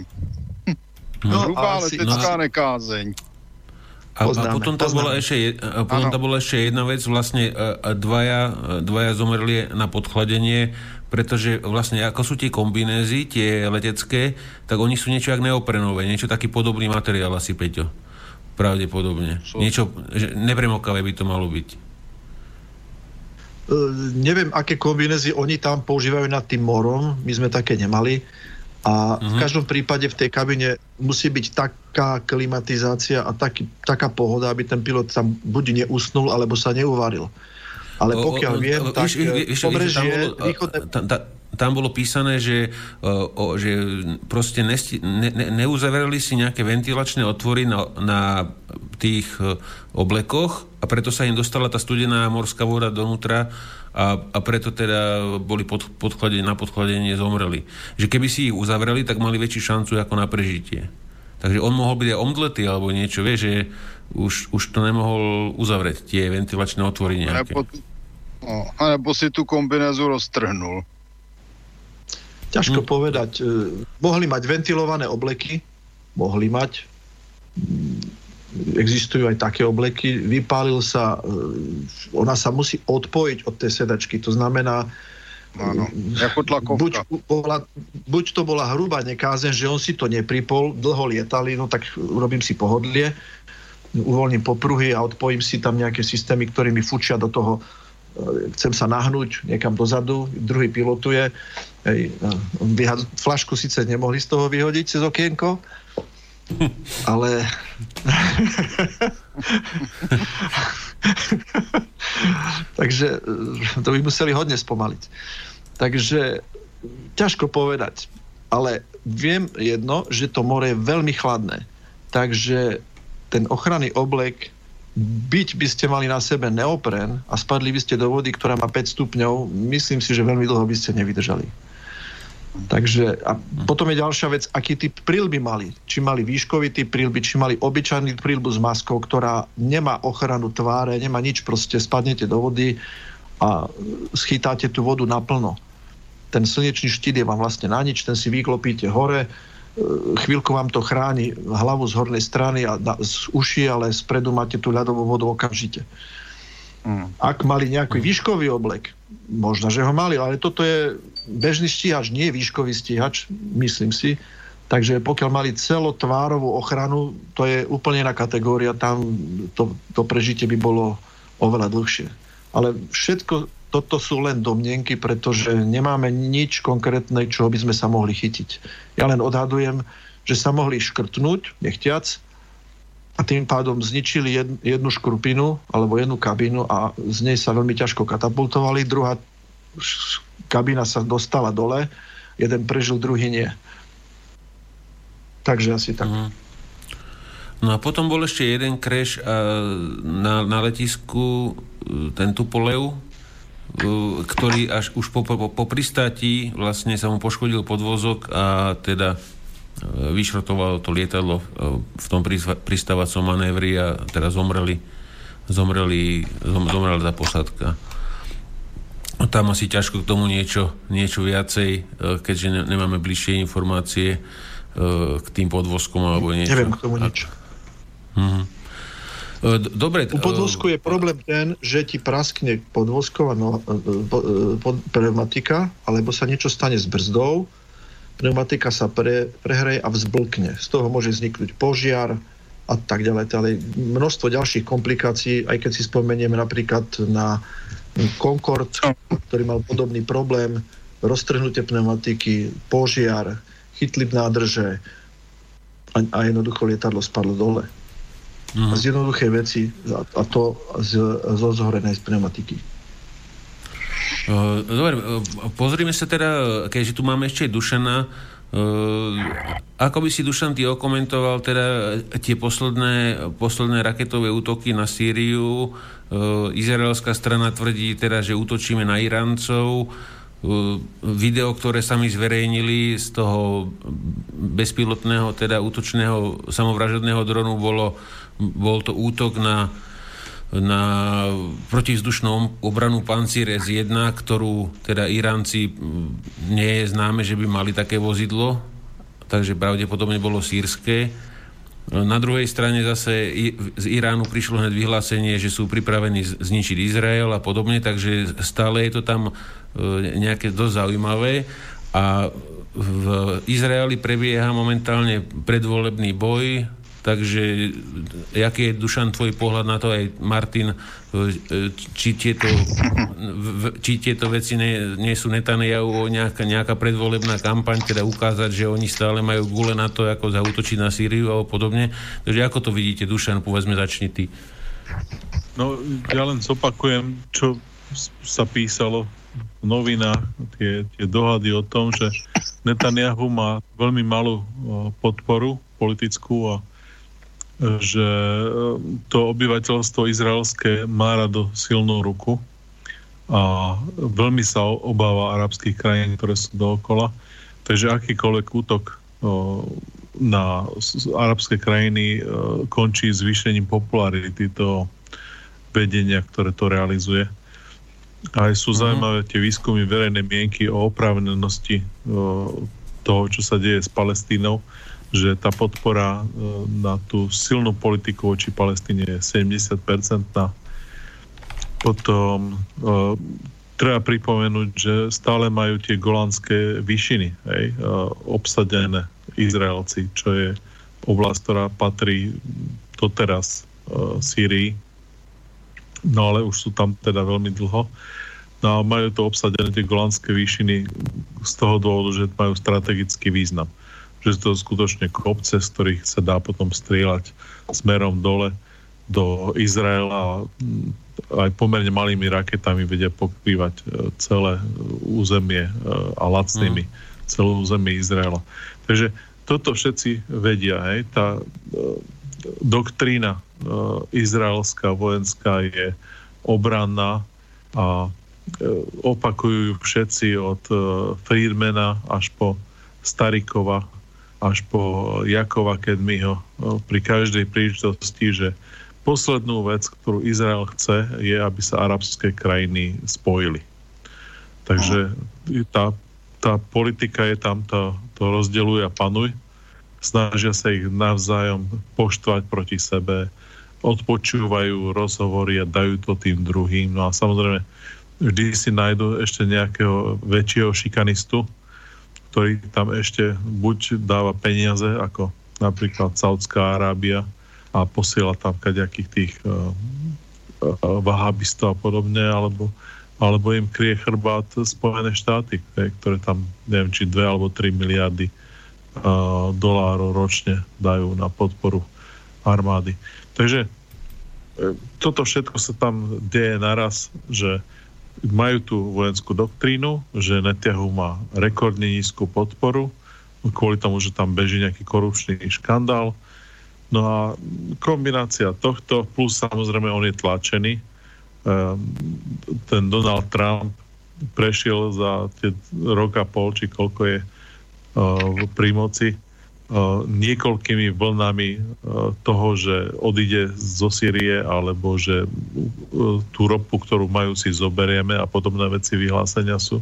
Hrubá letecká nekázeň. A potom tam bola ešte jedna vec, vlastne dvaja zomreli na podchladenie, pretože vlastne ako sú tie kombinézy, tie letecké, tak oni sú niečo jak neoprenové, niečo taký podobný materiál asi, Peťo. Pravdepodobne. Niečo, nepremokavé by to malo byť. Neviem, aké kombinézy oni tam používajú nad tým morom, my sme také nemali a v každom prípade v tej kabine musí byť taká klimatizácia a taká pohoda, aby ten pilot tam buď neusnul, alebo sa neuvaril. Ale pokiaľ viem, tak pobrežie východné... Tam bolo písané, že proste neuzavreli si nejaké ventilačné otvory na tých oblekoch a preto sa im dostala tá studená morská voda donútra a preto teda boli na podchladenie zomreli. Že keby si ich uzavreli, tak mali väčšiu šancu ako na prežitie. Takže on mohol byť aj omdletý alebo niečo, vie, že už to nemohol uzavrieť, tie ventilačné otvory nejaké. Alebo si tú kombinézu roztrhnul. Ťažko povedať. Mohli mať ventilované obleky, mohli mať. existujú aj také obleky, vypálil sa, ona sa musí odpojiť od tej sedačky, to znamená, áno, ako tlakovka. Buď to bola hrubá nekázeň, že on si to nepripol, dlho lietali, no tak urobím si pohodlie, uvoľním popruhy a odpojím si tam nejaké systémy, ktoré mi fučia do toho, chcem sa nahnúť niekam dozadu, druhý pilotuje, flašku síce nemohli z toho vyhodiť cez okienko, ale takže to by museli hodne spomaliť. Takže ťažko povedať, ale viem jedno, že to more je veľmi chladné, takže ten ochranný oblek, byť by ste mali na sebe neopren a spadli by ste do vody, ktorá má 5 stupňov, myslím si, že veľmi dlho by ste nevydržali. Takže a potom je ďalšia vec, aký typ príľby mali. Či mali výškový typ príľby, či mali obyčajný príľbu s maskou, ktorá nemá ochranu tváre, nemá nič, proste spadnete do vody a schytáte tú vodu naplno. Ten slnečný štít je vám vlastne na nič, ten si vyklopíte hore, chvíľku vám to chráni hlavu z hornej strany a z uši, ale spredu máte tú ľadovú vodu okamžite. Ak mali nejaký výškový oblek, možno, že ho mali, ale toto je bežný stíhač, nie výškový stíhač, myslím si. Takže pokiaľ mali celotvárovú ochranu, to je úplne iná kategória, tam to prežitie by bolo oveľa dlhšie. Ale všetko toto sú len domnienky, pretože nemáme nič konkrétne, čoho by sme sa mohli chytiť. Ja len odhadujem, že sa mohli škrtnúť, nechtiac, a tým pádom zničili jednu škrupinu alebo jednu kabínu a z nej sa veľmi ťažko katapultovali. Druhá kabína sa dostala dole, jeden prežil, druhý nie. Takže asi tak. No a potom bol ešte jeden crash na letisku, ten Tupolev, ktorý až už po pristátí vlastne sa mu poškodil podvozok a teda vyšrotovalo to lietadlo v tom pristávacom manévri a teda zomrela tá posádka. Tam asi ťažko k tomu niečo viacej, keďže nemáme bližšie informácie k tým podvozkom alebo niečo. Neviem k tomu nič. Dobre. U podvozku je problém ten, že ti praskne podvozková pneumatika, alebo sa niečo stane s brzdou, pneumatika sa prehreje a vzblkne. Z toho môže vzniknúť požiar a tak ďalej. Množstvo ďalších komplikácií, aj keď si spomenieme napríklad na Concorde, ktorý mal podobný problém, roztrhnutie pneumatiky, požiar, chytli v nádrže a jednoducho lietadlo spadlo dole. A z jednoduché veci a to zo zhorenej z pneumatiky. Dobre, pozrime sa teda, keďže tu máme ešte Dušana, ako by si, Dušan, ty okomentoval teda tie posledné raketové útoky na Sýriu? Izraelská strana tvrdí teda, že útočíme na Iráncov. Video, ktoré sami zverejnili z toho bezpilotného, teda útočného samovražedného dronu, bol to útok na protivzdušnú obranu Pancíres 1, ktorú teda Iránci, nie je známe, že by mali také vozidlo, takže pravdepodobne bolo sýrske. Na druhej strane zase z Iránu prišlo hneď vyhlásenie, že sú pripravení zničiť Izrael a podobne, takže stále je to tam nejaké dosť zaujímavé. A v Izraeli prebieha momentálne predvolebný boj. Takže aký je, Dušan, tvoj pohľad na to, aj Martin, či tieto veci nie sú Netanyahu nejaká predvolebná kampaň, teda ukázať, že oni stále majú gule na to, ako zaútočiť na Sýriu a podobne. Takže ako to vidíte, Dušan, povedzme, začni ty. No, ja len zopakujem, čo sa písalo v novinách, tie dohady o tom, že Netanyahu má veľmi malú podporu politickú a že to obyvateľstvo izraelské má rado silnú ruku a veľmi sa obáva arabských krajín, ktoré sú dookola. Takže akýkoľvek útok na arabské krajiny končí zvýšením popularity toho vedenia, ktoré to realizuje. A sú zaujímavé tie výskumy verejnej mienky o oprávnenosti toho, čo sa deje s Palestínou. že tá podpora na tú silnú politiku voči Palestíne je 70%. Potom treba pripomenúť, že stále majú tie Golánske výšiny obsadené Izraelci, čo je oblasť, ktorá patrí doteraz Sýrii. No ale už sú tam teda veľmi dlho. No a majú to obsadené tie Golánske výšiny z toho dôvodu, že majú strategický význam. Že sú to skutočne kopce, z ktorých sa dá potom strieľať smerom dole do Izraela. Aj pomerne malými raketami vedia pokrývať celé územie a lacnými celé územie Izraela. Takže toto všetci vedia. Tá doktrína izraelská, vojenská je obranná a opakujú všetci od Friedmana až po Starikova, až po Jakova Kedmiho pri každej príležitosti, že poslednú vec, ktorú Izrael chce, je, aby sa arabské krajiny spojili. Takže tá politika je tam, to rozdeľuje a panuj. Snažia sa ich navzájom poštvať proti sebe, odpočúvajú rozhovory a dajú to tým druhým. No a samozrejme, vždy si nájdu ešte nejakého väčšieho šikanistu, ktorý tam ešte buď dáva peniaze, ako napríklad Saudská Arábia, a posiela tam kaďakých tých vahabistov a podobne, alebo im kryje chrbát Spojené štáty, ktoré tam, neviem, či 2 alebo 3 miliardy dolárov ročne dajú na podporu armády. Takže toto všetko sa tam deje naraz, že majú tú vojenskú doktrínu, že Netanyahu má rekordne nízku podporu, kvôli tomu, že tam beží nejaký korupčný škandál. No a kombinácia tohto, plus samozrejme on je tlačený. Ten Donald Trump prešiel za tie rok a pol, či koľko je pri moci, niekoľkými vlnami toho, že odíde zo Sýrie, alebo že tú ropu, ktorú majú, si zoberieme a podobné veci, vyhlásenia sú.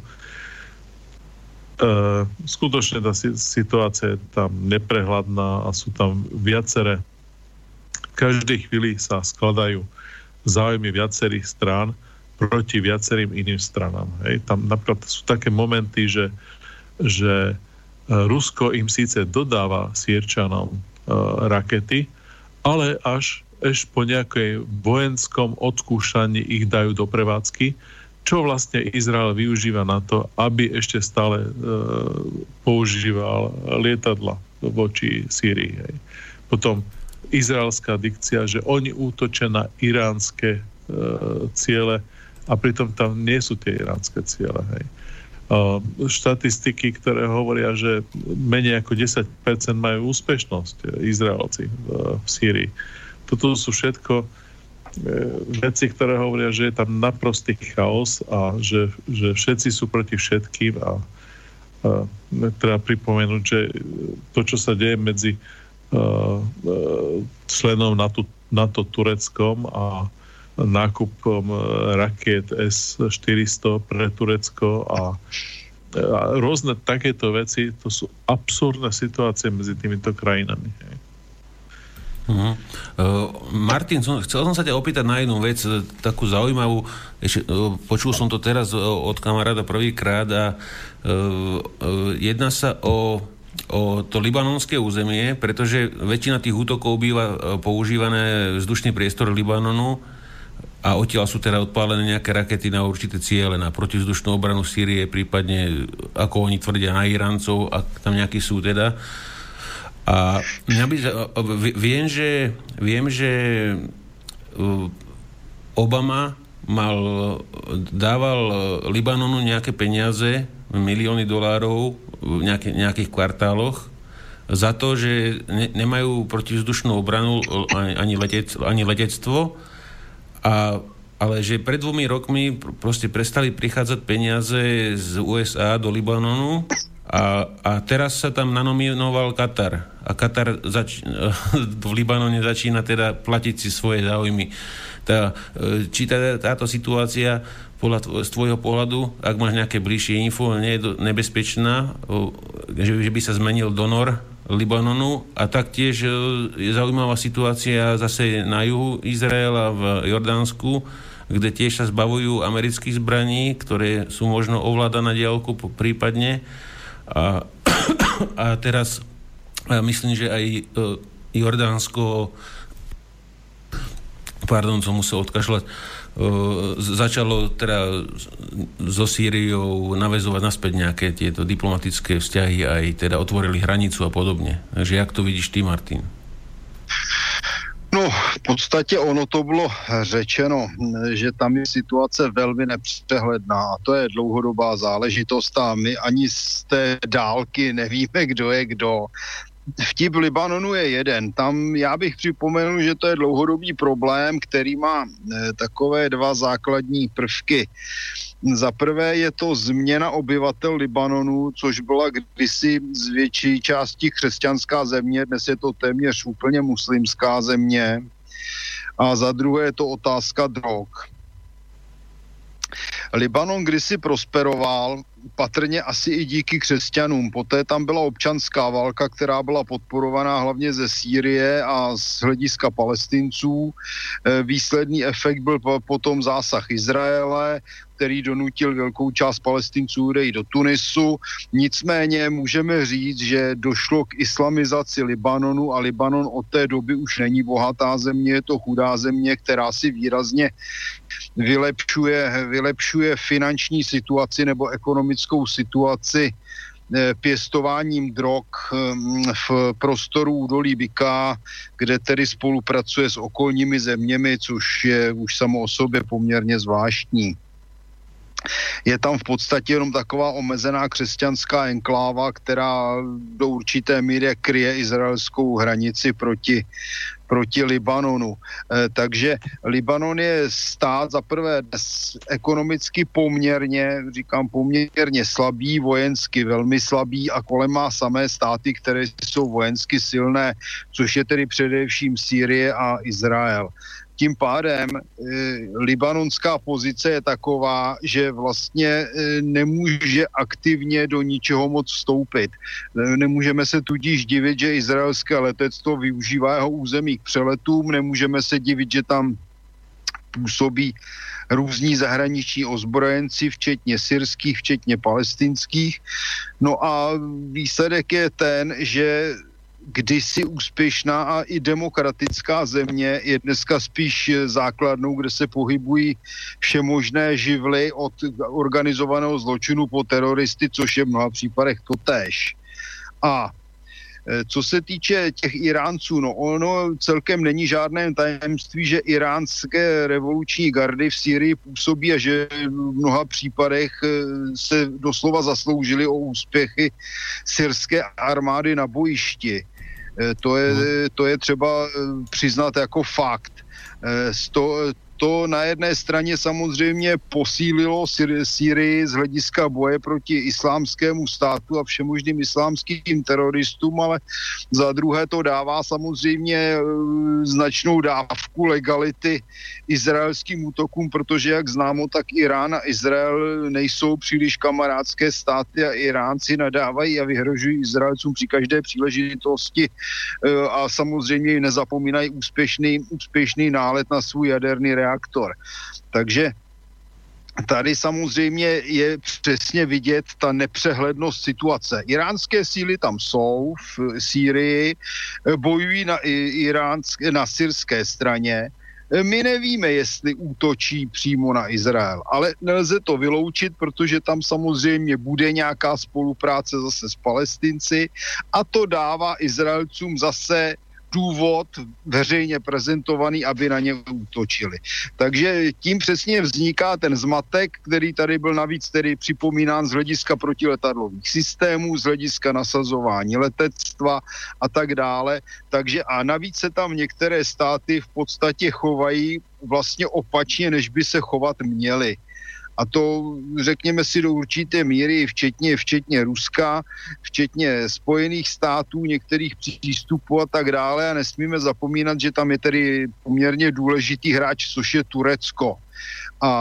Skutočne tá situácia je tam neprehľadná a sú tam viaceré. V každej chvíli sa skladajú záujmy viacerých strán proti viacerým iným stranám. Tam napríklad sú také momenty, že Rusko im síce dodáva Sýrčanom rakety, ale až po nejakej vojenskom odskúšaní ich dajú do prevádzky, čo vlastne Izrael využíva na to, aby ešte stále používal lietadla voči Sýrii. Potom izraelská dikcia, že oni útočia na iránske ciele a pritom tam nie sú tie iránske ciele. Štatistiky, ktoré hovoria, že menej ako 10% majú úspešnosť Izraelci v Sýrii. Toto sú všetko veci, ktoré hovoria, že je tam naprostý chaos a že všetci sú proti všetkým a treba pripomenúť, že to, čo sa deje medzi členom NATO Tureckom a nákupom rakiet S-400 pre Turecko a rôzne takéto veci, to sú absurdné situácie medzi týmito krajinami. Martin, chcel som sa ťa opýtať na jednu vec, takú zaujímavú. Počul som to teraz od kamaráda prvýkrát a jedná sa o to libanonské územie, pretože väčšina tých útokov býva používané vzdušný priestor Libanonu a odtiaľ sú teda odpálené nejaké rakety na určité ciele, na protivzdušnú obranu Sýrie, prípadne, ako oni tvrdia, na Iráncov, ak tam nejakí sú teda. A viem, že Obama dával Libanonu nejaké peniaze, milióny dolárov v nejakých kvartáloch za to, že nemajú protivzdušnú obranu ani letectvo, ale že pred 2 rokmi proste prestali prichádzať peniaze z USA do Libanonu a teraz sa tam nanominoval Katar. A Katar v Libanone začína teda platiť si svoje záujmy. Či táto situácia z tvojho pohľadu, ak máš nejaké bližšie info, nie je nebezpečná, že by sa zmenil donor Libanonu a taktiež je zaujímavá situácia zase na juhu Izraela v Jordánsku, kde tiež sa zbavujú amerických zbraní, ktoré sú možno ovládané na diaľku prípadne. A teraz myslím, že aj Jordánsko som musel odkašľať, začalo teda so Sýriou naväzovať naspäť nejaké tieto diplomatické vzťahy, aj teda otvorili hranicu a podobne. Takže jak to vidíš ty, Martin? No, v podstatě ono to bylo řečeno, že tam je situace velmi nepřehledná a to je dlouhodobá záležitost a my ani z té dálky nevíme, kdo je kdo. Vtip Libanonu je jeden. Tam já bych připomenul, že to je dlouhodobý problém, který má takové dva základní prvky. Za prvé je to změna obyvatel Libanonu, což byla kdysi z větší části křesťanská země, dnes je to téměř úplně muslimská země. A za druhé je to otázka drog. Libanon kdysi prosperoval, patrně asi i díky křesťanům. Poté tam byla občanská válka, která byla podporovaná hlavně ze Sýrie a z hlediska Palestinců. Výsledný efekt byl potom zásah Izraele, který donutil velkou část Palestinců odejít do Tunisu. Nicméně můžeme říct, že došlo k islamizaci Libanonu a Libanon od té doby už není bohatá země, je to chudá země, která si výrazně vylepšuje finanční situaci nebo ekonomickou situaci pěstováním drog v prostoru údolí Bika, kde tedy spolupracuje s okolními zeměmi, což je už samo o sobě poměrně zvláštní. Je tam v podstatě jenom taková omezená křesťanská enkláva, která do určité míry kryje izraelskou hranici proti Libanonu. Takže Libanon je stát zaprvé ekonomicky poměrně slabý, vojensky velmi slabý a kolem má samé státy, které jsou vojensky silné, což je tedy především Sýrie a Izrael. Tím pádem libanonská pozice je taková, že vlastně nemůže aktivně do ničeho moc vstoupit. Nemůžeme se tudíž divit, že izraelské letectvo využívá jeho území k přeletům, nemůžeme se divit, že tam působí různí zahraniční ozbrojenci, včetně syrských, včetně palestinských. No a výsledek je ten, že kdysi úspěšná a i demokratická země je dneska spíš základnou, kde se pohybují všemožné živly od organizovaného zločinu po teroristy, což je v mnoha případech totéž. A co se týče těch Iránců, no ono celkem není žádné tajemství, že iránské revoluční gardy v Sýrii působí a že v mnoha případech se doslova zasloužili o úspěchy syrské armády na bojišti. To je třeba přiznat jako fakt. To na jedné straně samozřejmě posílilo Sýrii z hlediska boje proti islámskému státu a všemožným islámským teroristům, ale za druhé to dává samozřejmě značnou dávku legality izraelským útokům, protože jak známo, tak Irán a Izrael nejsou příliš kamarádské státy a Iránci nadávají a vyhrožují Izraelcům při každé příležitosti a samozřejmě nezapomínají úspěšný nálet na svůj jaderný reaktor. Takže tady samozřejmě je přesně vidět ta nepřehlednost situace. Iránské síly tam jsou v Sýrii, bojují na syrské straně. My nevíme, jestli útočí přímo na Izrael, ale nelze to vyloučit, protože tam samozřejmě bude nějaká spolupráce zase s Palestinci a to dává Izraelcům zase důvod veřejně prezentovaný, aby na ně útočili. Takže tím přesně vzniká ten zmatek, který tady byl navíc tedy připomínán z hlediska protiletadlových systémů, z hlediska nasazování letectva a tak dále. Takže a navíc se tam některé státy v podstatě chovají vlastně opačně, než by se chovat měly. A to řekněme si do určité míry, včetně Ruska, včetně Spojených států, některých přístupů a tak dále. A nesmíme zapomínat, že tam je tedy poměrně důležitý hráč, což je Turecko. A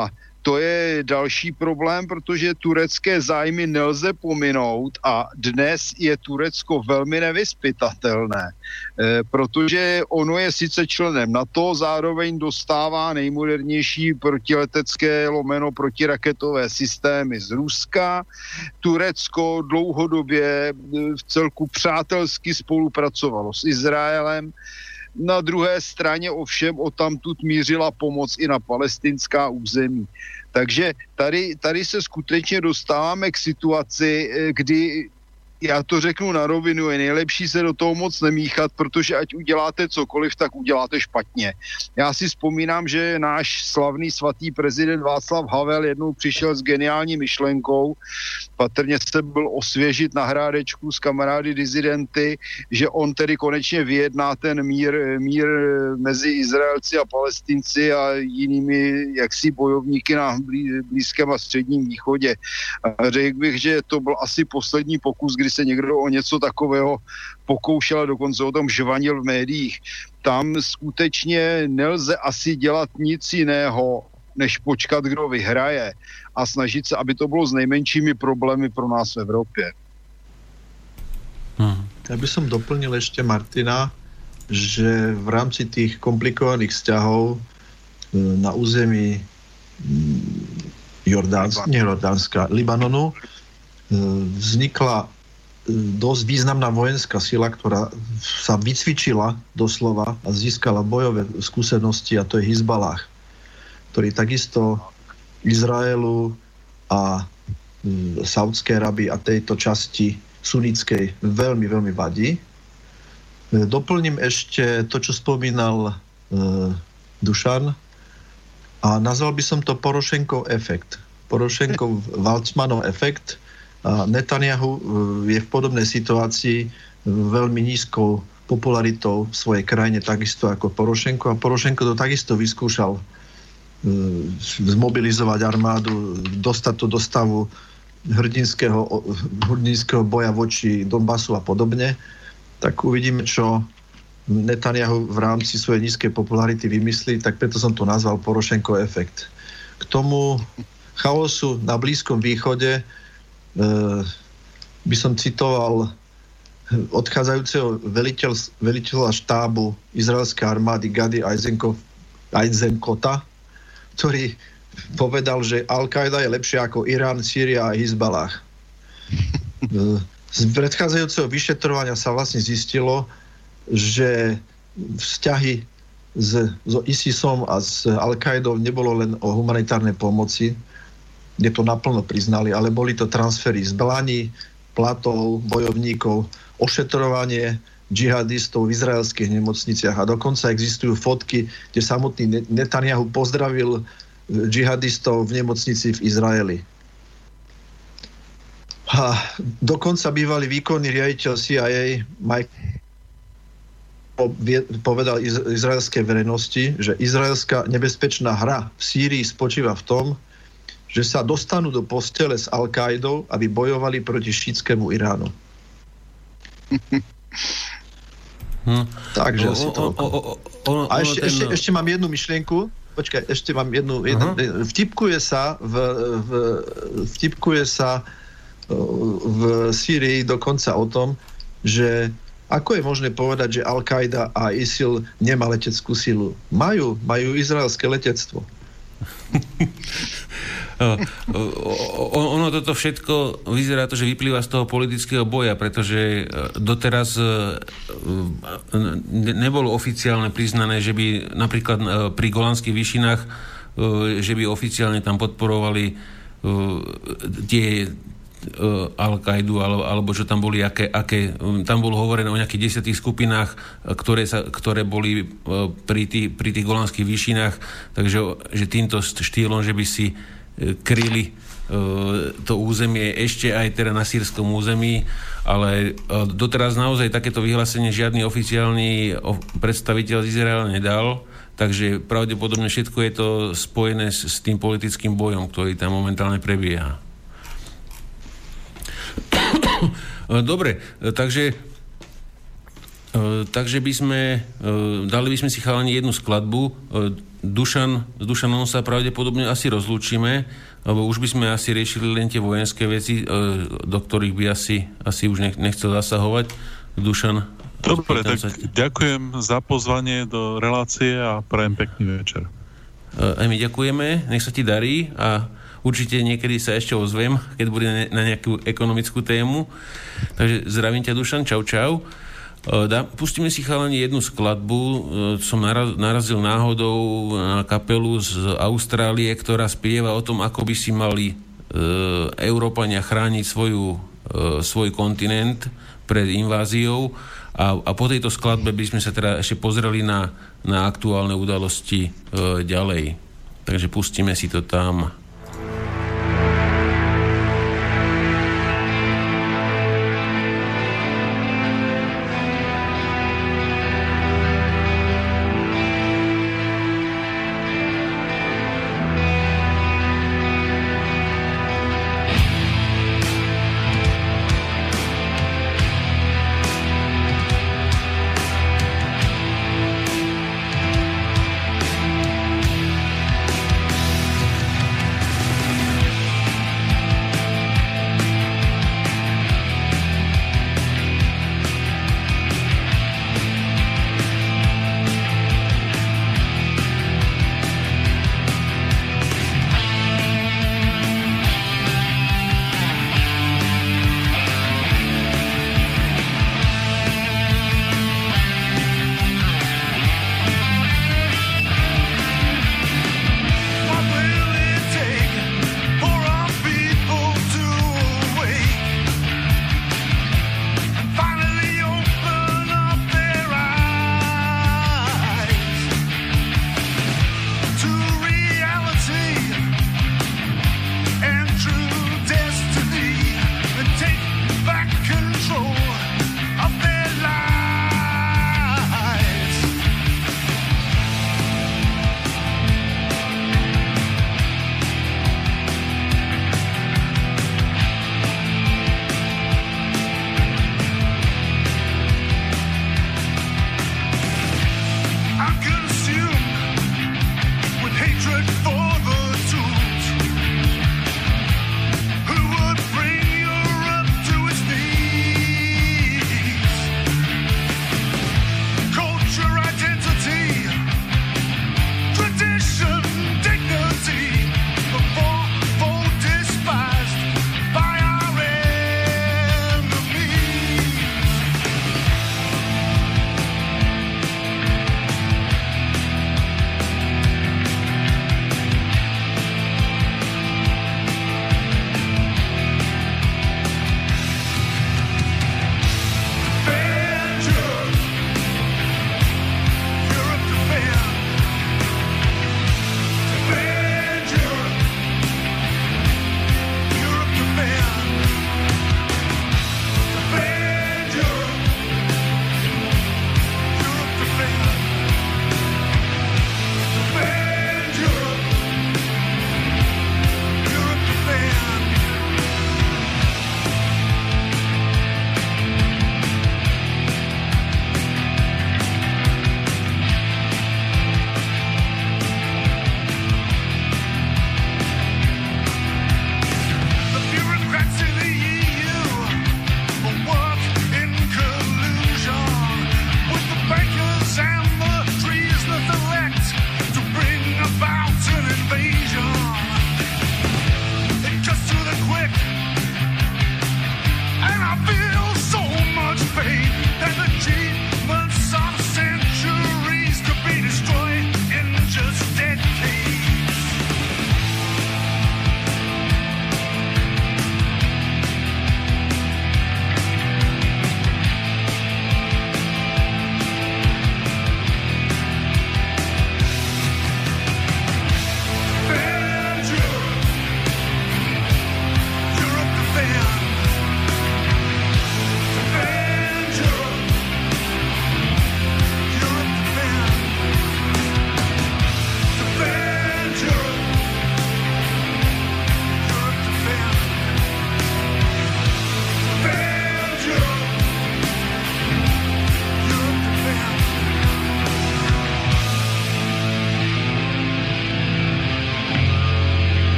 to je další problém, protože turecké zájmy nelze pominout a dnes je Turecko velmi nevyzpytatelné, protože ono je sice členem NATO, zároveň dostává nejmodernější protiletecké protiraketové systémy z Ruska. Turecko dlouhodobě v celku přátelsky spolupracovalo s Izraelem. Na druhé straně ovšem odtamtud mířila pomoc i na palestinská území. Takže tady se skutečně dostáváme k situaci, kdy, já to řeknu na rovinu, je nejlepší se do toho moc nemíchat, protože ať uděláte cokoliv, tak uděláte špatně. Já si vzpomínám, že náš slavný svatý prezident Václav Havel jednou přišel s geniální myšlenkou, patrně se byl osvěžit na Hrádečku s kamarády dizidenty, že on tedy konečně vyjedná ten mír mezi Izraelci a Palestinci a jinými jaksi bojovníky na Blízkém a Středním východě. A řekl bych, že to byl asi poslední pokus, kdy se někdo o něco takového pokoušel a dokonce o tom žvanil v médiích. Tam skutečně nelze asi dělat nic jiného, než počkat, kdo vyhraje a snažit se, aby to bylo s nejmenšími problémy pro nás v Evropě. Ja by som doplnil ešte Martina, že v rámci tých komplikovaných vzťahov na území Libanonu vznikla dosť významná vojenská sila, ktorá sa vycvičila doslova a získala bojové skúsenosti, a to je Hizballah, ktorý takisto Izraelu a Saudskej Arabii a tejto časti sunnickej veľmi, veľmi vadí. Doplním ešte to, čo spomínal Dušan, a nazval by som to Porošenkov efekt. Porošenkov-Waltzmanov efekt. A Netanyahu je v podobnej situácii veľmi nízkou popularitou v svojej krajine, takisto ako Porošenko. A Porošenko to takisto vyskúšal zmobilizovať armádu, dostať to do stavu hrdinského boja voči Donbasu a podobne. Tak uvidíme, čo Netanyahu v rámci svojej nízkej popularity vymyslí, tak preto som to nazval Porošenko efekt. K tomu chaosu na Blízkom východe by som citoval odchádzajúceho veliteľa štábu izraelskej armády Gady Eisenkota, ktorý povedal, že Al-Qaida je lepšia ako Irán, Sýria a Hizballah. Z predchádzajúceho vyšetrovania sa vlastne zistilo, že vzťahy so ISISom a s Al-Qaidou nebolo len o humanitárnej pomoci, kde to naplno priznali, ale boli to transfery zbraní, platov, bojovníkov, ošetrovanie džihadistov v izraelských nemocniciach a dokonca existujú fotky, kde samotný Netanyahu pozdravil džihadistov v nemocnici v Izraeli. A dokonca bývalý výkonný riaditeľ CIA Mike povedal izraelskej verejnosti, že izraelská nebezpečná hra v Sýrii spočíva v tom, že sa dostanú do postele s Al-Qaidou, aby bojovali proti šítskému Iránu. Takže si to... A ešte mám jednu myšlienku. Počkaj, ešte mám jednu. Vtipkuje sa v Sýrii dokonca o tom, že ako je možné povedať, že Al-Qaida a ISIL nemá leteckú silu? Majú izraelské letectvo. Ono toto všetko vyzerá to, že vyplýva z toho politického boja, pretože doteraz nebolo oficiálne priznané, že by napríklad pri Golanských výšinách, že by oficiálne tam podporovali tie Al-Qaidu, alebo čo tam boli, aké tam bolo hovorené o nejakých 10 skupinách, ktoré boli pri tých Golanských výšinách, takže že týmto štýlom, že by si kryli to územie ešte aj teda na sýrskom území, ale doteraz naozaj takéto vyhlásenie žiadny oficiálny predstaviteľ z Izraela nedal, takže pravdepodobne všetko je to spojené s tým politickým bojom, ktorý tam momentálne prebieha. Dobre, takže Takže dali by sme si chalani jednu skladbu. S Dušanom sa pravdepodobne asi rozlúčime, lebo už by sme asi riešili len tie vojenské veci, do ktorých by asi už nechcel zasahovať. Dušan. Dobre, tak ďakujem za pozvanie do relácie a prajem pekný večer. Aj my ďakujeme, nech sa ti darí a určite niekedy sa ešte ozvem, keď bude na nejakú ekonomickú tému. Takže zdravím ťa, Dušan, čau. Pustíme si chalani jednu skladbu. Som narazil náhodou na kapelu z Austrálie, ktorá spieva o tom, ako by si mali Európania chrániť svoj kontinent pred inváziou. A po tejto skladbe by sme sa teda ešte pozreli na aktuálne udalosti ďalej. Takže pustíme si to tam.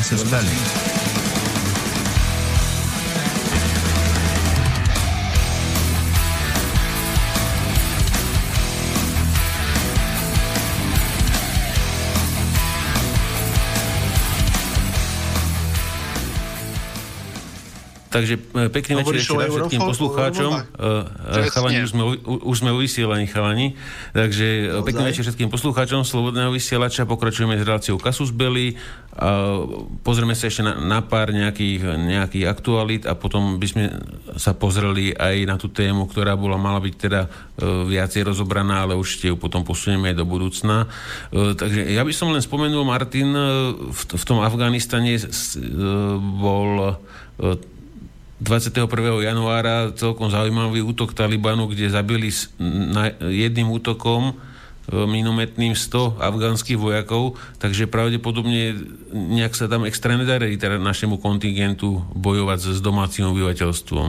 Casus Belli. Takže pekný večer ešte všetkým poslucháčom. Chalani, už sme u vysielaní, chalani. Takže pekný večer všetkým poslucháčom Slobodného vysielača. Pokračujeme s reláciou Casus Belli. Pozrieme sa ešte na pár nejakých aktualít a potom by sme sa pozreli aj na tú tému, ktorá mala byť teda viacej rozobraná, ale určite ju potom posunieme aj do budúcna. Takže ja by som len spomenul, Martin, v tom Afganistane bol 21. januára celkom zaujímavý útok Talibanu, kde zabili jedným útokom minometným 100 afgánskych vojakov, takže pravdepodobne nejak sa tam extra nedarí teda našemu kontingentu bojovať s domácím obyvateľstvom.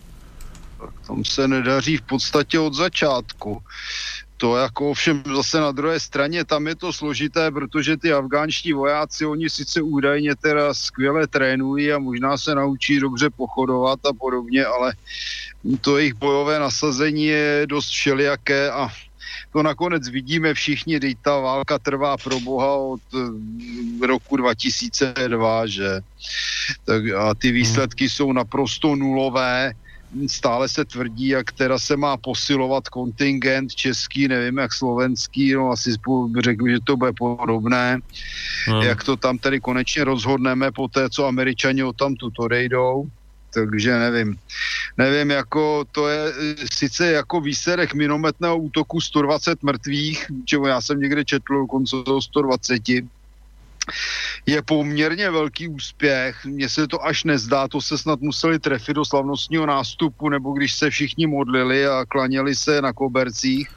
Tam se nedaří v podstatě od začátku. To jako ovšem zase na druhé straně, tam je to složité, protože ty afgánští vojáci, oni sice údajně teda skvěle trénují a možná se naučí dobře pochodovat a podobně, ale to jejich bojové nasazení je dost všelijaké a to nakonec vidíme všichni, když ta válka trvá pro boha od roku 2002, že? Tak a ty výsledky jsou naprosto nulové. Stále se tvrdí, jak teda se má posilovat kontingent český, nevím jak slovenský, no asi řekl, že to bude podobné. Jak to tam tedy konečně rozhodneme po té, co Američani odtamtud odejdou. Takže nevím, jako to je sice jako výsledek minometného útoku 120 mrtvých, čeho já jsem někde četl dokonce o 120, je poměrně velký úspěch. Mně se to až nezdá, to se snad museli trefit do slavnostního nástupu, nebo když se všichni modlili a klaněli se na kobercích.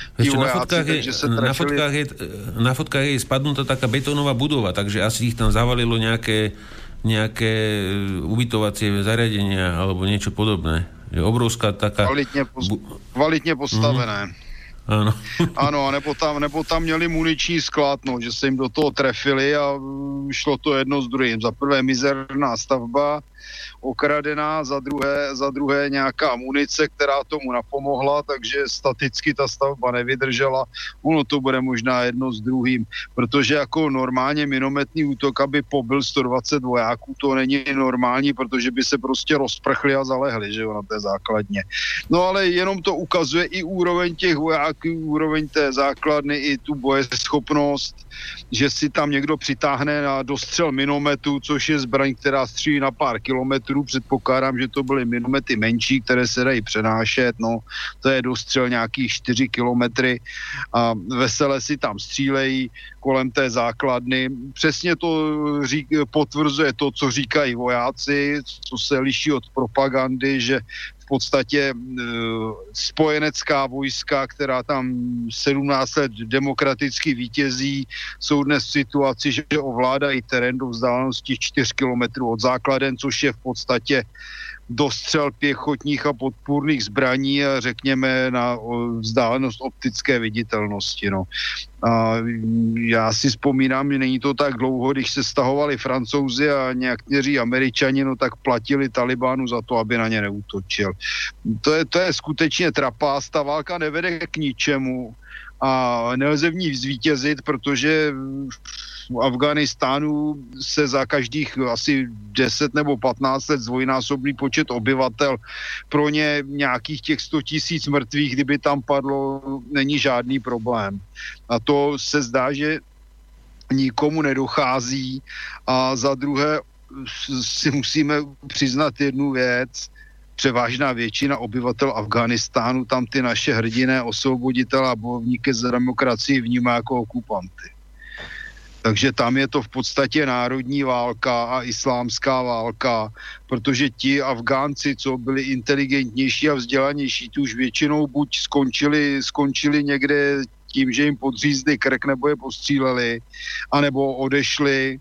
Na fotkách je spadnutá taká betónová budova, takže asi ich tam zavalilo nejaké ubytovacie zariadenia alebo niečo podobné. Je obrovská taká... Kvalitně postavené. Áno. Áno, nebo tam měli muniční sklad, no, že se jim do toho trefili a šlo to jedno s druhým. Za prvé mizerná stavba, okradená, za druhé nějaká munice, která tomu napomohla, takže staticky ta stavba nevydržela. Ono to bude možná jedno s druhým, protože jako normálně minometný útok, aby pobyl 120 vojáků, to není normální, protože by se prostě rozprchli a zalehli, že jo, na té základně. No ale jenom to ukazuje i úroveň těch vojáků, úroveň té základny, i tu bojeschopnost, že si tam někdo přitáhne na dostřel minometu, což je zbraň, která střílí na pár kilometrů. Předpokládám, že to byly minomety menší, které se dají přenášet. No, to je dostřel nějakých 4 kilometry a vesele si tam střílejí kolem té základny. Přesně to potvrzuje to, co říkají vojáci, co se liší od propagandy, že v podstatě spojenecká vojska, která tam 17 let demokraticky vítězí, jsou dnes v situaci, že ovládají terén do vzdálenosti 4 kilometrů od základen, což je v podstatě dostřel pěchotních a podpůrných zbraní a řekněme na vzdálenost optické viditelnosti. No. A já si vzpomínám, že není to tak dlouho, když se stahovali Francouzi a někteří Američani, no tak platili Talibánu za to, aby na ně neútočil. To je skutečně trapás, ta válka nevede k ničemu a nelze v ní zvítězit, protože v Afghánistánu se za každých asi 10 nebo 15 let zdvojnásobný počet obyvatel. Pro ně nějakých těch 100 000 mrtvých, kdyby tam padlo, není žádný problém. A to se zdá, že nikomu nedochází. A za druhé si musíme přiznat jednu věc. Převážná většina obyvatel Afghánistánu tam ty naše hrdiné osvoboditele a bojovníky za demokracii vnímá jako okupanty. Takže tam je to v podstatě národní válka a islámská válka, protože ti Afgánci, co byli inteligentnější a vzdělanější, tu už většinou buď skončili někde tím, že jim podřízli krk nebo je postříleli, anebo odešli.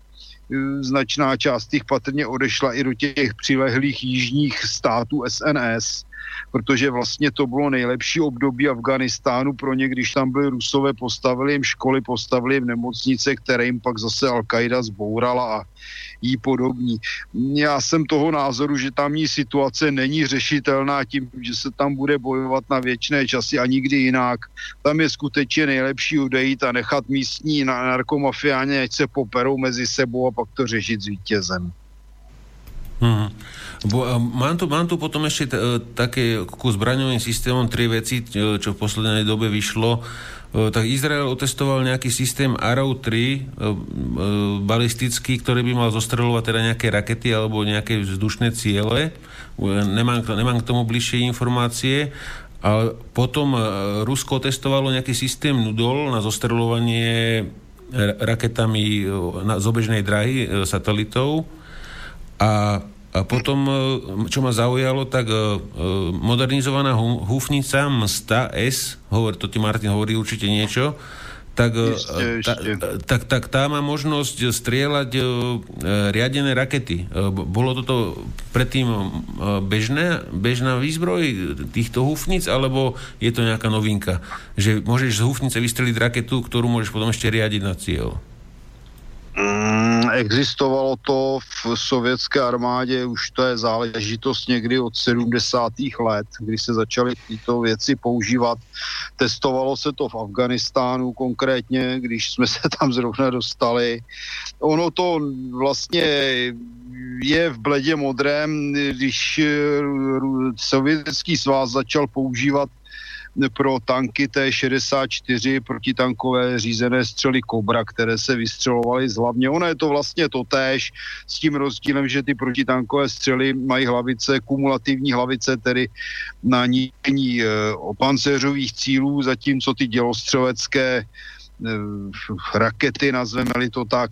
Značná část těch patrně odešla i do těch přilehlých jižních států SNS protože vlastně to bylo nejlepší období Afganistánu pro ně, když tam byli Rusové, postavili jim školy, postavili jim nemocnice, které jim pak zase Al-Qaida zbourala a jí podobní. Já jsem toho názoru, že tamní situace není řešitelná tím, že se tam bude bojovat na věčné časy a nikdy jinak. Tam je skutečně nejlepší odejít a nechat místní narkomafiáně, ať se poperou mezi sebou a pak to řešit s vítězem. Mám tu potom ešte také ku zbraňovým systémom 3 veci, čo v poslednej dobe vyšlo. Tak Izrael otestoval nejaký systém Arrow 3 balistický, ktorý by mal zostreľovať teda nejaké rakety alebo nejaké vzdušné ciele. Nemám k tomu bližšie informácie. A potom Rusko testovalo nejaký systém Nudol na zostreľovanie raketami z obežnej dráhy satelitov. A potom, čo ma zaujalo, tak modernizovaná húfnica Msta S, to ti Martin hovorí určite niečo, tak tá má možnosť strieľať riadené rakety. Bolo toto predtým bežná výzbroj týchto húfnic, alebo je to nejaká novinka? Že môžeš z húfnice vystreliť raketu, ktorú môžeš potom ešte riadiť na cieľ? Existovalo to v sovětské armádě, už to je záležitost někdy od 70. let, kdy se začaly tyto věci používat. Testovalo se to v Afganistánu konkrétně, když jsme se tam zrovna dostali. Ono to vlastně je v bledě modrém, když Sovětský svaz začal používat pro tanky T-64 protitankové řízené střely Cobra, které se vystřelovaly z hlavně. Ono je to vlastně totéž s tím rozdílem, že ty protitankové střely mají hlavice, kumulativní hlavice, tedy na ničení pancéřových cílů, zatímco ty dělostřelecké rakety, nazveme-li to tak,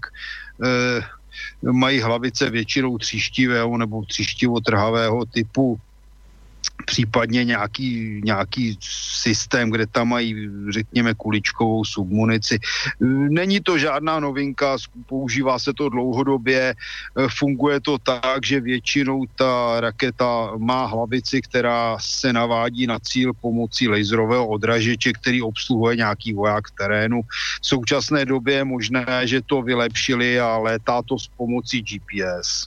mají hlavice většinou tříštivého nebo tříštivotrhavého typu, případně nějaký systém, kde tam mají, řekněme, kuličkovou submunici. Není to žádná novinka, používá se to dlouhodobě, funguje to tak, že většinou ta raketa má hlavici, která se navádí na cíl pomocí laserového odražeče, který obsluhuje nějaký voják v terénu. V současné době je možné, že to vylepšili a létá to s pomocí GPS.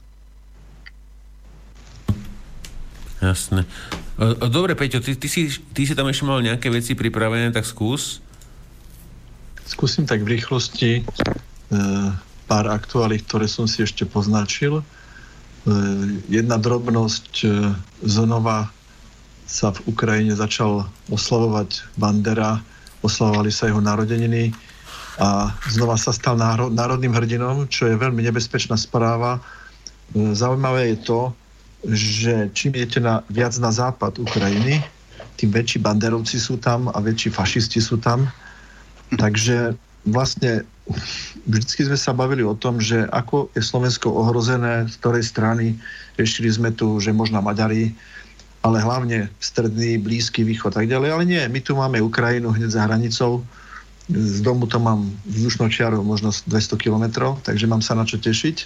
Jasné. Dobre, Peťo, ty si tam ešte mal nejaké veci pripravené, tak skús. Skúsim tak v rýchlosti pár aktuálí, ktoré som si ešte poznačil. Jedna drobnosť, znova sa v Ukrajine začal oslavovať Bandera, oslavovali sa jeho narodeniny a znova sa stal národným hrdinom, čo je veľmi nebezpečná správa. Zaujímavé je to, že čím idete viac na západ Ukrajiny, tým väčší banderovci sú tam a väčší fašisti sú tam. Takže vlastne vždycky sme sa bavili o tom, že ako je Slovensko ohrozené, z ktorej strany. Riešili sme tu, že možno Maďari, ale hlavne stredný, blízky východ tak ďalej. Ale nie, my tu máme Ukrajinu hneď za hranicou. Z domu to mám vzdušnou čiarou možno 200 kilometrov, takže mám sa na čo tešiť.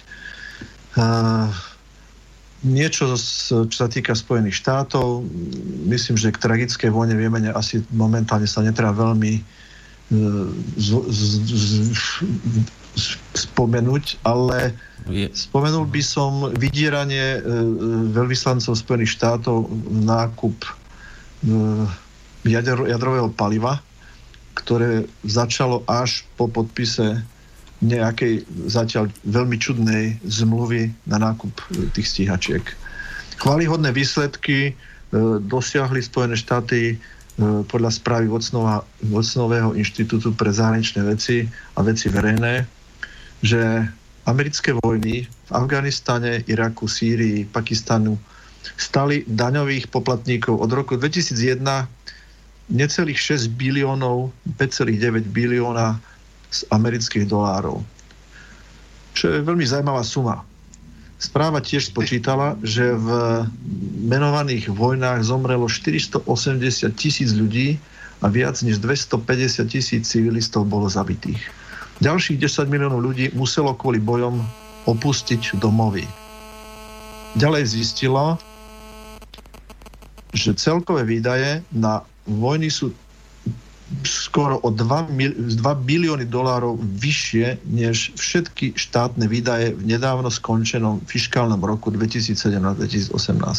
Niečo, čo sa týka Spojených štátov, myslím, že k tragické vojne v Jemene asi momentálne sa netreba veľmi spomenúť, ale spomenul by som vydieranie veľvyslancov Spojených štátov nákup jadrového paliva, ktoré začalo až po podpise nejakej zatiaľ veľmi čudnej zmluvy na nákup tých stíhačiek. Chválihodné výsledky dosiahli Spojené štáty podľa správy Watsonového inštitútu pre zahraničné veci a veci verejné, že americké vojny v Afganistane, Iraku, Sýrii, Pakistanu stali daňových poplatníkov od roku 2001 necelých 6 biliónov, 5,9 bilióna z amerických dolárov. Čo je veľmi zaujímavá suma. Správa tiež spočítala, že v menovaných vojnách zomrelo 480,000 ľudí a viac než 250,000 civilistov bolo zabitých. Ďalších 10 miliónov ľudí muselo kvôli bojom opustiť domovy. Ďalej zistilo, že celkové výdaje na vojny sú skoro o $2 bilióny vyššie než všetky štátne výdaje v nedávno skončenom fiškálnom roku 2017-2018.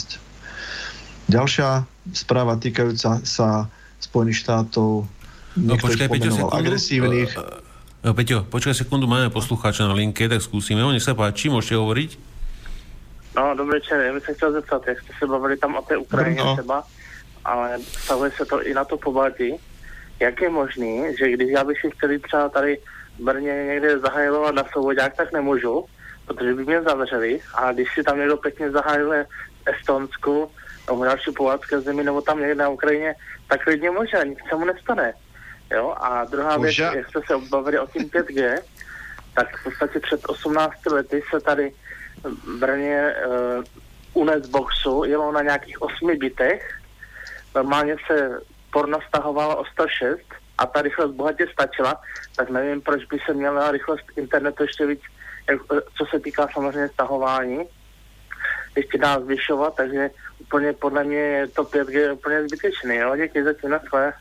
Ďalšia správa týkajúca sa Spojených štátov, spomenul agresívnych. Peťo, počkaj sekundu, máme poslucháča na linke, tak skúsime. Nech sa páči, môžete hovoriť? No, dobrý večer, já bych se chtěl zeptat, jak jste se bavili tam o té Ukrajině třeba, ale vztahuje se to i na to Pobaltí. Jak je možný, že když já bych si chtěl třeba tady v Brně někde zahajlovat na Svobodák, tak nemůžu, protože by mě zavřeli, a když si tam někdo pěkně zahajluje Estonsku, nebo další pobaltské zemi, nebo tam někde na Ukrajině, tak klidně může, nic se mu nestane. Jo? A druhá věc, jak jste se bavili o tím 5G, tak v podstatě před 18 lety se tady v Brně u Netboxu jelo na nějakých 8 bitech, normálně se porno stahovalo o 106 a ta rychlost bohatě stačila, tak nevím, proč by se měla rychlost internetu ještě víc, co se týká samozřejmě stahování, ještě dál zvyšovat, takže úplně podle mě je to 5G úplně zbytečný, jo, děkuji za tím, na své.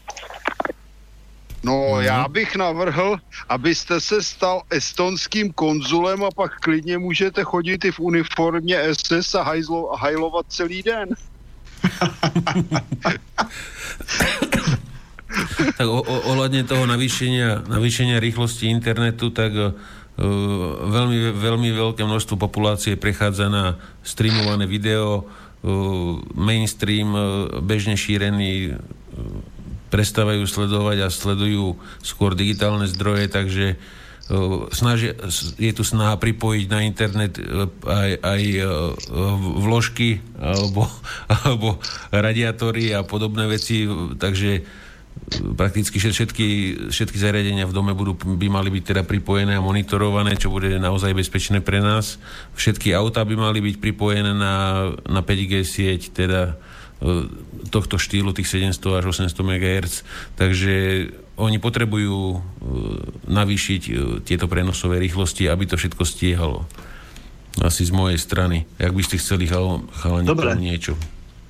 No, já bych navrhl, abyste se stal estonským konzulem a pak klidně můžete chodit i v uniformě SS a hajlovat celý den. Tak ohľadne toho navýšenia rýchlosti internetu, tak veľmi veľké množstvo populácie prechádza na streamované video, mainstream bežne šírený prestávajú sledovať a sledujú skôr digitálne zdroje, takže je tu snaha pripojiť na internet aj vložky alebo radiátory a podobné veci, takže prakticky všetky zariadenia v dome by mali byť teda pripojené a monitorované, čo bude naozaj bezpečné pre nás. Všetky autá by mali byť pripojené na 5G sieť, teda tohto štýlu, tých 700 až 800 MHz, takže oni potrebujú navýšiť tieto prenosové rýchlosti, aby to všetko stiehalo. Asi z mojej strany. Jak by ste chceli chalani niečo?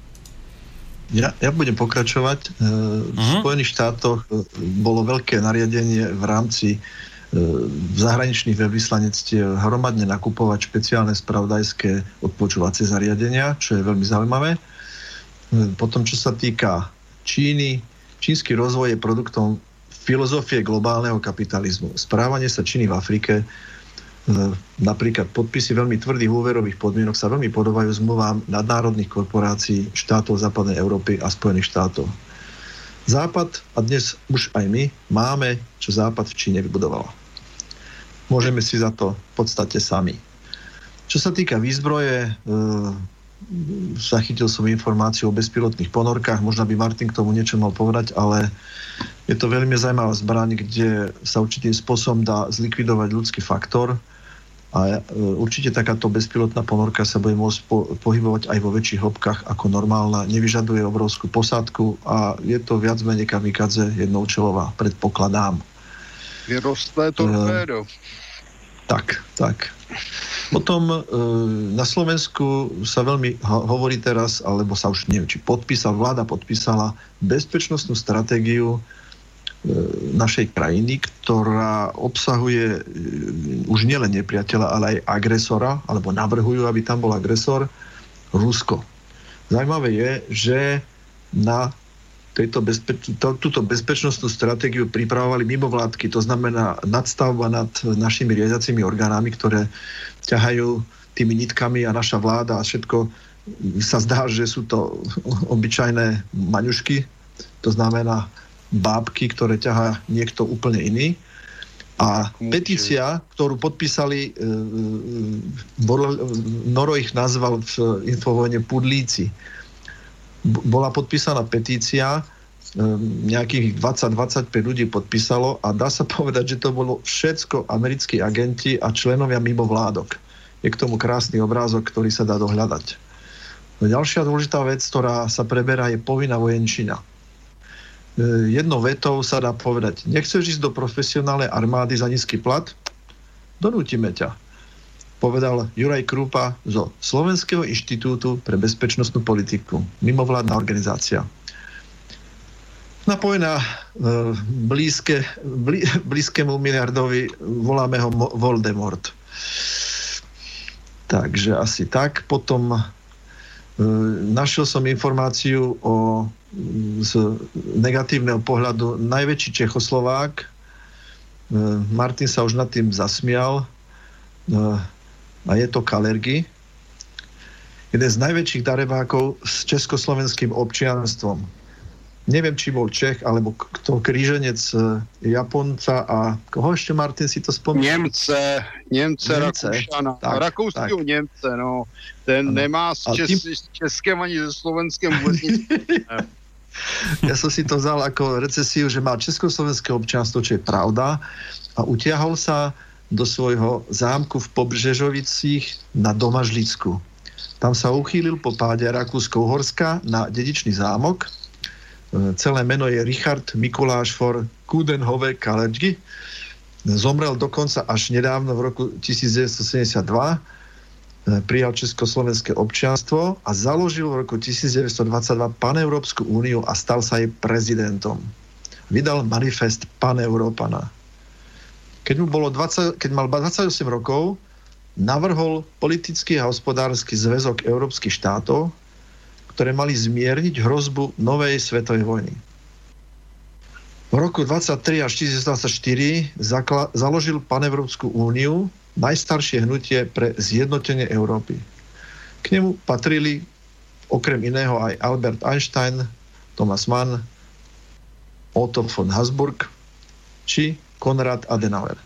Ja budem pokračovať. V Spojených štátoch bolo veľké nariadenie v rámci zahraničných veľvyslanectiev hromadne nakupovať špeciálne spravodajské odpočúvacie zariadenia, čo je veľmi zaujímavé. Potom, čo sa týka Číny, čínsky rozvoj je produktom filozofie globálneho kapitalizmu. Správanie sa Číny v Afrike, napríklad podpisy veľmi tvrdých úverových podmienok sa veľmi podobajú zmluvám nadnárodných korporácií štátov západnej Európy a Spojených štátov. Západ, a dnes už aj my, máme, čo Západ v Číne vybudoval. Môžeme si za to v podstate sami. Čo sa týka výzbroje, zachytil som informáciu o bezpilotných ponorkách, možno by Martin k tomu niečo mal povedať, ale je to veľmi zaujímavá zbraň, kde sa určitým spôsobom dá zlikvidovať ľudský faktor a určite takáto bezpilotná ponorka sa bude môcť pohybovať aj vo väčších hĺbkach ako normálna, nevyžaduje obrovskú posádku a je to viac menej kamikadze jednoučelová, predpokladám. Vyrostlé torpédo. Tak. Potom na Slovensku sa veľmi hovorí teraz, alebo sa už neviem, či vláda podpísala bezpečnostnú stratégiu našej krajiny, ktorá obsahuje už nielen nepriateľa, ale aj agresora, alebo navrhujú, aby tam bol agresor, Rusko. Zaujímavé je, že na túto bezpečnostnú stratégiu pripravovali mimovládky, to znamená nadstavba nad našimi riadiacimi orgánami, ktoré ťahajú tými nitkami a naša vláda a všetko sa zdá, že sú to obyčajné maňušky, to znamená bábky, ktoré ťahá niekto úplne iný. A petícia, ktorú podpísali, Noro ich nazval v Infovojne pudlíci. Bola podpísaná petícia, nejakých 20-25 ľudí podpísalo a dá sa povedať, že to bolo všetko americkí agenti a členovia mimovládok. Je k tomu krásny obrázok, ktorý sa dá dohľadať. Ďalšia dôležitá vec, ktorá sa preberá, je povinná vojenčina. Jednou vetou sa dá povedať, nechceš ísť do profesionálnej armády za nízky plat? Donútime ťa. povedal Juraj Krúpa zo Slovenského inštitútu pre bezpečnostnú politiku, mimovládna organizácia. Napojená blízkému miliardovi voláme ho Voldemort. Takže asi tak. Potom našiel som informáciu z negatívneho pohľadu najväčší Čechoslovák. Martin sa už nad tým zasmial. A je to Kalergi. Jeden z najväčších darebákov s československým občianstvom. Neviem, či bol Čech, alebo kto kríženec Japonca a koho ešte, Martin, si to spomínal? Němce. Rakoušana. Rakouského Němce, no. Ten nemá s Českém ani se Slovenskem vůbec nic. Ja som si to vzal ako recesiu, že má československé občianstvo, čo je pravda, a utiahol sa do svojho zámku v Pobřežovicích na Domažlicku. Tam sa uchýlil po páde Rakúsko-Uhorska na dedičný zámok. Celé meno je Richard Mikuláš for Coudenhove Kalergi. Zomrel dokonca až nedávno v roku 1972. Prijal československé občianstvo a založil v roku 1922 Paneurópsku úniu a stal sa jej prezidentom. Vydal manifest Paneurópana. Keď mal 28 rokov, navrhol politický a hospodársky zväzok európskych štátov, ktoré mali zmierniť hrozbu novej svetovej vojny. V roku 23 až 1924 založil Paneurópsku úniu, najstaršie hnutie pre zjednotenie Európy. K nemu patrili okrem iného aj Albert Einstein, Thomas Mann, Otto von Habsburg či Konrad Adenauer.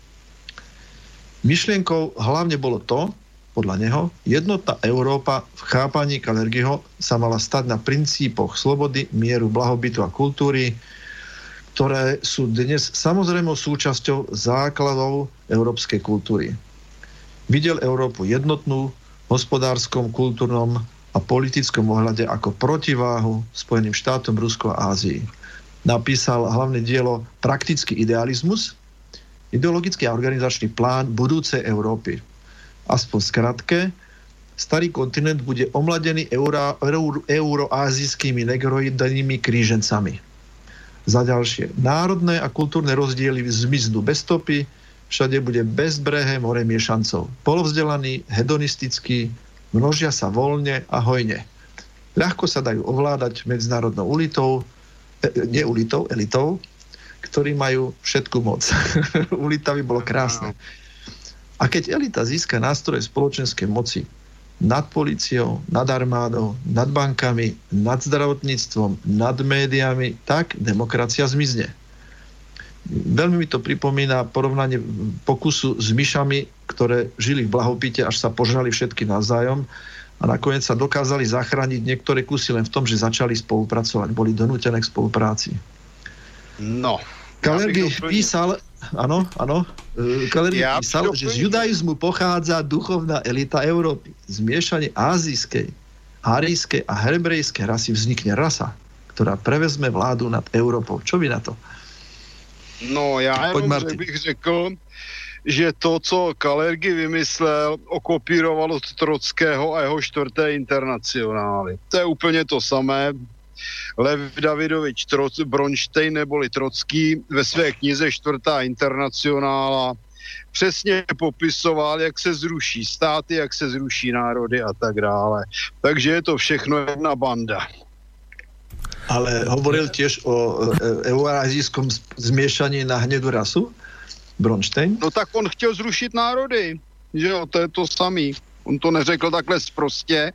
Myšlienkou hlavne bolo to, podľa neho, jednotná Európa v chápaní Kalergiho sa mala stať na princípoch slobody, mieru, blahobytu a kultúry, ktoré sú dnes samozrejmou súčasťou základov európskej kultúry. Videl Európu jednotnú v hospodárskom, kultúrnom a politickom ohľade ako protiváhu Spojeným štátom, Rusku a Ázii. Napísal hlavné dielo Praktický idealizmus, ideologický a organizačný plán budúcej Európy. Aspoň skratke, starý kontinent bude omladený euroázijskými negroidnými krížencami. Za ďalšie, národné a kultúrne rozdiely zmiznú bez stopy, všade bude bezbrehé more miešancov. Polovzdelaní, hedonistickí, množia sa voľne a hojne. Ľahko sa dajú ovládať medzinárodnou elitou, ktorí majú všetku moc. Ulita by bolo krásne. A keď elita získa nástroje spoločenskej moci nad políciou, nad armádou, nad bankami, nad zdravotníctvom, nad médiami, tak demokracia zmizne. Veľmi mi to pripomína porovnanie pokusu s myšami, ktoré žili v blahopite, až sa požrali všetky navzájom a nakoniec sa dokázali zachrániť niektoré kusy len v tom, že začali spolupracovať. Boli donútené k spolupráci. No. Kalergi písal, že z judaizmu pochádza duchovná elita Európy. Zmiešanie ázijskej, árijskej a hebrejskej rasy vznikne rasa, ktorá prevezme vládu nad Európou. Čo vy na to? No, já jenom bych řekl, že to, co Kalergi vymyslel, okopírovalo od Trockého a jeho 4. internacionály. To je úplně to samé. Lev Davidovič Bronštejn neboli Trocký ve své knize 4. internacionála přesně popisoval, jak se zruší státy, jak se zruší národy a tak dále. Takže je to všechno jedna banda. Ale hovoril tiež o eurázijskom zmiešaní na hnedú rasu? Bronštejn? No tak on chtěl zrušit národy. Že jo, to je to samý. On to neřekl takhle sprostě,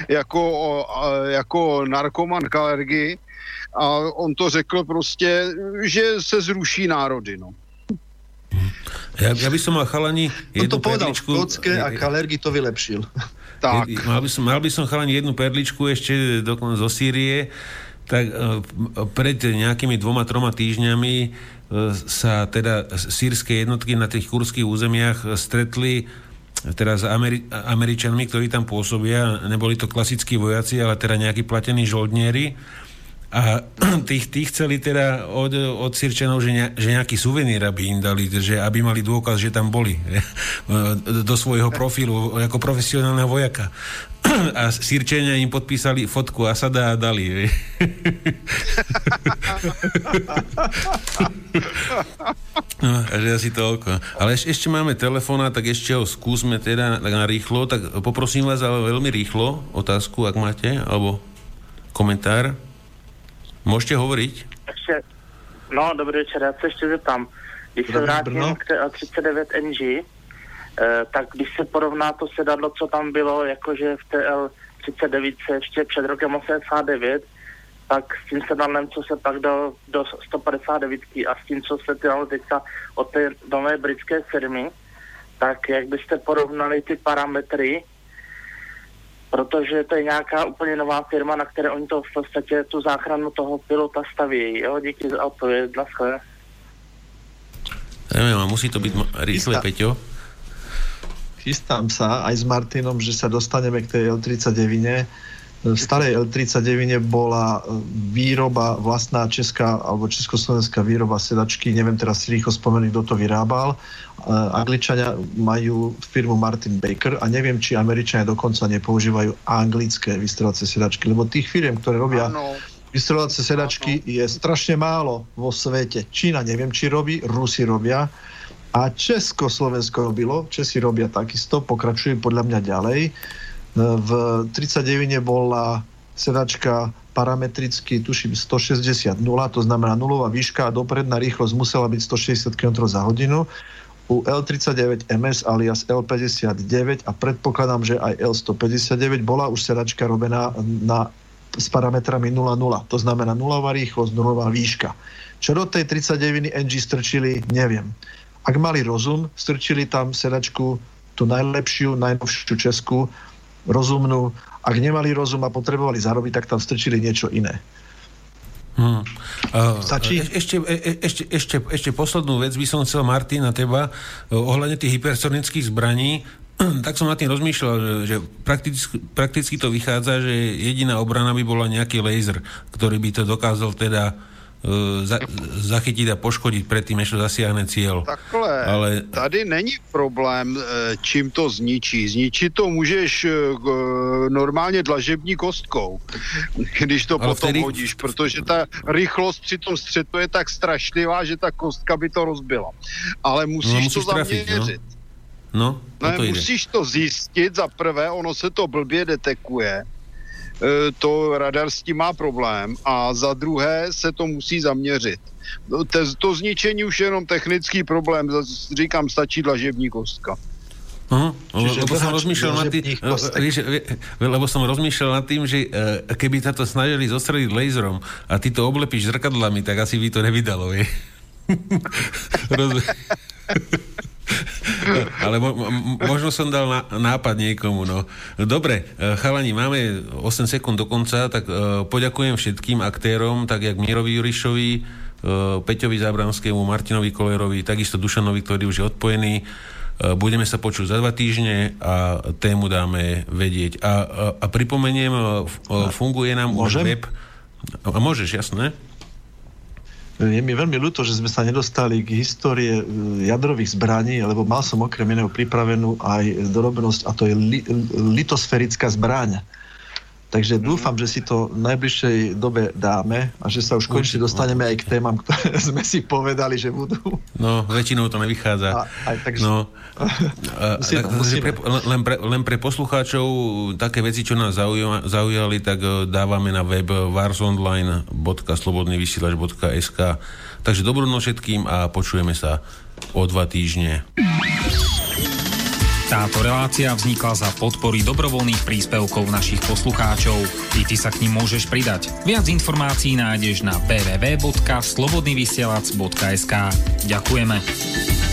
jako narkoman Kalergi, a on to řekl prostě, že se zruší národy, no. Ja by som mal, chalani, jednu perličku... On to povedal v a Kalergi to vylepšil. Tak. Mal by som, chalani, jednu perličku ešte dokonca zo Sýrie. Tak pred nejakými 2-3 týždňami sa teda sýrske jednotky na tých kurdských územiach stretli teraz Američanmi, ktorí tam pôsobia. Neboli to klasickí vojaci, ale teda nejakí platení žoldnieri. A tých chceli teda od Sýrčanov, že nejaký suvenír aby im dali, že aby mali dôkaz, že tam boli do svojho profilu ako profesionálneho vojaka. A Sýrčania im podpísali fotku Asada a dali. No, že asi toľko. Ale ešte máme telefóna, tak ešte ho skúsme teda na rýchlo. Tak poprosím vás, ale veľmi rýchlo otázku, ak máte, alebo komentár. Můžete hovoriť? No, dobrý večer, já se ještě zeptám. Když se vrátím k L39 NG, tak když se porovná to sedadlo, co tam bylo, jakože v té L39 ještě před rokem 89, tak s tím sedadlem, co se pak dal do 159 a s tím, co se dalo teďka od té nové britské firmy, tak jak byste porovnali ty parametry, protože to je nějaká úplně nová firma, na které oni to v podstatě tu záchranu toho pilota staví. Jo, díky za odpověď, naschle. Neviem, musí to byť rýchle, Peťo. Chystám sa aj s Martinom, že sa dostaneme k tej L39. V starej L39 bola výroba vlastná česká alebo československá výroba sedačky, neviem teraz si rýchlo spomenúť, kto to vyrábal. Angličania majú firmu Martin Baker a neviem, či Američania dokonca nepoužívajú anglické vystreľovacie sedačky, lebo tých firiem, ktoré robia vystreľovacie sedačky je strašne málo vo svete. Čína neviem, či robí, Rusi robia a Československo robilo, Česi robia takisto, pokračujú podľa mňa ďalej. V 39 bola sedačka parametricky, tuším, 160 0, to znamená nulová výška a dopredná rýchlosť musela byť 160 km za hodinu. U L39 MS alias L59 a predpokladám, že aj L159 bola už sedačka robená s parametrami 0,0. To znamená nulová rýchlosť, nulová výška. Čo do tej 39 NG strčili, neviem. Ak mali rozum, strčili tam sedačku, tú najlepšiu, najnovšiu českú, rozumnú. Ak nemali rozum a potrebovali zarobiť, tak tam strčili niečo iné. Ešte poslednú vec by som chcel, Martin, na teba ohľadne tých hypersonických zbraní. Tak som nad tým rozmýšľal, že prakticky to vychádza, že jediná obrana by bola nejaký laser, ktorý by to dokázal teda zachytiť a poškodiť predtým, než to zasiahne cieľ. Takhle, ale tady není problém, čím to zničí. Zničit to můžeš normálně dlažební kostkou, když to ale potom hodíš, protože ta rychlost při tom střetu je tak strašlivá, že ta kostka by to rozbila. Ale musíš to zaměřit. No, musíš to zjistit za prvé, ono se to blbě detekuje, to radar s tím má problém a za druhé se to musí zaměřit. To zničení už je jenom technický problém, říkám, stačí dlažební kostka. Lebo som rozmýšľal nad tým, že keby sa to snažili zostreliť laserom a ty to oblepíš zrkadlami, tak asi by to nevydalo, vie? Ale možno som dal nápad niekomu. No. Dobre, chalani, máme 8 sekúnd do konca, tak poďakujem všetkým aktérom, tak jak Mirovi Jurišovi, Peťovi Zábranskému, Martinovi Kolerovi, takisto Dušanovi, ktorý už je odpojený. Budeme sa počuť za 2 týždne a tému dáme vedieť. A pripomeniem, funguje nám už web. A môžeš, jasné? Je mi veľmi ľúto, že sme sa nedostali k histórie jadrových zbraní, lebo mal som okrem iného pripravenú aj drobnosť, a to je litosférická zbraň. Takže dúfam, že si to v najbližšej dobe dáme a že sa už konečne dostaneme aj k témam, ktoré sme si povedali, že budú. No, väčšinou to nevychádza. Len pre poslucháčov také veci, čo nás zaujali, tak dávame na web warsonline.slobodnyvysielac.sk. Takže dobrú noc všetkým a počujeme sa o 2 týždne. Táto relácia vznikla za podpory dobrovoľných príspevkov našich poslucháčov. I ty sa k nim môžeš pridať. Viac informácií nájdeš na www.slobodnyvysielac.sk. Ďakujeme.